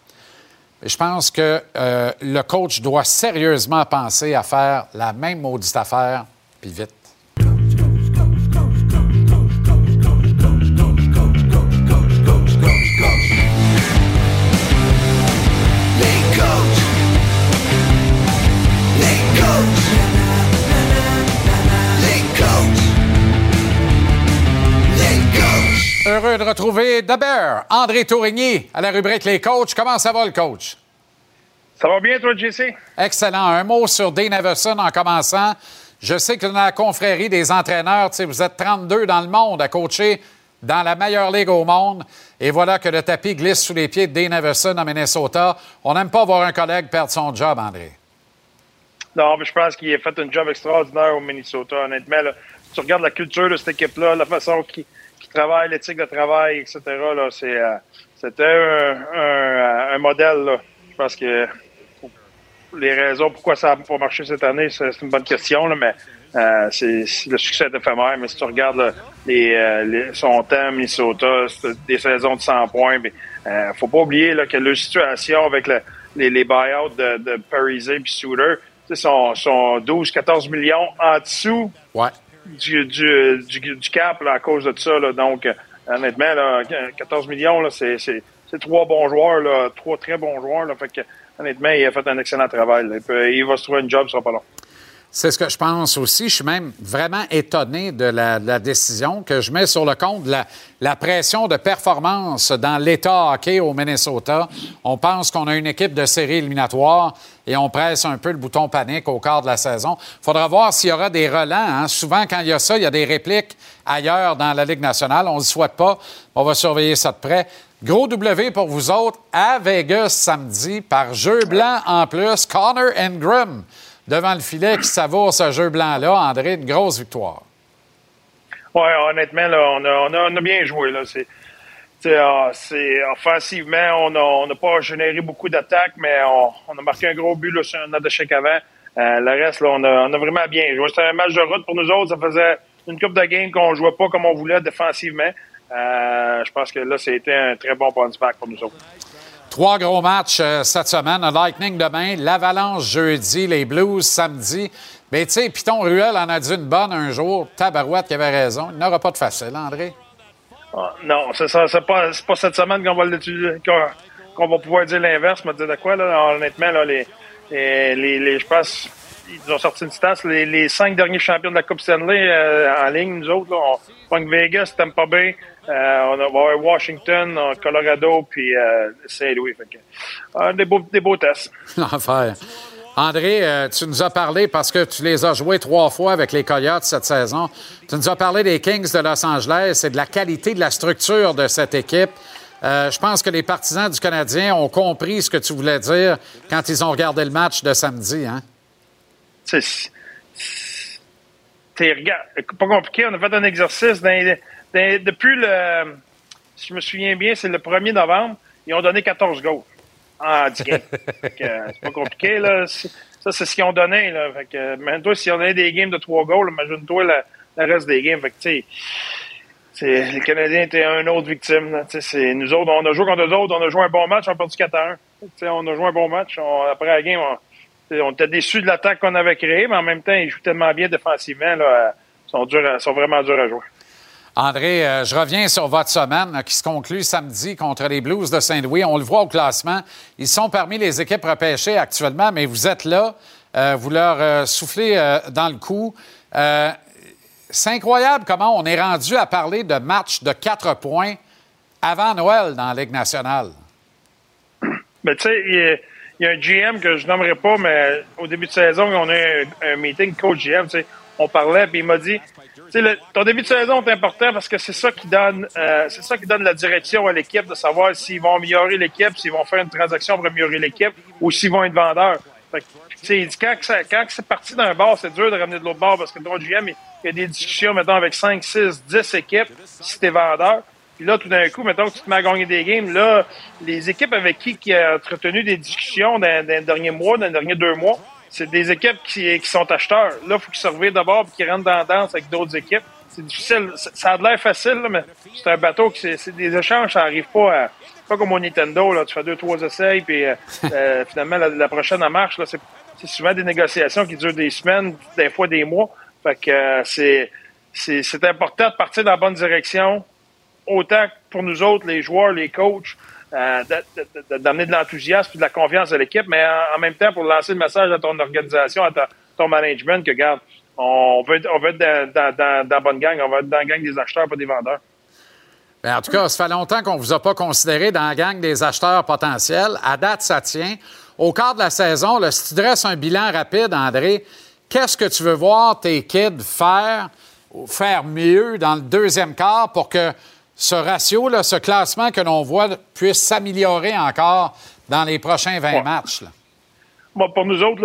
Et je pense que le coach doit sérieusement penser à faire la même maudite affaire, puis vite. Heureux de retrouver The Bear, André Tourigny, à la rubrique Les Coachs. Comment ça va, le coach? Ça va bien, toi, JC? Excellent. Un mot sur Dane Everson en commençant. Je sais que dans la confrérie des entraîneurs, vous êtes 32 dans le monde à coacher dans la meilleure ligue au monde. Et voilà que le tapis glisse sous les pieds de Dane Everson à Minnesota. On n'aime pas voir un collègue perdre son job, André. Non, mais je pense qu'il a fait un job extraordinaire au Minnesota. Honnêtement, là, tu regardes la culture de cette équipe-là, la façon qu'il travaille, l'éthique de travail, etc. Là, c'était un modèle. Là. Je pense que les raisons pourquoi ça n'a pas marché cette année, c'est une bonne question, là, mais c'est le succès est éphémère. Mais si tu regardes son temps à Minnesota, c'est des saisons de 100 points. Faut pas oublier là, que leur situation avec les buyouts de Parise et Suter, sont 12-14 millions en dessous du cap là, à cause de ça. Là. Donc, honnêtement, là, 14 millions, là, c'est 3 bons joueurs, là, 3 très bons joueurs. Là, fait que, honnêtement, il a fait un excellent travail. Là. Il va se trouver un job, ce sera pas long. C'est ce que je pense aussi. Je suis même vraiment étonné de la décision que je mets sur le compte de la pression de performance dans l'État hockey au Minnesota. On pense qu'on a une équipe de série éliminatoire et on presse un peu le bouton panique au quart de la saison. Il faudra voir s'il y aura des relents. Hein. Souvent, quand il y a ça, il y a des répliques ailleurs dans la Ligue nationale. On ne le souhaite pas. On va surveiller ça de près. Gros W pour vous autres à Vegas samedi par jeu blanc en plus. Connor Ingram devant le filet qui savoure ce jeu blanc-là. André, une grosse victoire. Oui, honnêtement, là, on a bien joué. Là. C'est offensivement, on n'a pas généré beaucoup d'attaques, mais on a marqué un gros but là, sur un autre échec avant. Le reste, là, on a vraiment bien joué. C'était un match de route pour nous autres. Ça faisait une couple de games qu'on ne jouait pas comme on voulait défensivement. Je pense que là, c'était un très bon bounce back pour nous autres. 3 gros matchs cette semaine. Le Lightning demain, l'Avalanche jeudi, les Blues samedi. Mais tu sais, Python Ruel en a dit une bonne un jour. Tabarouette qui avait raison. Il n'aura pas de facile, André. Non, c'est pas cette semaine qu'on va l'étudier, qu'on va pouvoir dire l'inverse. Mais de quoi, là, honnêtement, là, je pense, ils ont sorti une stat. Les 5 derniers champions de la Coupe Stanley en ligne, nous autres, là, on pogne Vegas, Tampa Bay. On va avoir Washington, Colorado, puis Saint-Louis. Des beaux tests. L'enfer. André, tu nous as parlé, parce que tu les as joués 3 fois avec les Coyotes cette saison, tu nous as parlé des Kings de Los Angeles et de la qualité de la structure de cette équipe. Je pense que les partisans du Canadien ont compris ce que tu voulais dire quand ils ont regardé le match de samedi. Hein? Regarde, pas compliqué. On a fait un exercice depuis si je me souviens bien, c'est le 1er novembre, ils ont donné 14 goals en 10 games. C'est pas compliqué, là. Ça, c'est ce qu'ils ont donné, là. Fait que, imagine-toi, si on donnait des games de 3 goals, imagine-toi le reste des games. Fait que, tu sais, les Canadiens étaient une autre victime, là. Nous autres, on a joué contre eux autres, on a joué un bon match, on a perdu 4-1. On a joué un bon match. Après la game, on était déçus de l'attaque qu'on avait créée, mais en même temps, ils jouent tellement bien défensivement, là. Ils sont vraiment durs à jouer. André, je reviens sur votre semaine qui se conclut samedi contre les Blues de Saint-Louis. On le voit au classement. Ils sont parmi les équipes repêchées actuellement, mais vous êtes là. Vous leur soufflez dans le cou. C'est incroyable comment on est rendu à parler de matchs de 4 points avant Noël dans la Ligue nationale. Mais tu sais, il y a un GM que je nommerai pas, mais au début de saison, on a un meeting coach GM, tu sais. On parlait, puis il m'a dit, tu sais, ton début de saison est important parce que c'est ça qui donne la direction à l'équipe, de savoir s'ils vont améliorer l'équipe, s'ils vont faire une transaction pour améliorer l'équipe ou s'ils vont être vendeurs. Fait que, tu sais, il dit, quand c'est parti d'un bord, c'est dur de ramener de l'autre bord parce que ton GM, il y a des discussions, mettons, avec 5, 6, 10 équipes si t'es vendeur. Puis là, tout d'un coup, mettons que tu te mets à gagner des games, là, les équipes avec qui a entretenu des discussions dans les derniers mois, dans les derniers 2 mois, c'est des équipes qui sont acheteurs. Là, il faut qu'ils se revirent d'abord et qu'ils rentrent dans la danse avec d'autres équipes. C'est difficile. Ça a l'air facile, là, mais c'est un bateau c'est des échanges, ça n'arrive pas pas comme au Nintendo, là, tu fais 2-3 essais, puis finalement, la prochaine en marche, là, c'est souvent des négociations qui durent des semaines, des fois des mois. Fait que c'est important de partir dans la bonne direction, autant pour nous autres, les joueurs, les coachs, d'amener de l'enthousiasme et de la confiance à l'équipe, mais en même temps pour lancer le message à ton organisation, à ton management que, regarde, on veut être dans la bonne gang, on va être dans la gang des acheteurs, pas des vendeurs. Bien, en tout cas, ça fait longtemps qu'on ne vous a pas considéré dans la gang des acheteurs potentiels. À date, ça tient. Au quart de la saison, là, si tu dresses un bilan rapide, André, qu'est-ce que tu veux voir tes kids faire mieux dans le deuxième quart pour que ce ratio, là, ce classement que l'on voit puisse s'améliorer encore dans les prochains 20 matchs? Là? Bon, pour nous autres, là,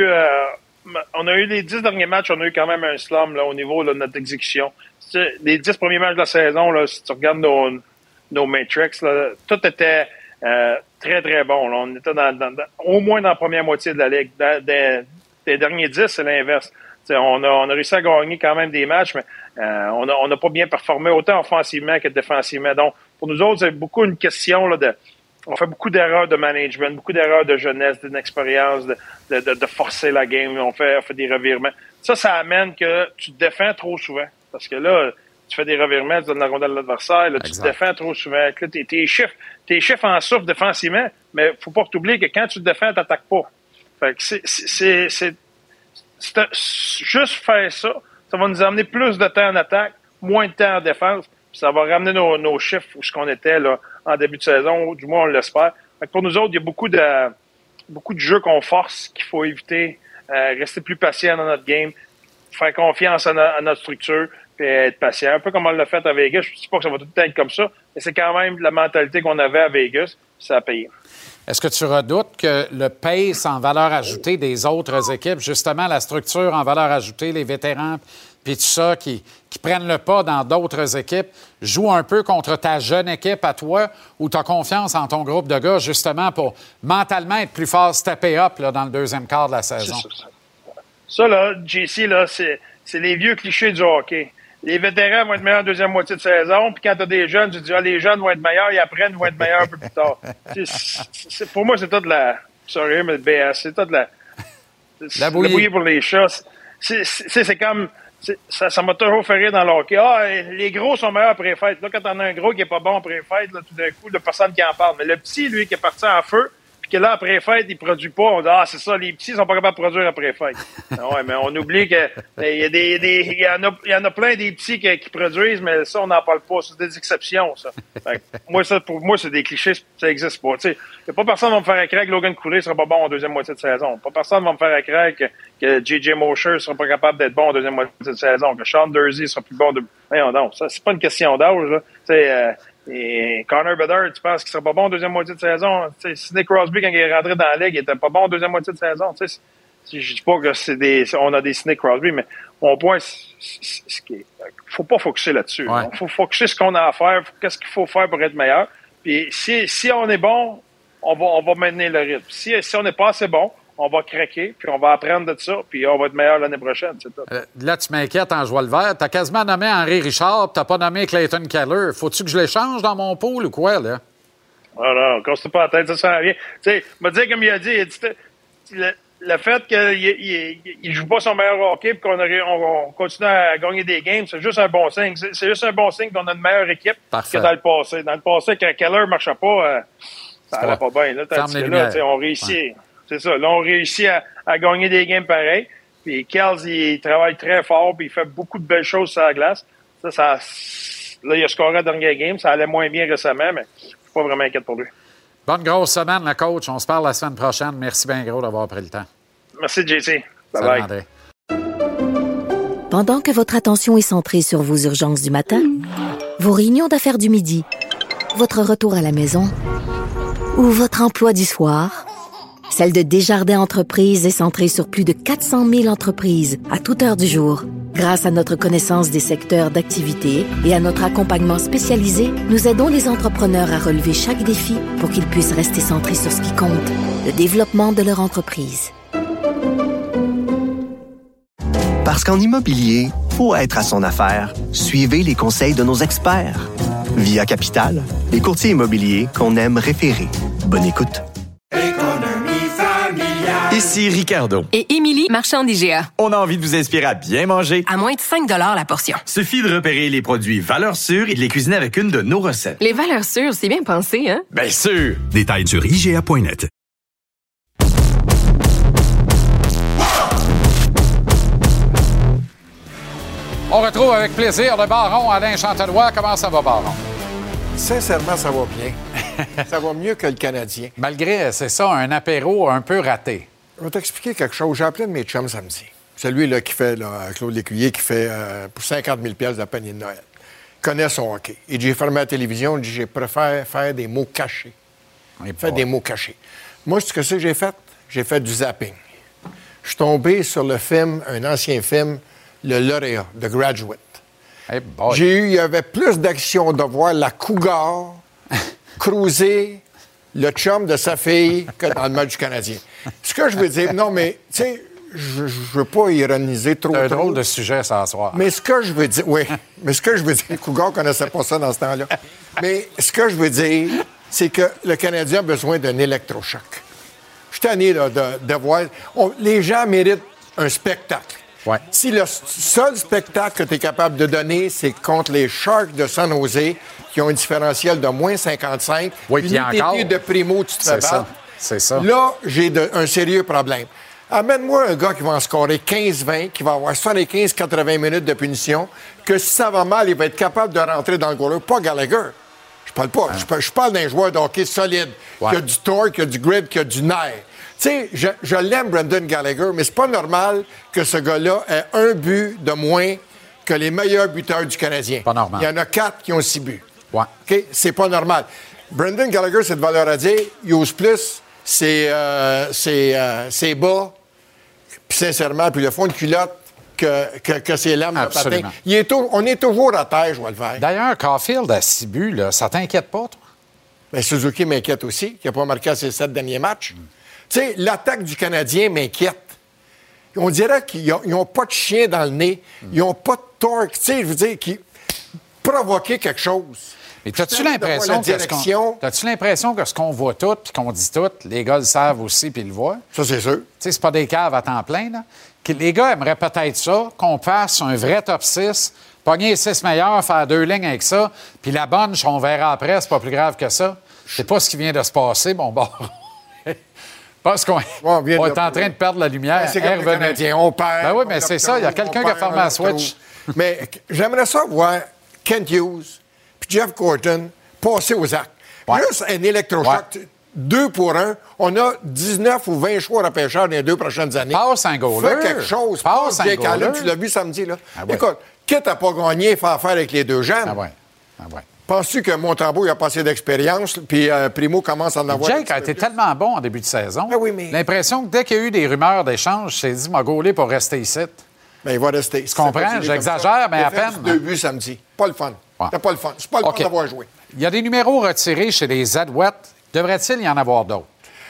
on a eu les 10 derniers matchs, on a eu quand même un slum là, au niveau là, de notre exécution. Les 10 premiers matchs de la saison, là, si tu regardes nos matrix, là, tout était très, très bon. Là. On était au moins dans la première moitié de la Ligue. Des derniers 10, c'est l'inverse. On a réussi à gagner quand même des matchs, mais on n'a pas bien performé autant offensivement que défensivement. Donc, pour nous autres, c'est beaucoup une question là, on fait beaucoup d'erreurs de management, beaucoup d'erreurs de jeunesse, d'inexpérience, de forcer la game. On fait des revirements. Ça amène que tu te défends trop souvent. Parce que là, tu fais des revirements, tu donnes la rondelle à l'adversaire, là, tu te défends trop souvent. Là, tes chiffres en souffrent défensivement, mais faut pas t'oublier que quand tu te défends, tu n'attaques pas. Fait que c'est juste faire ça, ça va nous amener plus de temps en attaque, moins de temps en défense, puis ça va ramener nos chiffres où ce qu'on était là, en début de saison, ou du moins on l'espère. Fait que pour nous autres, il y a beaucoup de jeux qu'on force, qu'il faut éviter, rester plus patient dans notre game, faire confiance à notre structure, puis être patient. Un peu comme on l'a fait à Vegas. Je ne dis pas que ça va tout le temps être comme ça, mais c'est quand même la mentalité qu'on avait à Vegas, ça a payé. Est-ce que tu redoutes que le pace en valeur ajoutée des autres équipes, justement la structure en valeur ajoutée, les vétérans, puis tout ça, qui prennent le pas dans d'autres équipes, joue un peu contre ta jeune équipe à toi, ou tu as confiance en ton groupe de gars, justement, pour mentalement être plus fort, stepper up là, dans le deuxième quart de la saison? Ça, là, JC, là, c'est les vieux clichés du hockey. Les vétérans vont être meilleurs en deuxième moitié de saison, puis quand tu as des jeunes, tu dis les jeunes vont être meilleurs, ils apprennent, ils vont être meilleurs un peu plus tard. Pour moi, c'est tout de la... Sorry, mais BS, c'est tout de la... La bouillie pour les chats. C'est comme... Ça m'a toujours fait rire dans le hockey. Les gros sont meilleurs après fête. Là, quand t'en as un gros qui est pas bon après fête, là, tout d'un coup, il y a personne qui en parle. Mais le petit, lui, qui est parti en feu, puis que là, après fête, il produit pas. On dit, c'est ça, les petits sont pas capables de produire après fête. Ouais, mais on oublie que il y en a plein des petits qui produisent, mais ça, on n'en parle pas. C'est des exceptions, ça. Fait que pour moi, c'est des clichés, ça existe pas. Tu sais, il y a pas personne qui va me faire écrire que Logan Cooley sera pas bon en deuxième moitié de saison. Pas personne va me faire écrire que J.J. Mosher sera pas capable d'être bon en deuxième moitié de saison, que Sean Durzi sera plus bon de... Non, ça, c'est pas une question d'âge, là. Tu sais, et Connor Bedard, tu penses qu'il serait pas bon en deuxième moitié de saison? Sidney Crosby, quand il est rentré dans la Ligue, il était pas bon en deuxième moitié de saison. Je dis pas que on a des Sidney Crosby, mais mon point, faut pas focusser là-dessus. Ouais. Il faut focusser ce qu'on a à faire, qu'est-ce qu'il faut faire pour être meilleur. Puis si on est bon, on va maintenir le rythme. Si on n'est pas assez bon, on va craquer, puis on va apprendre de ça, puis on va être meilleur l'année prochaine, c'est tout. Là, tu m'inquiètes en jouant le vert. Tu as quasiment nommé Henri Richard, puis tu n'as pas nommé Clayton Keller. Faut-tu que je l'échange dans mon pool ou quoi, là? Non, casse-toi pas la tête, ça sert à rien. Tu sais, me dire comme il a dit le fait qu'il joue pas son meilleur hockey, puis qu'on continue à gagner des games, c'est juste un bon signe. C'est juste un bon signe qu'on a une meilleure équipe que dans le passé. Dans le passé, quand Keller ne marchait pas, ça allait pas bien. Là, tandis que là, on réussit... Ouais. C'est ça. Là, on réussit à gagner des games pareils. Puis Kells, il travaille très fort, puis il fait beaucoup de belles choses sur la glace. Là, il a scoré la dernière game. Ça allait moins bien récemment, mais je suis pas vraiment inquiète pour lui. Bonne grosse semaine, le coach. On se parle la semaine prochaine. Merci bien gros d'avoir pris le temps. Merci, JC. Bye-bye. André. Pendant que votre attention est centrée sur vos urgences du matin, vos réunions d'affaires du midi, votre retour à la maison ou votre emploi du soir, celle de Desjardins Entreprises est centrée sur plus de 400 000 entreprises à toute heure du jour. Grâce à notre connaissance des secteurs d'activité et à notre accompagnement spécialisé, nous aidons les entrepreneurs à relever chaque défi pour qu'ils puissent rester centrés sur ce qui compte, le développement de leur entreprise. Parce qu'en immobilier, faut être à son affaire. Suivez les conseils de nos experts. Via Capital, les courtiers immobiliers qu'on aime référer. Bonne écoute. Ici Ricardo. Et Émilie, marchand d'IGA. On a envie de vous inspirer à bien manger. À moins de 5 $ la portion. Suffit de repérer les produits valeurs sûres et de les cuisiner avec une de nos recettes. Les valeurs sûres, c'est bien pensé, hein? Bien sûr! Détails sur IGA.net. On retrouve avec plaisir le baron Alain Chantelois. Comment ça va, baron? Sincèrement, ça va bien. Ça va mieux que le Canadien. Malgré, c'est ça, un apéro un peu raté. Je vais t'expliquer quelque chose. J'ai appelé un de mes chums samedi. Celui là, qui fait, Claude Lécuyer, qui fait pour 50 000 de panier de Noël. Il connaît son hockey. Et j'ai fermé la télévision. Il dit, je préfère faire des mots cachés. Des mots cachés. Moi, ce que j'ai fait? J'ai fait du zapping. Je suis tombé sur le film, un ancien film, Le Lauréat, The Graduate. Il y avait plus d'action de voir la cougar cruiser le chum de sa fille que dans le match du Canadien. Ce que je veux dire, non, mais, tu sais, je veux pas ironiser trop. C'est un drôle de sujet, ça, à soir. Mais ce que je veux dire, oui, mais ce que je veux dire, le cougar connaissait pas ça dans ce temps-là. Mais ce que je veux dire, c'est que le Canadien a besoin d'un électrochoc. Je suis tanné là, de voir. Les gens méritent un spectacle. Ouais. Si le seul spectacle que tu es capable de donner, c'est contre les Sharks de San Jose, qui ont un différentiel de moins 55, oui, puis encore de primo, tu te fais battre. C'est ça. Là, j'ai un sérieux problème. Amène-moi un gars qui va en scorer 15-20, qui va avoir 75-80 minutes de punition, que si ça va mal, il va être capable de rentrer dans le goaler. Pas Gallagher. Je parle pas. Je parle d'un joueur de hockey solide, qui a du torque, qui a du grid, qui a du nerf. Tu sais, je l'aime, Brendan Gallagher, mais c'est pas normal que ce gars-là ait un but de moins que les meilleurs buteurs du Canadien. Pas normal. Il y en a 4 qui ont 6 buts. Ouais. OK? C'est pas normal. Brendan Gallagher, c'est de valeur à dire. Il ose plus. C'est bas. Puis sincèrement, puis le fond de culotte que ses lames de patin. On est toujours à terre, je vois le faire. D'ailleurs, Caulfield à 6 buts, là, ça t'inquiète pas, toi? Bien, Suzuki m'inquiète aussi, qui n'a pas marqué à ses 7 derniers matchs. Tu sais, l'attaque du Canadien m'inquiète. On dirait qu'ils n'ont pas de chien dans le nez. Ils n'ont pas de torque. Tu sais, je veux dire, qui provoquer quelque chose. Mais t'as-tu l'impression que ce qu'on voit tout puis qu'on dit tout, les gars le savent aussi puis ils le voient? Ça, c'est sûr. Tu sais, c'est pas des caves à temps plein, là. Que les gars aimeraient peut-être ça, qu'on fasse un vrai top 6, pogner les 6 meilleurs, faire 2 lignes avec ça, puis la bunch, on verra après, c'est pas plus grave que ça. C'est pas ce qui vient de se passer, bon bord. Parce qu'on est en train de perdre la lumière. C'est comme le Canadien, on perd. Ben oui, mais c'est ça, il y a quelqu'un qui a fermé la switch. Mais j'aimerais ça voir Kent Hughes puis Jeff Gorton passer aux actes. Juste un électrochoc, 2 pour 1. On a 19 ou 20 choix repêcheurs dans les 2 prochaines années. Passe un goaler. Fais quelque chose. Passe un goaler. Tu l'as vu samedi, là. Écoute, quitte à pas gagner, faire affaire avec les 2 jeunes. Penses-tu que Montembeault a passé d'expérience, puis Primo commence à en avoir... Jake a été tellement bon en début de saison. Ben oui, mais... L'impression que dès qu'il y a eu des rumeurs d'échange, c'est dit, m'a gaulé pour rester ici. Ben, il va rester. Tu comprends? J'exagère, mais à peine. 2 buts samedi. Pas le fun. C'était pas le fun. C'est pas le fun d'avoir joué. Il y a des numéros retirés chez les Alouettes. Devrait-il y en avoir d'autres?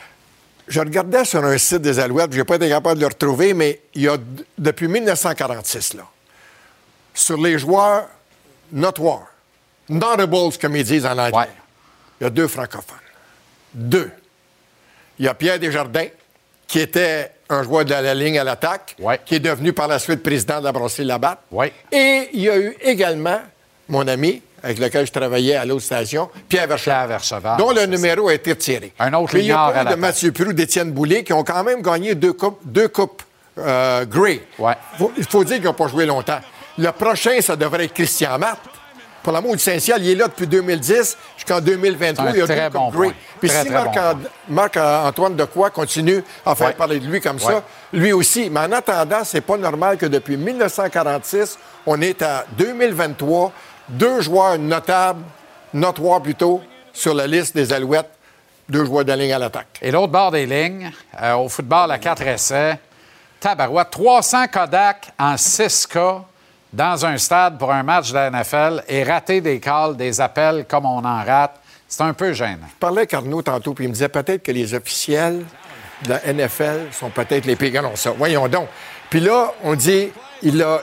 Je regardais sur un site des Alouettes, je n'ai pas été capable de le retrouver, mais il y a, depuis 1946, là, sur les joueurs notoires, notables, comme ils disent en anglais, il y a 2 francophones. 2. Il y a Pierre Desjardins, qui était un joueur de la ligne à l'attaque, qui est devenu par la suite président de la brasserie Labatt. Et il y a eu également mon ami, avec lequel je travaillais à l'autre station, Pierre Vercheval, dont le numéro a été retiré. Un autre mais il y a pas de Mathieu Proulx, d'Étienne Boulay, qui ont quand même gagné 2 coupes Grey. Il faut dire qu'ils n'ont pas joué longtemps. Le prochain, ça devrait être Christian Matte. Pour l'amour du Saint-Ciel, il est là depuis 2010 jusqu'en 2023. Il y a 2 coupes Grey. Puis si Marc-Antoine Dequoy continue à faire parler de lui comme ça, lui aussi. Mais en attendant, c'est pas normal que depuis 1946, on est à 2023, 2 joueurs notoires plutôt, sur la liste des Alouettes, 2 joueurs de la ligne à l'attaque. Et l'autre bord des lignes, au football à 4 essais, tabarouette, 300 Kodak en 6 cas dans un stade pour un match de la NFL et rater des calls, des appels comme on en rate. C'est un peu gênant. Je parlais avec Arnaud tantôt, puis il me disait peut-être que les officiels de la NFL sont peut-être les pires. Regardons ça. Voyons donc. Puis là, on dit, il a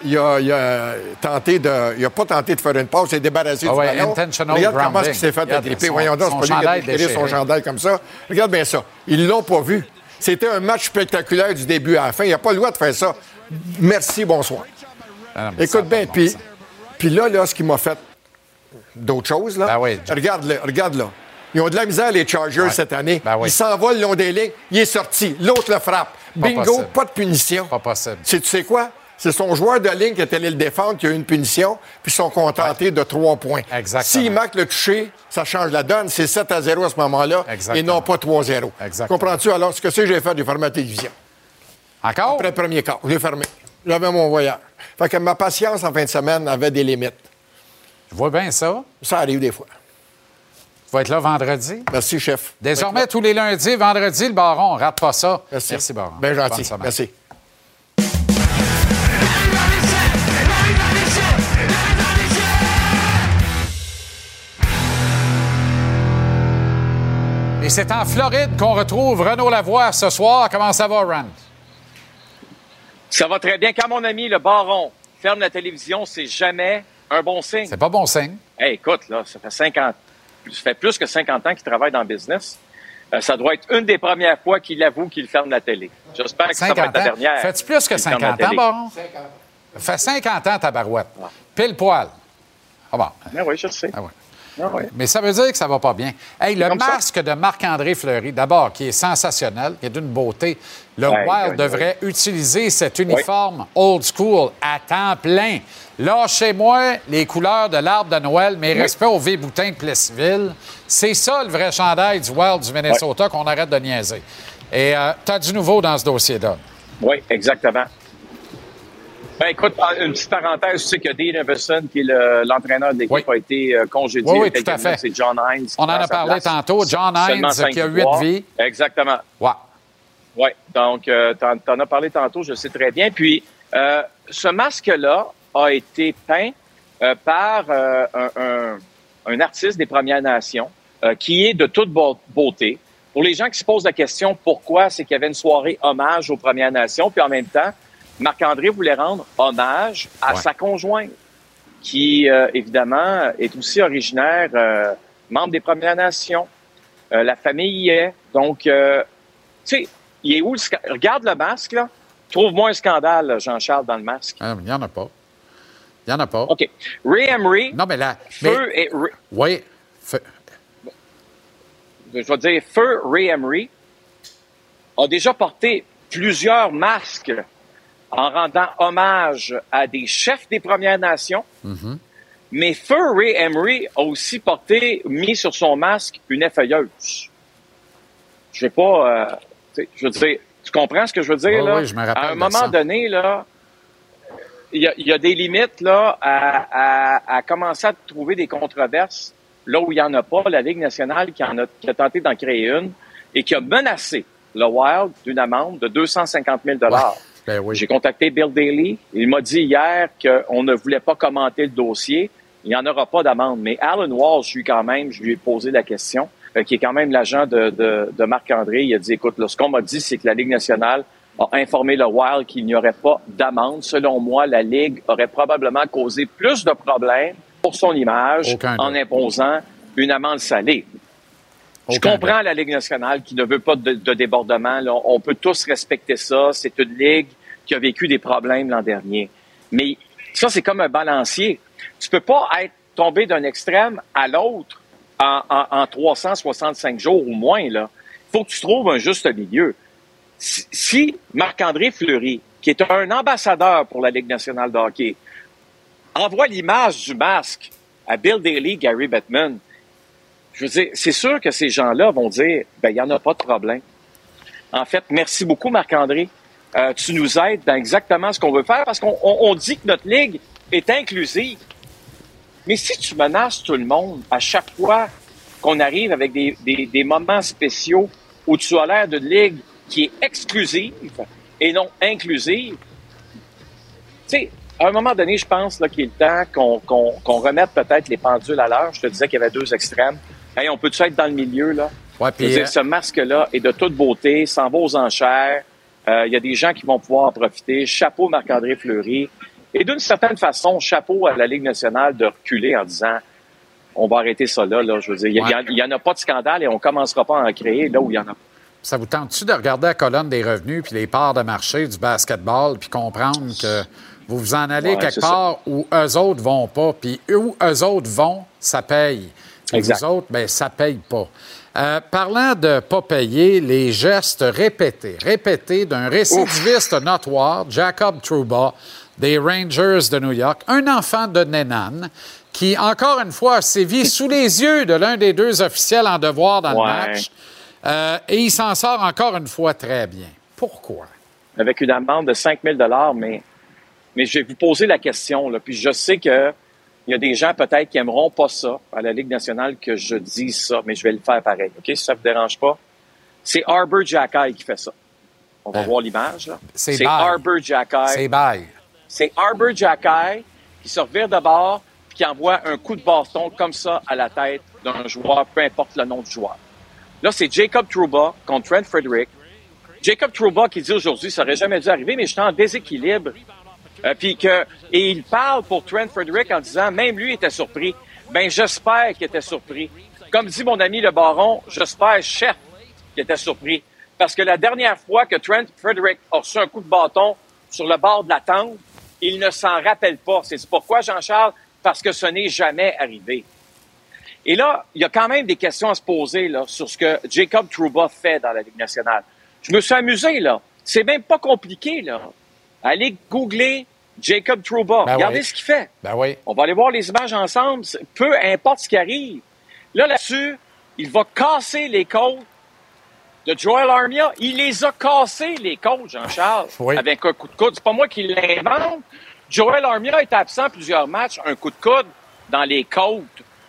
pas tenté de faire une passe, il s'est débarrassé du ballon. Regarde comment il s'est fait attraper. Voyons donc, c'est pas lui qui a déchiré son chandail comme ça. Regarde bien ça. Ils l'ont pas vu. C'était un match spectaculaire du début à la fin. Il n'a pas le droit de faire ça. Merci, bonsoir. Écoute bien, puis là, ce qui m'a fait d'autres choses, là, regarde là. Ils ont de la misère, les Chargers, cette année. Ils s'envolent le long des lignes. Il est sorti. L'autre le frappe. Bingo, pas de punition. Pas possible. Tu sais quoi? C'est son joueur de ligne qui est allé le défendre qui a eu une punition, puis ils sont contentés de 3 points. Exactement. S'il marque le toucher, ça change la donne. C'est 7-0 à ce moment-là, et non pas 3-0. Comprends-tu? Alors, ce que c'est que j'ai fait, j'ai fermé la télévision. Encore? Après le premier quart, j'ai fermé. J'avais mon voyage. Fait que ma patience en fin de semaine avait des limites. Je vois bien ça. Ça arrive des fois. Tu vas être là vendredi. Merci, chef. Désormais, tous les lundis, vendredi, le Baron. On rate pas ça. Merci Baron. Bien gentil. Merci. Et c'est en Floride qu'on retrouve Renaud Lavoie ce soir. Comment ça va, Rand? Ça va très bien. Quand mon ami, le Baron, ferme la télévision, c'est jamais un bon signe. C'est pas bon signe. Hey, écoute, là, ça fait plus que 50 ans qu'il travaille dans le business. Ça doit être une des premières fois qu'il avoue qu'il ferme la télé. J'espère que ça va être la dernière. Fais-tu plus que 50 ans, Baron? 50 ans. Ça fait 50 ans, ta barouette. Ouais. Pile poil. Ah bon. Ben oui, je sais. Ah ouais. Mais ça veut dire que ça va pas bien. Hey, le masque de Marc-André Fleury, d'abord, qui est sensationnel, qui est d'une beauté. Le Wild devrait utiliser cet uniforme old school à temps plein. Lâchez-moi les couleurs de l'arbre de Noël, mais respect au V-Boutin de Plessisville. C'est ça, le vrai chandail du Wild du Minnesota qu'on arrête de niaiser. Et tu as du nouveau dans ce dossier-là. Oui, exactement. Ben, écoute, une petite parenthèse, tu sais que Dean Everson, qui est l'entraîneur de l'équipe, a été congédié. Oui, tout à fait. C'est John Hines. On en a parlé tantôt. John Hines, qui a 8 vies. Exactement. Ouais. Oui, donc, t'en as parlé tantôt, je sais très bien. Puis, ce masque-là a été peint par un artiste des Premières Nations qui est de toute beauté. Pour les gens qui se posent la question pourquoi, c'est qu'il y avait une soirée hommage aux Premières Nations, puis en même temps, Marc-André voulait rendre hommage à sa conjointe, qui, évidemment, est aussi originaire, membre des Premières Nations. La famille y est. Donc, tu sais, il est où le regarde le masque, là. Trouve-moi un scandale, Jean-Charles, dans le masque. Il n'y en a pas. Il n'y en a pas. OK. Ray Emery. Non, mais là. Oui. Je vais dire, Feu Ray Emery a déjà porté plusieurs masques en rendant hommage à des chefs des Premières Nations. Mm-hmm. Mais Feu Ray Emery a aussi mis sur son masque une effeuilleuse. Je veux pas... je veux dire, tu comprends ce que je veux dire, là? Oui, je me rappelle. À un moment donné, là, il y a des limites, là, à commencer à trouver des controverses là où il n'y en a pas. La Ligue nationale qui a tenté d'en créer une et qui a menacé le Wild d'une amende de 250 000 $. Ben oui. J'ai contacté Bill Daly. Il m'a dit hier qu'on ne voulait pas commenter le dossier. Il n'y en aura pas d'amende. Mais Alan Walsh, je lui ai posé la question, qui est quand même l'agent de Marc-André. Il a dit, écoute, là, ce qu'on m'a dit, c'est que la Ligue nationale a informé le Wild qu'il n'y aurait pas d'amende. Selon moi, la Ligue aurait probablement causé plus de problèmes pour son image en imposant une amende salée. Je comprends la Ligue nationale qui ne veut pas de débordement. Là. On peut tous respecter ça. C'est une Ligue qui a vécu des problèmes l'an dernier. Mais ça, c'est comme un balancier. Tu peux pas être tombé d'un extrême à l'autre en 365 jours ou moins. Il faut que tu trouves un juste milieu. Si Marc-André Fleury, qui est un ambassadeur pour la Ligue nationale de hockey, envoie l'image du masque à Bill Daly, Gary Bettman, je veux dire, c'est sûr que ces gens-là vont dire, il n'y en a pas de problème. En fait, merci beaucoup, Marc-André. Tu nous aides dans exactement ce qu'on veut faire parce qu'on dit que notre Ligue est inclusive. Mais si tu menaces tout le monde à chaque fois qu'on arrive avec des moments spéciaux où tu as l'air d'une Ligue qui est exclusive et non inclusive, tu sais, à un moment donné, je pense là, qu'il est le temps qu'on remette peut-être les pendules à l'heure. Je te disais qu'il y avait deux extrêmes. Hey, on peut-tu être dans le milieu, là? Ouais, Je veux dire, ce masque-là est de toute beauté, s'en va aux enchères. Il y a des gens qui vont pouvoir en profiter. Chapeau Marc-André Fleury. Et d'une certaine façon, chapeau à la Ligue nationale de reculer en disant on va arrêter ça là. Je veux dire, il n'y en a pas de scandale et on ne commencera pas à en créer là où il y en a. Ça vous tente-tu de regarder la colonne des revenus puis les parts de marché du basketball puis comprendre que vous vous en allez quelque part où eux autres vont pas, puis où eux autres vont, ça paye. Et vous autres, bien, ça paye pas. Parlant de pas payer, les gestes répétés d'un récidiviste notoire, Jacob Trouba, des Rangers de New York, un enfant de Nenan, qui, encore une fois, a sévi sous les yeux de l'un des deux officiels en devoir dans le match. Et il s'en sort encore une fois très bien. Pourquoi? Avec une amende de 5 000 $, mais je vais vous poser la question, là, puis je sais qu'il y a des gens peut-être qui n'aimeront pas ça à la Ligue nationale que je dise ça, mais je vais le faire pareil, OK? Si ça ne vous dérange pas. C'est Arber Xhekaj qui fait ça. On va voir l'image, là. C'est Arber Xhekaj. C'est bail. C'est Arber Xhekaj qui se revire de bord puis qui envoie un coup de bâton comme ça à la tête d'un joueur, peu importe le nom du joueur. Là, c'est Jacob Trouba contre Trent Frederick. Jacob Trouba qui dit aujourd'hui, ça n'aurait jamais dû arriver, mais j'étais en déséquilibre. Et il parle pour Trent Frederick en disant, même lui était surpris. Ben, j'espère qu'il était surpris. Comme dit mon ami le baron, j'espère, chef, qu'il était surpris. Parce que la dernière fois que Trent Frederick a reçu un coup de bâton sur le bord de la tente, il ne s'en rappelle pas. C'est pourquoi, Jean-Charles? Parce que ce n'est jamais arrivé. Et là, il y a quand même des questions à se poser là, sur ce que Jacob Trouba fait dans la Ligue nationale. Je me suis amusé, là. C'est même pas compliqué, là. Allez googler Jacob Trouba. Regardez ce qu'il fait. On va aller voir les images ensemble. Peu importe ce qui arrive. Là-dessus, il va casser les côtes de Joel Armia. Il les a cassés, les côtes, Jean-Charles, avec un coup de coude. C'est pas moi qui l'invente. Joel Armia est absent plusieurs matchs. Un coup de coude dans les côtes.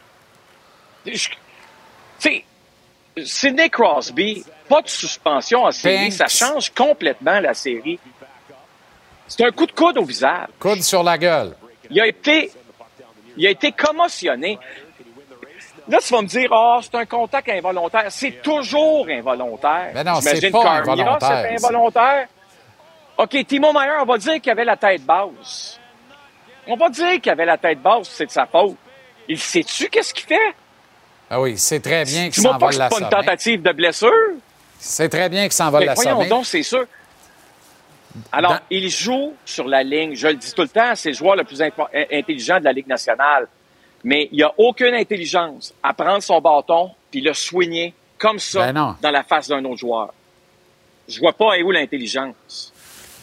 Sidney Crosby, pas de suspension en série, ça change complètement la série. C'est un coup de coude au visage. Coude sur la gueule. Il a été commotionné. Là, tu vas me dire, c'est un contact involontaire. C'est toujours involontaire. Mais non, c'est pas involontaire. C'est involontaire. OK, Timo Meier, on va dire qu'il avait la tête basse. On va dire qu'il avait la tête basse, c'est de sa faute. Il sait-tu qu'est-ce qu'il fait? Ah oui, c'est très bien qu'il s'en va l'assommer. C'est pas une tentative de blessure. C'est très bien qu'il s'en va l'assommer. Voyons donc, c'est sûr. Alors, il joue sur la ligne. Je le dis tout le temps, c'est le joueur le plus intelligent de la Ligue nationale. Mais il n'y a aucune intelligence à prendre son bâton puis le soigner comme ça dans la face d'un autre joueur. Je vois pas où l'intelligence.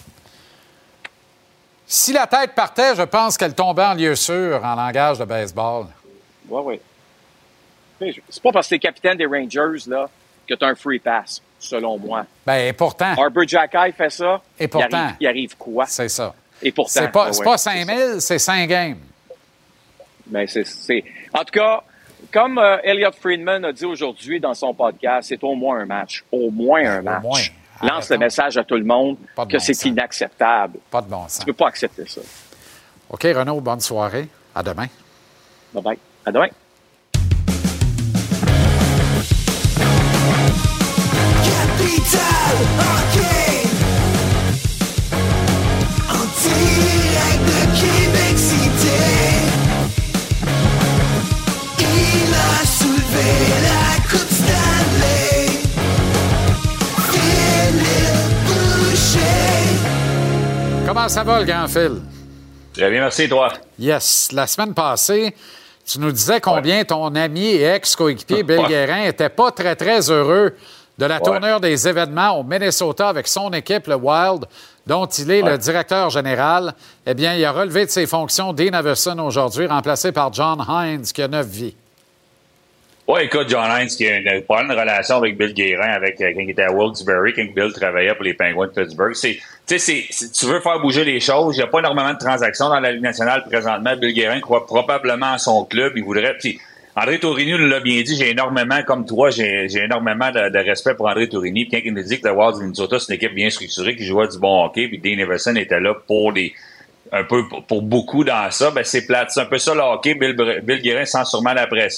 Si la tête partait, je pense qu'elle tombait en lieu sûr en langage de baseball. Oui. C'est pas parce que t'es capitaine des Rangers là, que tu as un free pass, selon moi. Et pourtant. Arber Xhekaj fait ça. Et pourtant. Il arrive quoi? C'est ça. Et pourtant. C'est pas 5 000, c'est 5 games. En tout cas, comme Elliot Friedman a dit aujourd'hui dans son podcast, c'est au moins un match. Au moins un match. Lance le message à tout le monde que c'est inacceptable. Pas de bon sens. Tu peux pas accepter ça. OK, Renaud, bonne soirée. À demain. Bye-bye. À demain. En direct de Québec City, il a soulevé la Coupe Stanley. Philippe Boucher. Comment ça va, le grand Phil? Très bien, merci, toi. Yes. La semaine passée, tu nous disais combien ton ami et ex-coéquipier Bill Guérin n'était pas très, très heureux de la tournure des événements au Minnesota avec son équipe, le Wild, dont il est le directeur général. Eh bien, il a relevé de ses fonctions Dean Everson aujourd'hui, remplacé par John Hines, qui a 9 vies. Oui, écoute, John Hines, qui a une relation avec Bill Guérin, avec quand il était à Wilkes-Barre, quand Bill travaillait pour les Penguins de Pittsburgh. Si tu veux faire bouger les choses, il n'y a pas énormément de transactions dans la Ligue nationale présentement. Bill Guérin croit probablement à son club. Il voudrait... André Tourigny l'a bien dit, j'ai énormément, comme toi, j'ai énormément de respect pour André Tourigny. Puis quand il nous dit que le Wild du Minnesota, c'est une équipe bien structurée, qui jouait du bon hockey, puis Dean Everson était là pour beaucoup dans ça, c'est plate. C'est un peu ça le hockey. Bill Guérin sent sûrement la pression.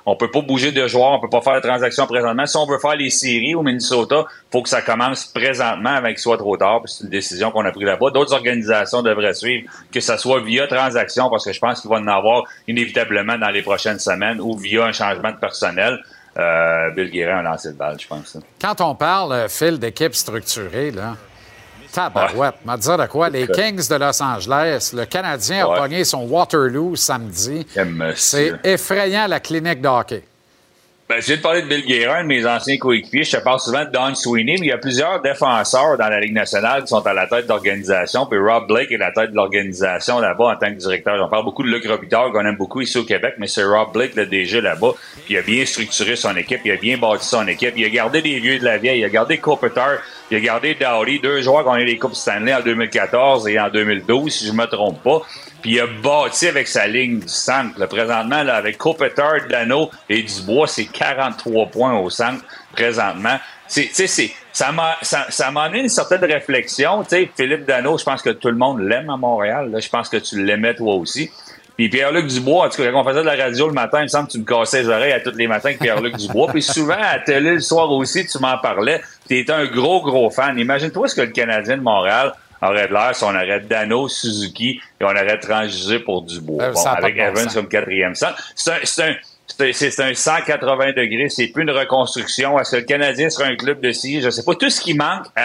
On peut pas bouger de joueurs, on peut pas faire de transactions présentement. Si on veut faire les séries au Minnesota, faut que ça commence présentement avant qu'il soit trop tard. C'est une décision qu'on a prise là-bas. D'autres organisations devraient suivre, que ce soit via transaction, parce que je pense qu'il va en avoir inévitablement dans les prochaines semaines, ou via un changement de personnel. Bill Guérin a lancé le balle, je pense. Quand on parle, Phil, d'équipe structurée, là, tabarouette, m'a dit de quoi? Les Kings de Los Angeles, le Canadien a pogné son Waterloo samedi. C'est effrayant, la clinique de hockey. Ben, j'ai de parler de Bill Guérin, de mes anciens coéquipiers. Je te parle souvent de Don Sweeney, mais il y a plusieurs défenseurs dans la Ligue nationale qui sont à la tête d'organisation. Puis Rob Blake est à la tête de l'organisation là-bas en tant que directeur. J'en parle beaucoup de Luc Robitaille, qu'on aime beaucoup ici au Québec, mais c'est Rob Blake, le DG là-bas. Puis il a bien structuré son équipe, il a bien bâti son équipe. Il a gardé des vieux de la vieille, il a gardé Kopitar, il a gardé Dowdy, 2 joueurs qui ont eu les Coupes Stanley en 2014 et en 2012, si je me trompe pas. Puis il a bâti avec sa ligne du centre. Là, présentement, là, avec Kopitar, Dano et Dubois, c'est 43 points au centre présentement. Ça m'a amené une certaine réflexion. T'sais, Philippe Dano, je pense que tout le monde l'aime à Montréal. Là, je pense que tu l'aimais toi aussi. Puis Pierre-Luc Dubois, en tout cas, quand on faisait de la radio le matin, il me semble que tu me cassais les oreilles à tous les matins avec Pierre-Luc Dubois. Puis souvent, à la télé, le soir aussi, tu m'en parlais. Tu étais un gros fan. Imagine-toi ce que le Canadien de Montréal aurait de l'air si on aurait Dano, Suzuki et on aurait transigé pour Dubois. Bon, avec Evans comme 4e centre. C'est un 180 degrés. C'est plus une reconstruction. Est-ce que le Canadien sera un club de scie? Je sais pas. Tout ce qui manque à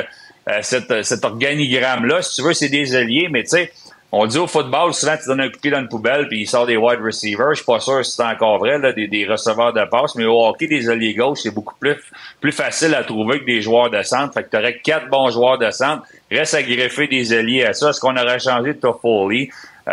cet organigramme-là, si tu veux, c'est des alliés, mais tu sais, on dit au football, souvent, tu donnes un coup de pied dans une poubelle puis il sort des wide receivers. Je suis pas sûr si c'est encore vrai, là, des receveurs de passe, mais au hockey, des alliés gauche, c'est beaucoup plus facile à trouver que des joueurs de centre. Fait que tu aurais 4 bons joueurs de centre. Reste à greffer des alliés à ça. Est-ce qu'on aurait changé de Toffoli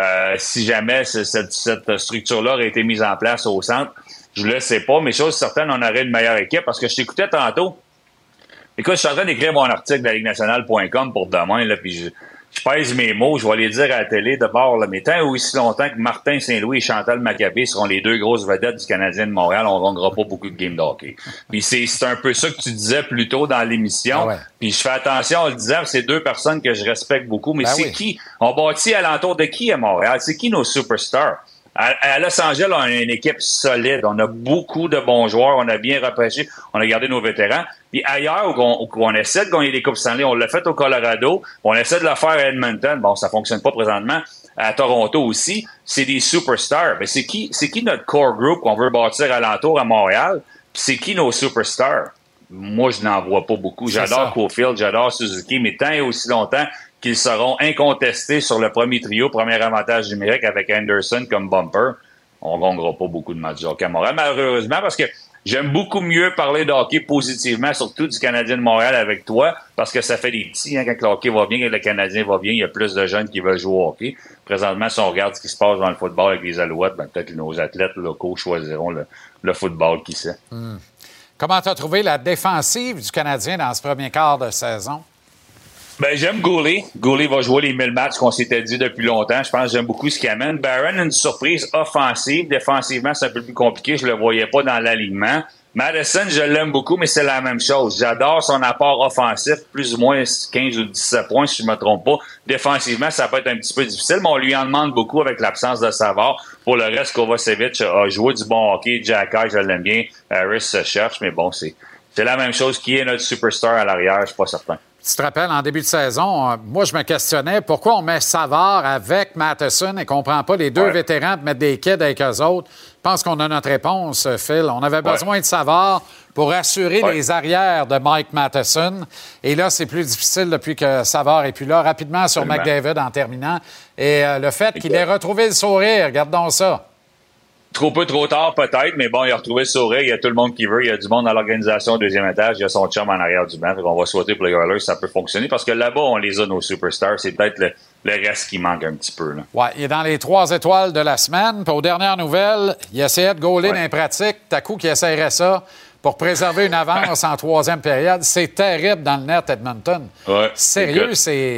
si jamais cette structure-là aurait été mise en place au centre? Je le sais pas, mais chose certaine, on aurait une meilleure équipe parce que je t'écoutais tantôt. Écoute, je suis en train d'écrire mon article de la LigueNationale.com pour demain, là, puis je pèse mes mots, je vais les dire à la télé d'abord, là, mais tant ou aussi longtemps que Martin Saint-Louis et Chantal Maccabé seront les 2 grosses vedettes du Canadien de Montréal, on ne gagnera pas beaucoup de games de hockey. Puis c'est un peu ça que tu disais plus tôt dans l'émission. Puis je fais attention en le disant, c'est 2 personnes que je respecte beaucoup, mais qui? On bâtit alentour de qui à Montréal? C'est qui nos superstars? À Los Angeles, on a une équipe solide. On a beaucoup de bons joueurs. On a bien repêché. On a gardé nos vétérans. Puis ailleurs, où on essaie de gagner des Coupes Stanley, on l'a fait au Colorado. On essaie de le faire à Edmonton. Bon, ça fonctionne pas présentement. À Toronto aussi. C'est des superstars. Mais c'est qui notre core group qu'on veut bâtir alentour à Montréal? Puis c'est qui nos superstars? Moi, je n'en vois pas beaucoup. J'adore Caulfield, j'adore Suzuki, mais tant et aussi longtemps qu'ils seront incontestés sur le premier trio, premier avantage numérique avec Anderson comme bumper, on ne gagnera pas beaucoup de matchs de hockey à Montréal, malheureusement, parce que j'aime beaucoup mieux parler de hockey positivement, surtout du Canadien de Montréal avec toi, parce que ça fait des petits, hein, quand le hockey va bien, quand le Canadien va bien, il y a plus de jeunes qui veulent jouer au hockey. Présentement, si on regarde ce qui se passe dans le football avec les Alouettes, ben, peut-être que nos athlètes locaux choisiront le football, qui sait. Comment tu as trouvé la défensive du Canadien dans ce premier quart de saison? Ben, j'aime Goulet. Goulet va jouer les 1000 matchs qu'on s'était dit depuis longtemps. Je pense que j'aime beaucoup ce qu'il amène. Barron, une surprise offensive. Défensivement, c'est un peu plus compliqué. Je le voyais pas dans l'alignement. Madison, je l'aime beaucoup, mais c'est la même chose. J'adore son apport offensif, plus ou moins 15 ou 17 points, si je me trompe pas. Défensivement, ça peut être un petit peu difficile, mais on lui en demande beaucoup avec l'absence de Savard. Pour le reste, Kovacevic a joué du bon hockey. Jacky, je l'aime bien. Harris se cherche, mais bon, c'est la même chose. Qui est notre superstar à l'arrière, je suis pas certain. Tu te rappelles, en début de saison, moi, je me questionnais pourquoi on met Savard avec Matheson et qu'on ne prend pas les 2 vétérans pour mettre des kids avec eux autres. Je pense qu'on a notre réponse, Phil. On avait besoin de Savard pour assurer les arrières de Mike Matheson. Et là, c'est plus difficile depuis que Savard n'est plus là. Rapidement sur McDavid en terminant. Et le fait qu'il ait retrouvé le sourire, regardons ça. Trop peu, trop tard, peut-être, mais bon, il a retrouvé le sourire, il y a tout le monde qui veut, il y a du monde dans l'organisation au 2e étage, il y a son chum en arrière du banc, donc on va souhaiter pour les Oilers ça peut fonctionner, parce que là-bas, on les a, nos superstars, c'est peut-être le reste qui manque un petit peu. Oui, il est dans les 3 étoiles de la semaine, puis aux dernières nouvelles, il essayait de gauler dans les pratiques, tout à coup, qu'il essayerait ça pour préserver une avance en 3e période. C'est terrible dans le net, Edmonton. Sérieux,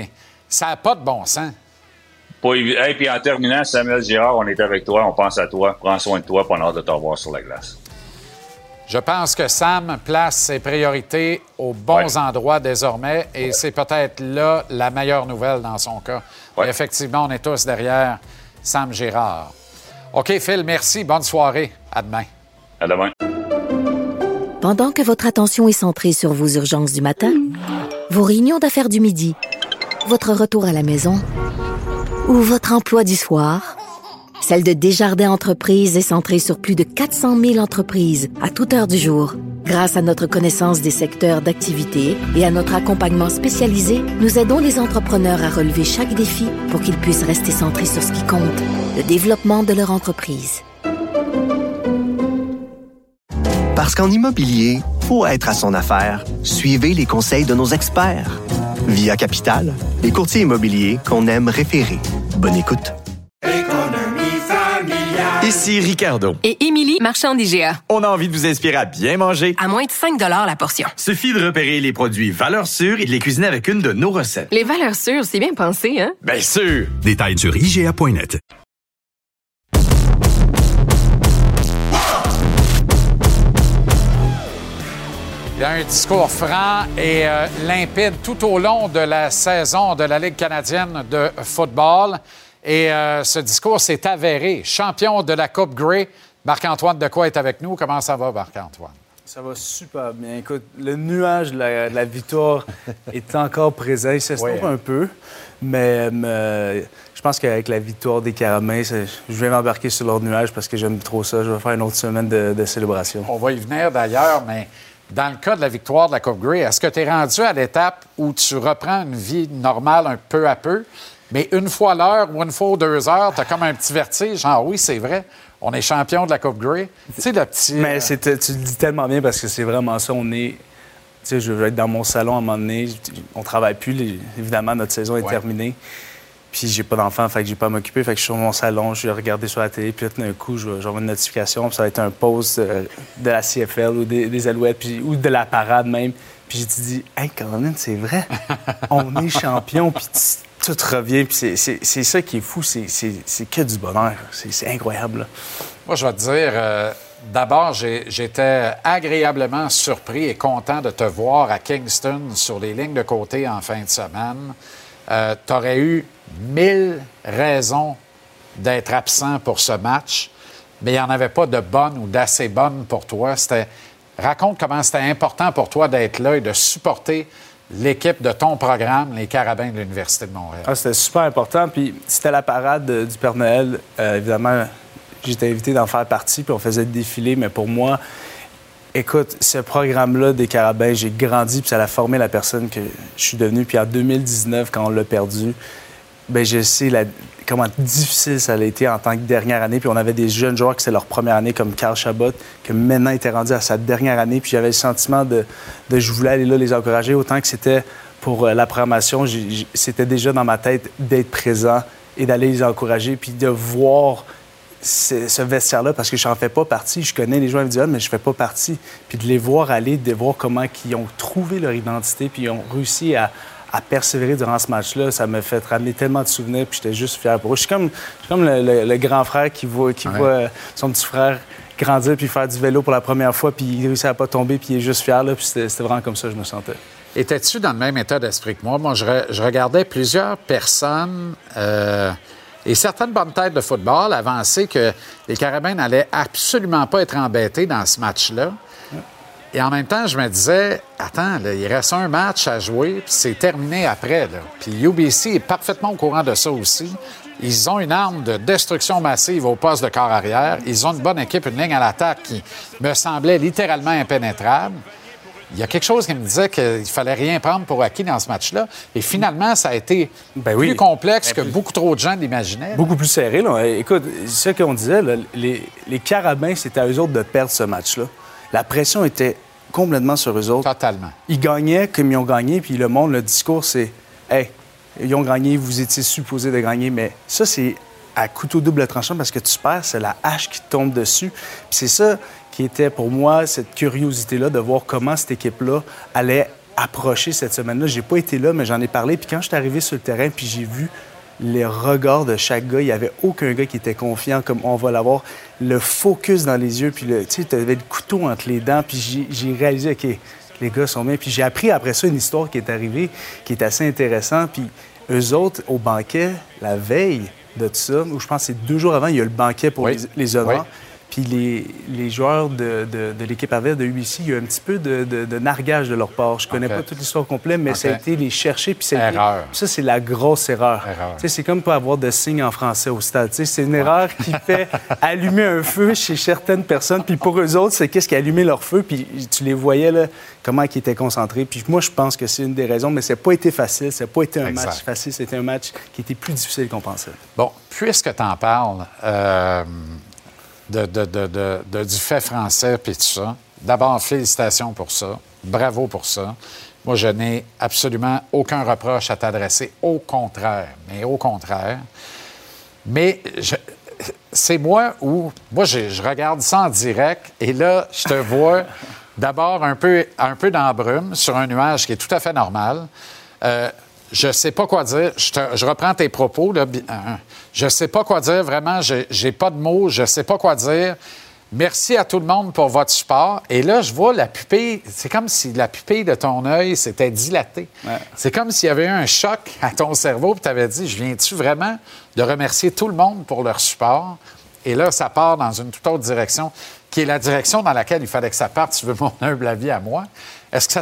ça n'a pas de bon sens. Et puis en terminant, Samuel Girard, on est avec toi, on pense à toi, prends soin de toi, puis on a hâte de te revoir sur la glace. Je pense que Sam place ses priorités aux bons endroits désormais et c'est peut-être là la meilleure nouvelle dans son cas. Et effectivement, on est tous derrière Sam Girard. OK, Phil, merci. Bonne soirée. À demain. À demain. Pendant que votre attention est centrée sur vos urgences du matin, vos réunions d'affaires du midi, votre retour à la maison ou votre emploi du soir, celle de Desjardins Entreprises est centrée sur plus de 400 000 entreprises à toute heure du jour. Grâce à notre connaissance des secteurs d'activité et à notre accompagnement spécialisé, nous aidons les entrepreneurs à relever chaque défi pour qu'ils puissent rester centrés sur ce qui compte, le développement de leur entreprise. Parce qu'en immobilier, faut être à son affaire. Suivez les conseils de nos experts. Via Capital, les courtiers immobiliers qu'on aime référer. Bonne écoute. Ici Ricardo. Et Émilie, marchand d'IGA. On a envie de vous inspirer à bien manger. À moins de 5 $ la portion. Suffit de repérer les produits valeurs sûres et de les cuisiner avec une de nos recettes. Les valeurs sûres, c'est bien pensé, hein? Bien sûr! Détails sur IGA.net. Il y a un discours franc et limpide tout au long de la saison de la Ligue canadienne de football. Et ce discours s'est avéré. Champion de la Coupe Grey, Marc-Antoine Dequoy est avec nous. Comment ça va, Marc-Antoine? Ça va super bien. Écoute, le nuage de la victoire est encore présent. Il s'estompe un peu, mais je pense qu'avec la victoire des Carabins, je vais m'embarquer sur leur nuage parce que j'aime trop ça. Je vais faire une autre semaine de célébration. On va y venir d'ailleurs, mais dans le cas de la victoire de la Coupe Grey, est-ce que tu es rendu à l'étape où tu reprends une vie normale un peu à peu, mais une fois l'heure ou une fois aux 2 heures, tu as comme un petit vertige, genre oui, c'est vrai, on est champion de la Coupe Grey. Tu sais, le petit... Mais tu le dis tellement bien parce que c'est vraiment ça. On est... Tu sais, je vais être dans mon salon à un moment donné. On travaille plus, évidemment, notre saison est terminée. Puis j'ai pas d'enfant, fait que j'ai pas à m'occuper. Fait que je suis sur mon salon, je vais regarder sur la télé, puis là, tout d'un coup, j'aurai une notification, puis ça va être un post de la CFL ou des Alouettes, puis, ou de la parade même. Puis j'ai dit, hey, Caroline, c'est vrai, on est champion, puis tout revient, puis c'est ça qui est fou, c'est que du bonheur. C'est incroyable, là. Moi, je vais te dire, d'abord, j'étais agréablement surpris et content de te voir à Kingston sur les lignes de côté en fin de semaine. Tu aurais eu 1000 raisons d'être absent pour ce match, mais il n'y en avait pas de bonnes ou d'assez bonnes pour toi. Raconte comment c'était important pour toi d'être là et de supporter l'équipe de ton programme, les Carabins de l'Université de Montréal. Ah, c'était super important. Puis c'était la parade du Père Noël. Évidemment, j'étais invité d'en faire partie, puis on faisait le défilé. Mais pour moi, écoute, ce programme-là des Carabins, j'ai grandi, puis ça a formé la personne que je suis devenu. Puis en 2019, quand on l'a perdu, bien, je sais comment difficile ça a été en tant que dernière année. Puis on avait des jeunes joueurs qui c'était leur première année, comme Carl Chabot, que maintenant était rendu à sa dernière année. Puis j'avais le sentiment de je voulais aller là les encourager, autant que c'était pour la programmation. C'était déjà dans ma tête d'être présent et d'aller les encourager, puis de voir ce vestiaire-là, parce que je n'en fais pas partie. Je connais les joueurs individuels, mais je ne fais pas partie. Puis de les voir aller, de voir comment ils ont trouvé leur identité, puis ils ont réussi à persévérer durant ce match-là, ça m'a fait ramener tellement de souvenirs, puis j'étais juste fier pour eux. Je suis comme le grand frère qui voit son petit frère grandir puis faire du vélo pour la première fois, puis il réussit à pas tomber, puis il est juste fier, là, puis c'était vraiment comme ça que je me sentais. Étais-tu dans le même état d'esprit que moi? Moi, je regardais plusieurs personnes et certaines bonnes têtes de football avancer que les Carabins n'allaient absolument pas être embêtés dans ce match-là. Et en même temps, je me disais, attends, là, il reste un match à jouer, puis c'est terminé après. Là. Puis UBC est parfaitement au courant de ça aussi. Ils ont une arme de destruction massive au poste de corps arrière. Ils ont une bonne équipe, une ligne à l'attaque qui me semblait littéralement impénétrable. Il y a quelque chose qui me disait qu'il fallait rien prendre pour acquis dans ce match-là. Et finalement, ça a été plus complexe que beaucoup trop de gens l'imaginaient. Beaucoup plus serré. Là. Écoute, c'est ce qu'on disait, là, les Carabins, c'était à eux autres de perdre ce match-là. La pression était complètement sur eux autres. Totalement. Ils gagnaient comme ils ont gagné, puis le monde, le discours, c'est « Hey, ils ont gagné, vous étiez supposés de gagner. » Mais ça, c'est à couteau double tranchant parce que tu perds, c'est la hache qui te tombe dessus. Puis c'est ça qui était pour moi, cette curiosité-là de voir comment cette équipe-là allait approcher cette semaine-là. J'ai pas été là, mais j'en ai parlé. Puis quand je suis arrivé sur le terrain, puis j'ai vu les regards de chaque gars, il n'y avait aucun gars qui était confiant comme on va l'avoir. Le focus dans les yeux, puis tu avais le couteau entre les dents, puis j'ai réalisé, OK, les gars sont bien. Puis j'ai appris après ça une histoire qui est arrivée, qui est assez intéressante. Puis eux autres, au banquet, la veille de tout ça, où je pense que c'est 2 jours avant, il y a le banquet pour les honneurs. Oui. Puis les joueurs de l'équipe adverse de UBC, il y a eu un petit peu de nargage de leur part. Je connais pas toute l'histoire complète, mais ça a été les chercher. Puis Erreur. Ça, c'est la grosse erreur. C'est comme pas avoir de signe en français au stade. C'est une erreur qui fait allumer un feu chez certaines personnes. Puis pour eux autres, c'est qu'est-ce qui a allumé leur feu. Puis tu les voyais, là, comment ils étaient concentrés. Puis moi, je pense que c'est une des raisons, mais ça n'a pas été facile. Ça n'a pas été un match facile. C'était un match qui était plus difficile qu'on pensait. Bon, puisque tu en parles du fait français puis tout ça, d'abord, félicitations pour ça. Bravo pour ça. Moi, je n'ai absolument aucun reproche à t'adresser. Au contraire. Mais c'est moi où... Moi, je regarde ça en direct et là, je te vois d'abord un peu dans la brume sur un nuage qui est tout à fait normal. Je sais pas quoi dire. Je reprends tes propos. Là. Je sais pas quoi dire. Vraiment, j'ai pas de mots. Je sais pas quoi dire. Merci à tout le monde pour votre support. Et là, je vois la pupille. C'est comme si la pupille de ton œil s'était dilatée. Ouais. C'est comme s'il y avait eu un choc à ton cerveau puis tu avais dit, je viens-tu vraiment de remercier tout le monde pour leur support? Et là, ça part dans une toute autre direction, qui est la direction dans laquelle il fallait que ça parte, si tu veux mon humble avis à moi. Est-ce que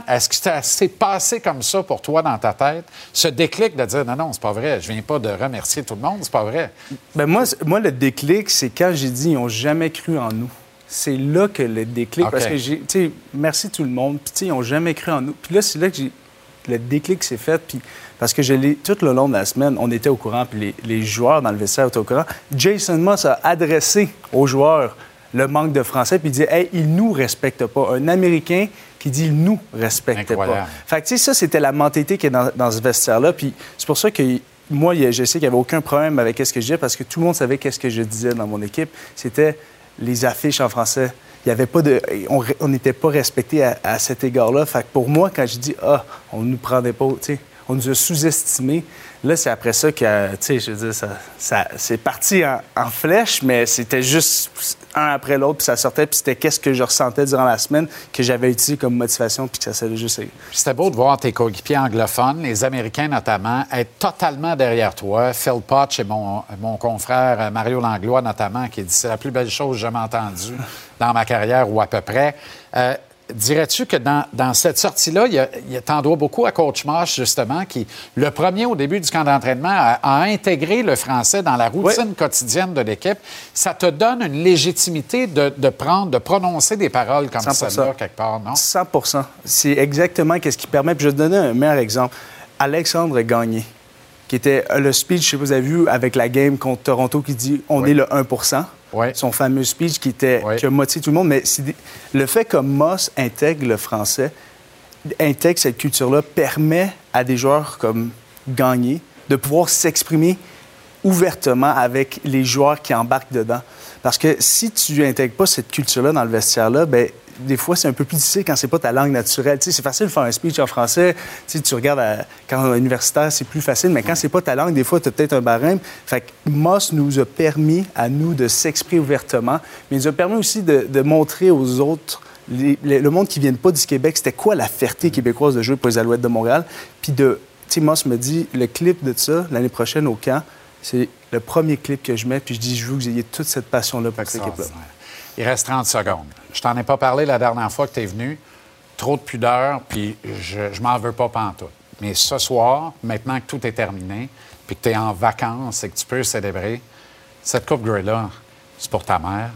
ça s'est passé comme ça pour toi dans ta tête, ce déclic de dire non, c'est pas vrai, je viens pas de remercier tout le monde, c'est pas vrai? Bien, moi, le déclic, c'est quand j'ai dit ils n'ont jamais cru en nous. C'est là que le déclic, parce que merci tout le monde, puis ils n'ont jamais cru en nous. Puis là, c'est là que le déclic s'est fait, puis parce que tout le long de la semaine, on était au courant, puis les joueurs dans le vestiaire étaient au courant. Jason Moss a adressé aux joueurs le manque de français, puis il dit « Hey, ils nous respectent pas. » Un Américain qui dit « Ils nous respectent pas. » Fait que, tu sais, ça, c'était la mentalité qui est dans ce vestiaire-là. Puis c'est pour ça que moi, je sais qu'il n'y avait aucun problème avec ce que je disais, parce que tout le monde savait qu'est-ce que je disais dans mon équipe. C'était les affiches en français. Il y avait pas de... On n'était pas respecté à cet égard-là. Fait que pour moi, quand je dis « Ah, on nous prendrait pas... » tu sais, on nous a sous-estimés. Là, c'est après ça que, tu sais, je veux dire, ça c'est parti en flèche, mais c'était juste un après l'autre, puis ça sortait, puis c'était qu'est-ce que je ressentais durant la semaine que j'avais utilisé comme motivation, puis que ça s'est juste... C'était beau de voir tes coéquipiers anglophones, les Américains notamment, être totalement derrière toi. Phil Potch et mon confrère Mario Langlois notamment, qui dit « C'est la plus belle chose que j'ai jamais entendue dans ma carrière, ou à peu près. » Dirais-tu que dans cette sortie-là, t'en dois beaucoup à Coach Moss, justement, qui, le premier au début du camp d'entraînement, a intégré le français dans la routine quotidienne de l'équipe. Ça te donne une légitimité de prononcer des paroles comme celle-là, quelque part, non? 100%. C'est exactement ce qui permet. Puis je vais te donner un meilleur exemple. Alexandre Gagné, qui était le speech, je sais pas si vous avez vu, avec la game contre Toronto, qui dit « On est le 1%. Son fameux speech qui a motivé tout le monde. Mais le fait que Moss intègre le français, intègre cette culture-là, permet à des joueurs comme Gagné de pouvoir s'exprimer ouvertement avec les joueurs qui embarquent dedans. Parce que si tu n'intègres pas cette culture-là dans le vestiaire-là, bien, des fois, c'est un peu plus difficile quand c'est pas ta langue naturelle. Tu sais, c'est facile de faire un speech en français. Tu regardes quand universitaire, c'est plus facile, mais quand c'est pas ta langue, des fois, tu as peut-être un barème. Fait que Moss nous a permis, à nous, de s'exprimer ouvertement, mais il nous a permis aussi de montrer aux autres, le monde qui ne vient pas du Québec, c'était quoi la fierté québécoise de jouer pour les Alouettes de Montréal. Puis tu sais, Moss me dit, le clip de ça, l'année prochaine au camp, c'est le premier clip que je mets, puis je dis, je veux que vous ayez toute cette passion-là pour cette équipe-là. Il reste 30 secondes. Je t'en ai pas parlé la dernière fois que tu es venu. Trop de pudeur, puis je m'en veux pas pantoute. Mais ce soir, maintenant que tout est terminé, puis que tu es en vacances et que tu peux célébrer, cette Coupe Grey-là, c'est pour ta mère?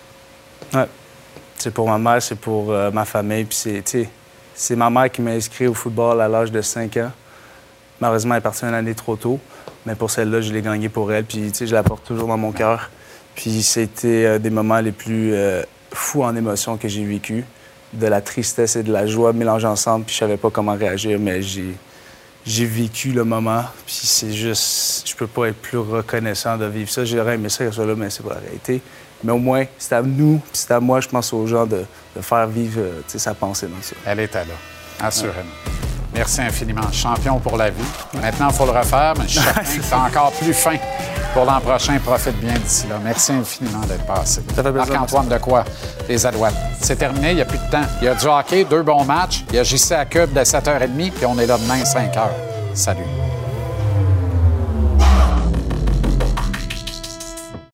Oui. C'est pour ma mère, c'est pour ma famille. Puis c'est ma mère qui m'a inscrit au football à l'âge de 5 ans. Malheureusement, elle est partie une année trop tôt. Mais pour celle-là, je l'ai gagnée pour elle. Puis je la porte toujours dans mon cœur. Puis c'était des moments les plus fous en émotion que j'ai vécu. De la tristesse et de la joie mélangées ensemble. Puis je savais pas comment réagir, mais j'ai vécu le moment. Puis c'est juste... Je peux pas être plus reconnaissant de vivre ça. J'aurais aimé ça, là, mais c'est pas la réalité. Mais au moins, c'est à nous, puis c'est à moi, je pense aux gens, de faire vivre sa pensée dans ça. Elle était là, assurément. Ouais. Merci infiniment. Champion pour la vie. Maintenant, il faut le refaire, mais je suis certain que c'est encore plus fin pour l'an prochain. Profite bien d'ici là. Merci infiniment d'être passé. Marc-Antoine Dequoy, les Alouettes. C'est terminé, il n'y a plus de temps. Il y a du hockey, 2 bons matchs. Il y a JC à Cube de 7h30, puis on est là demain 5h. Salut.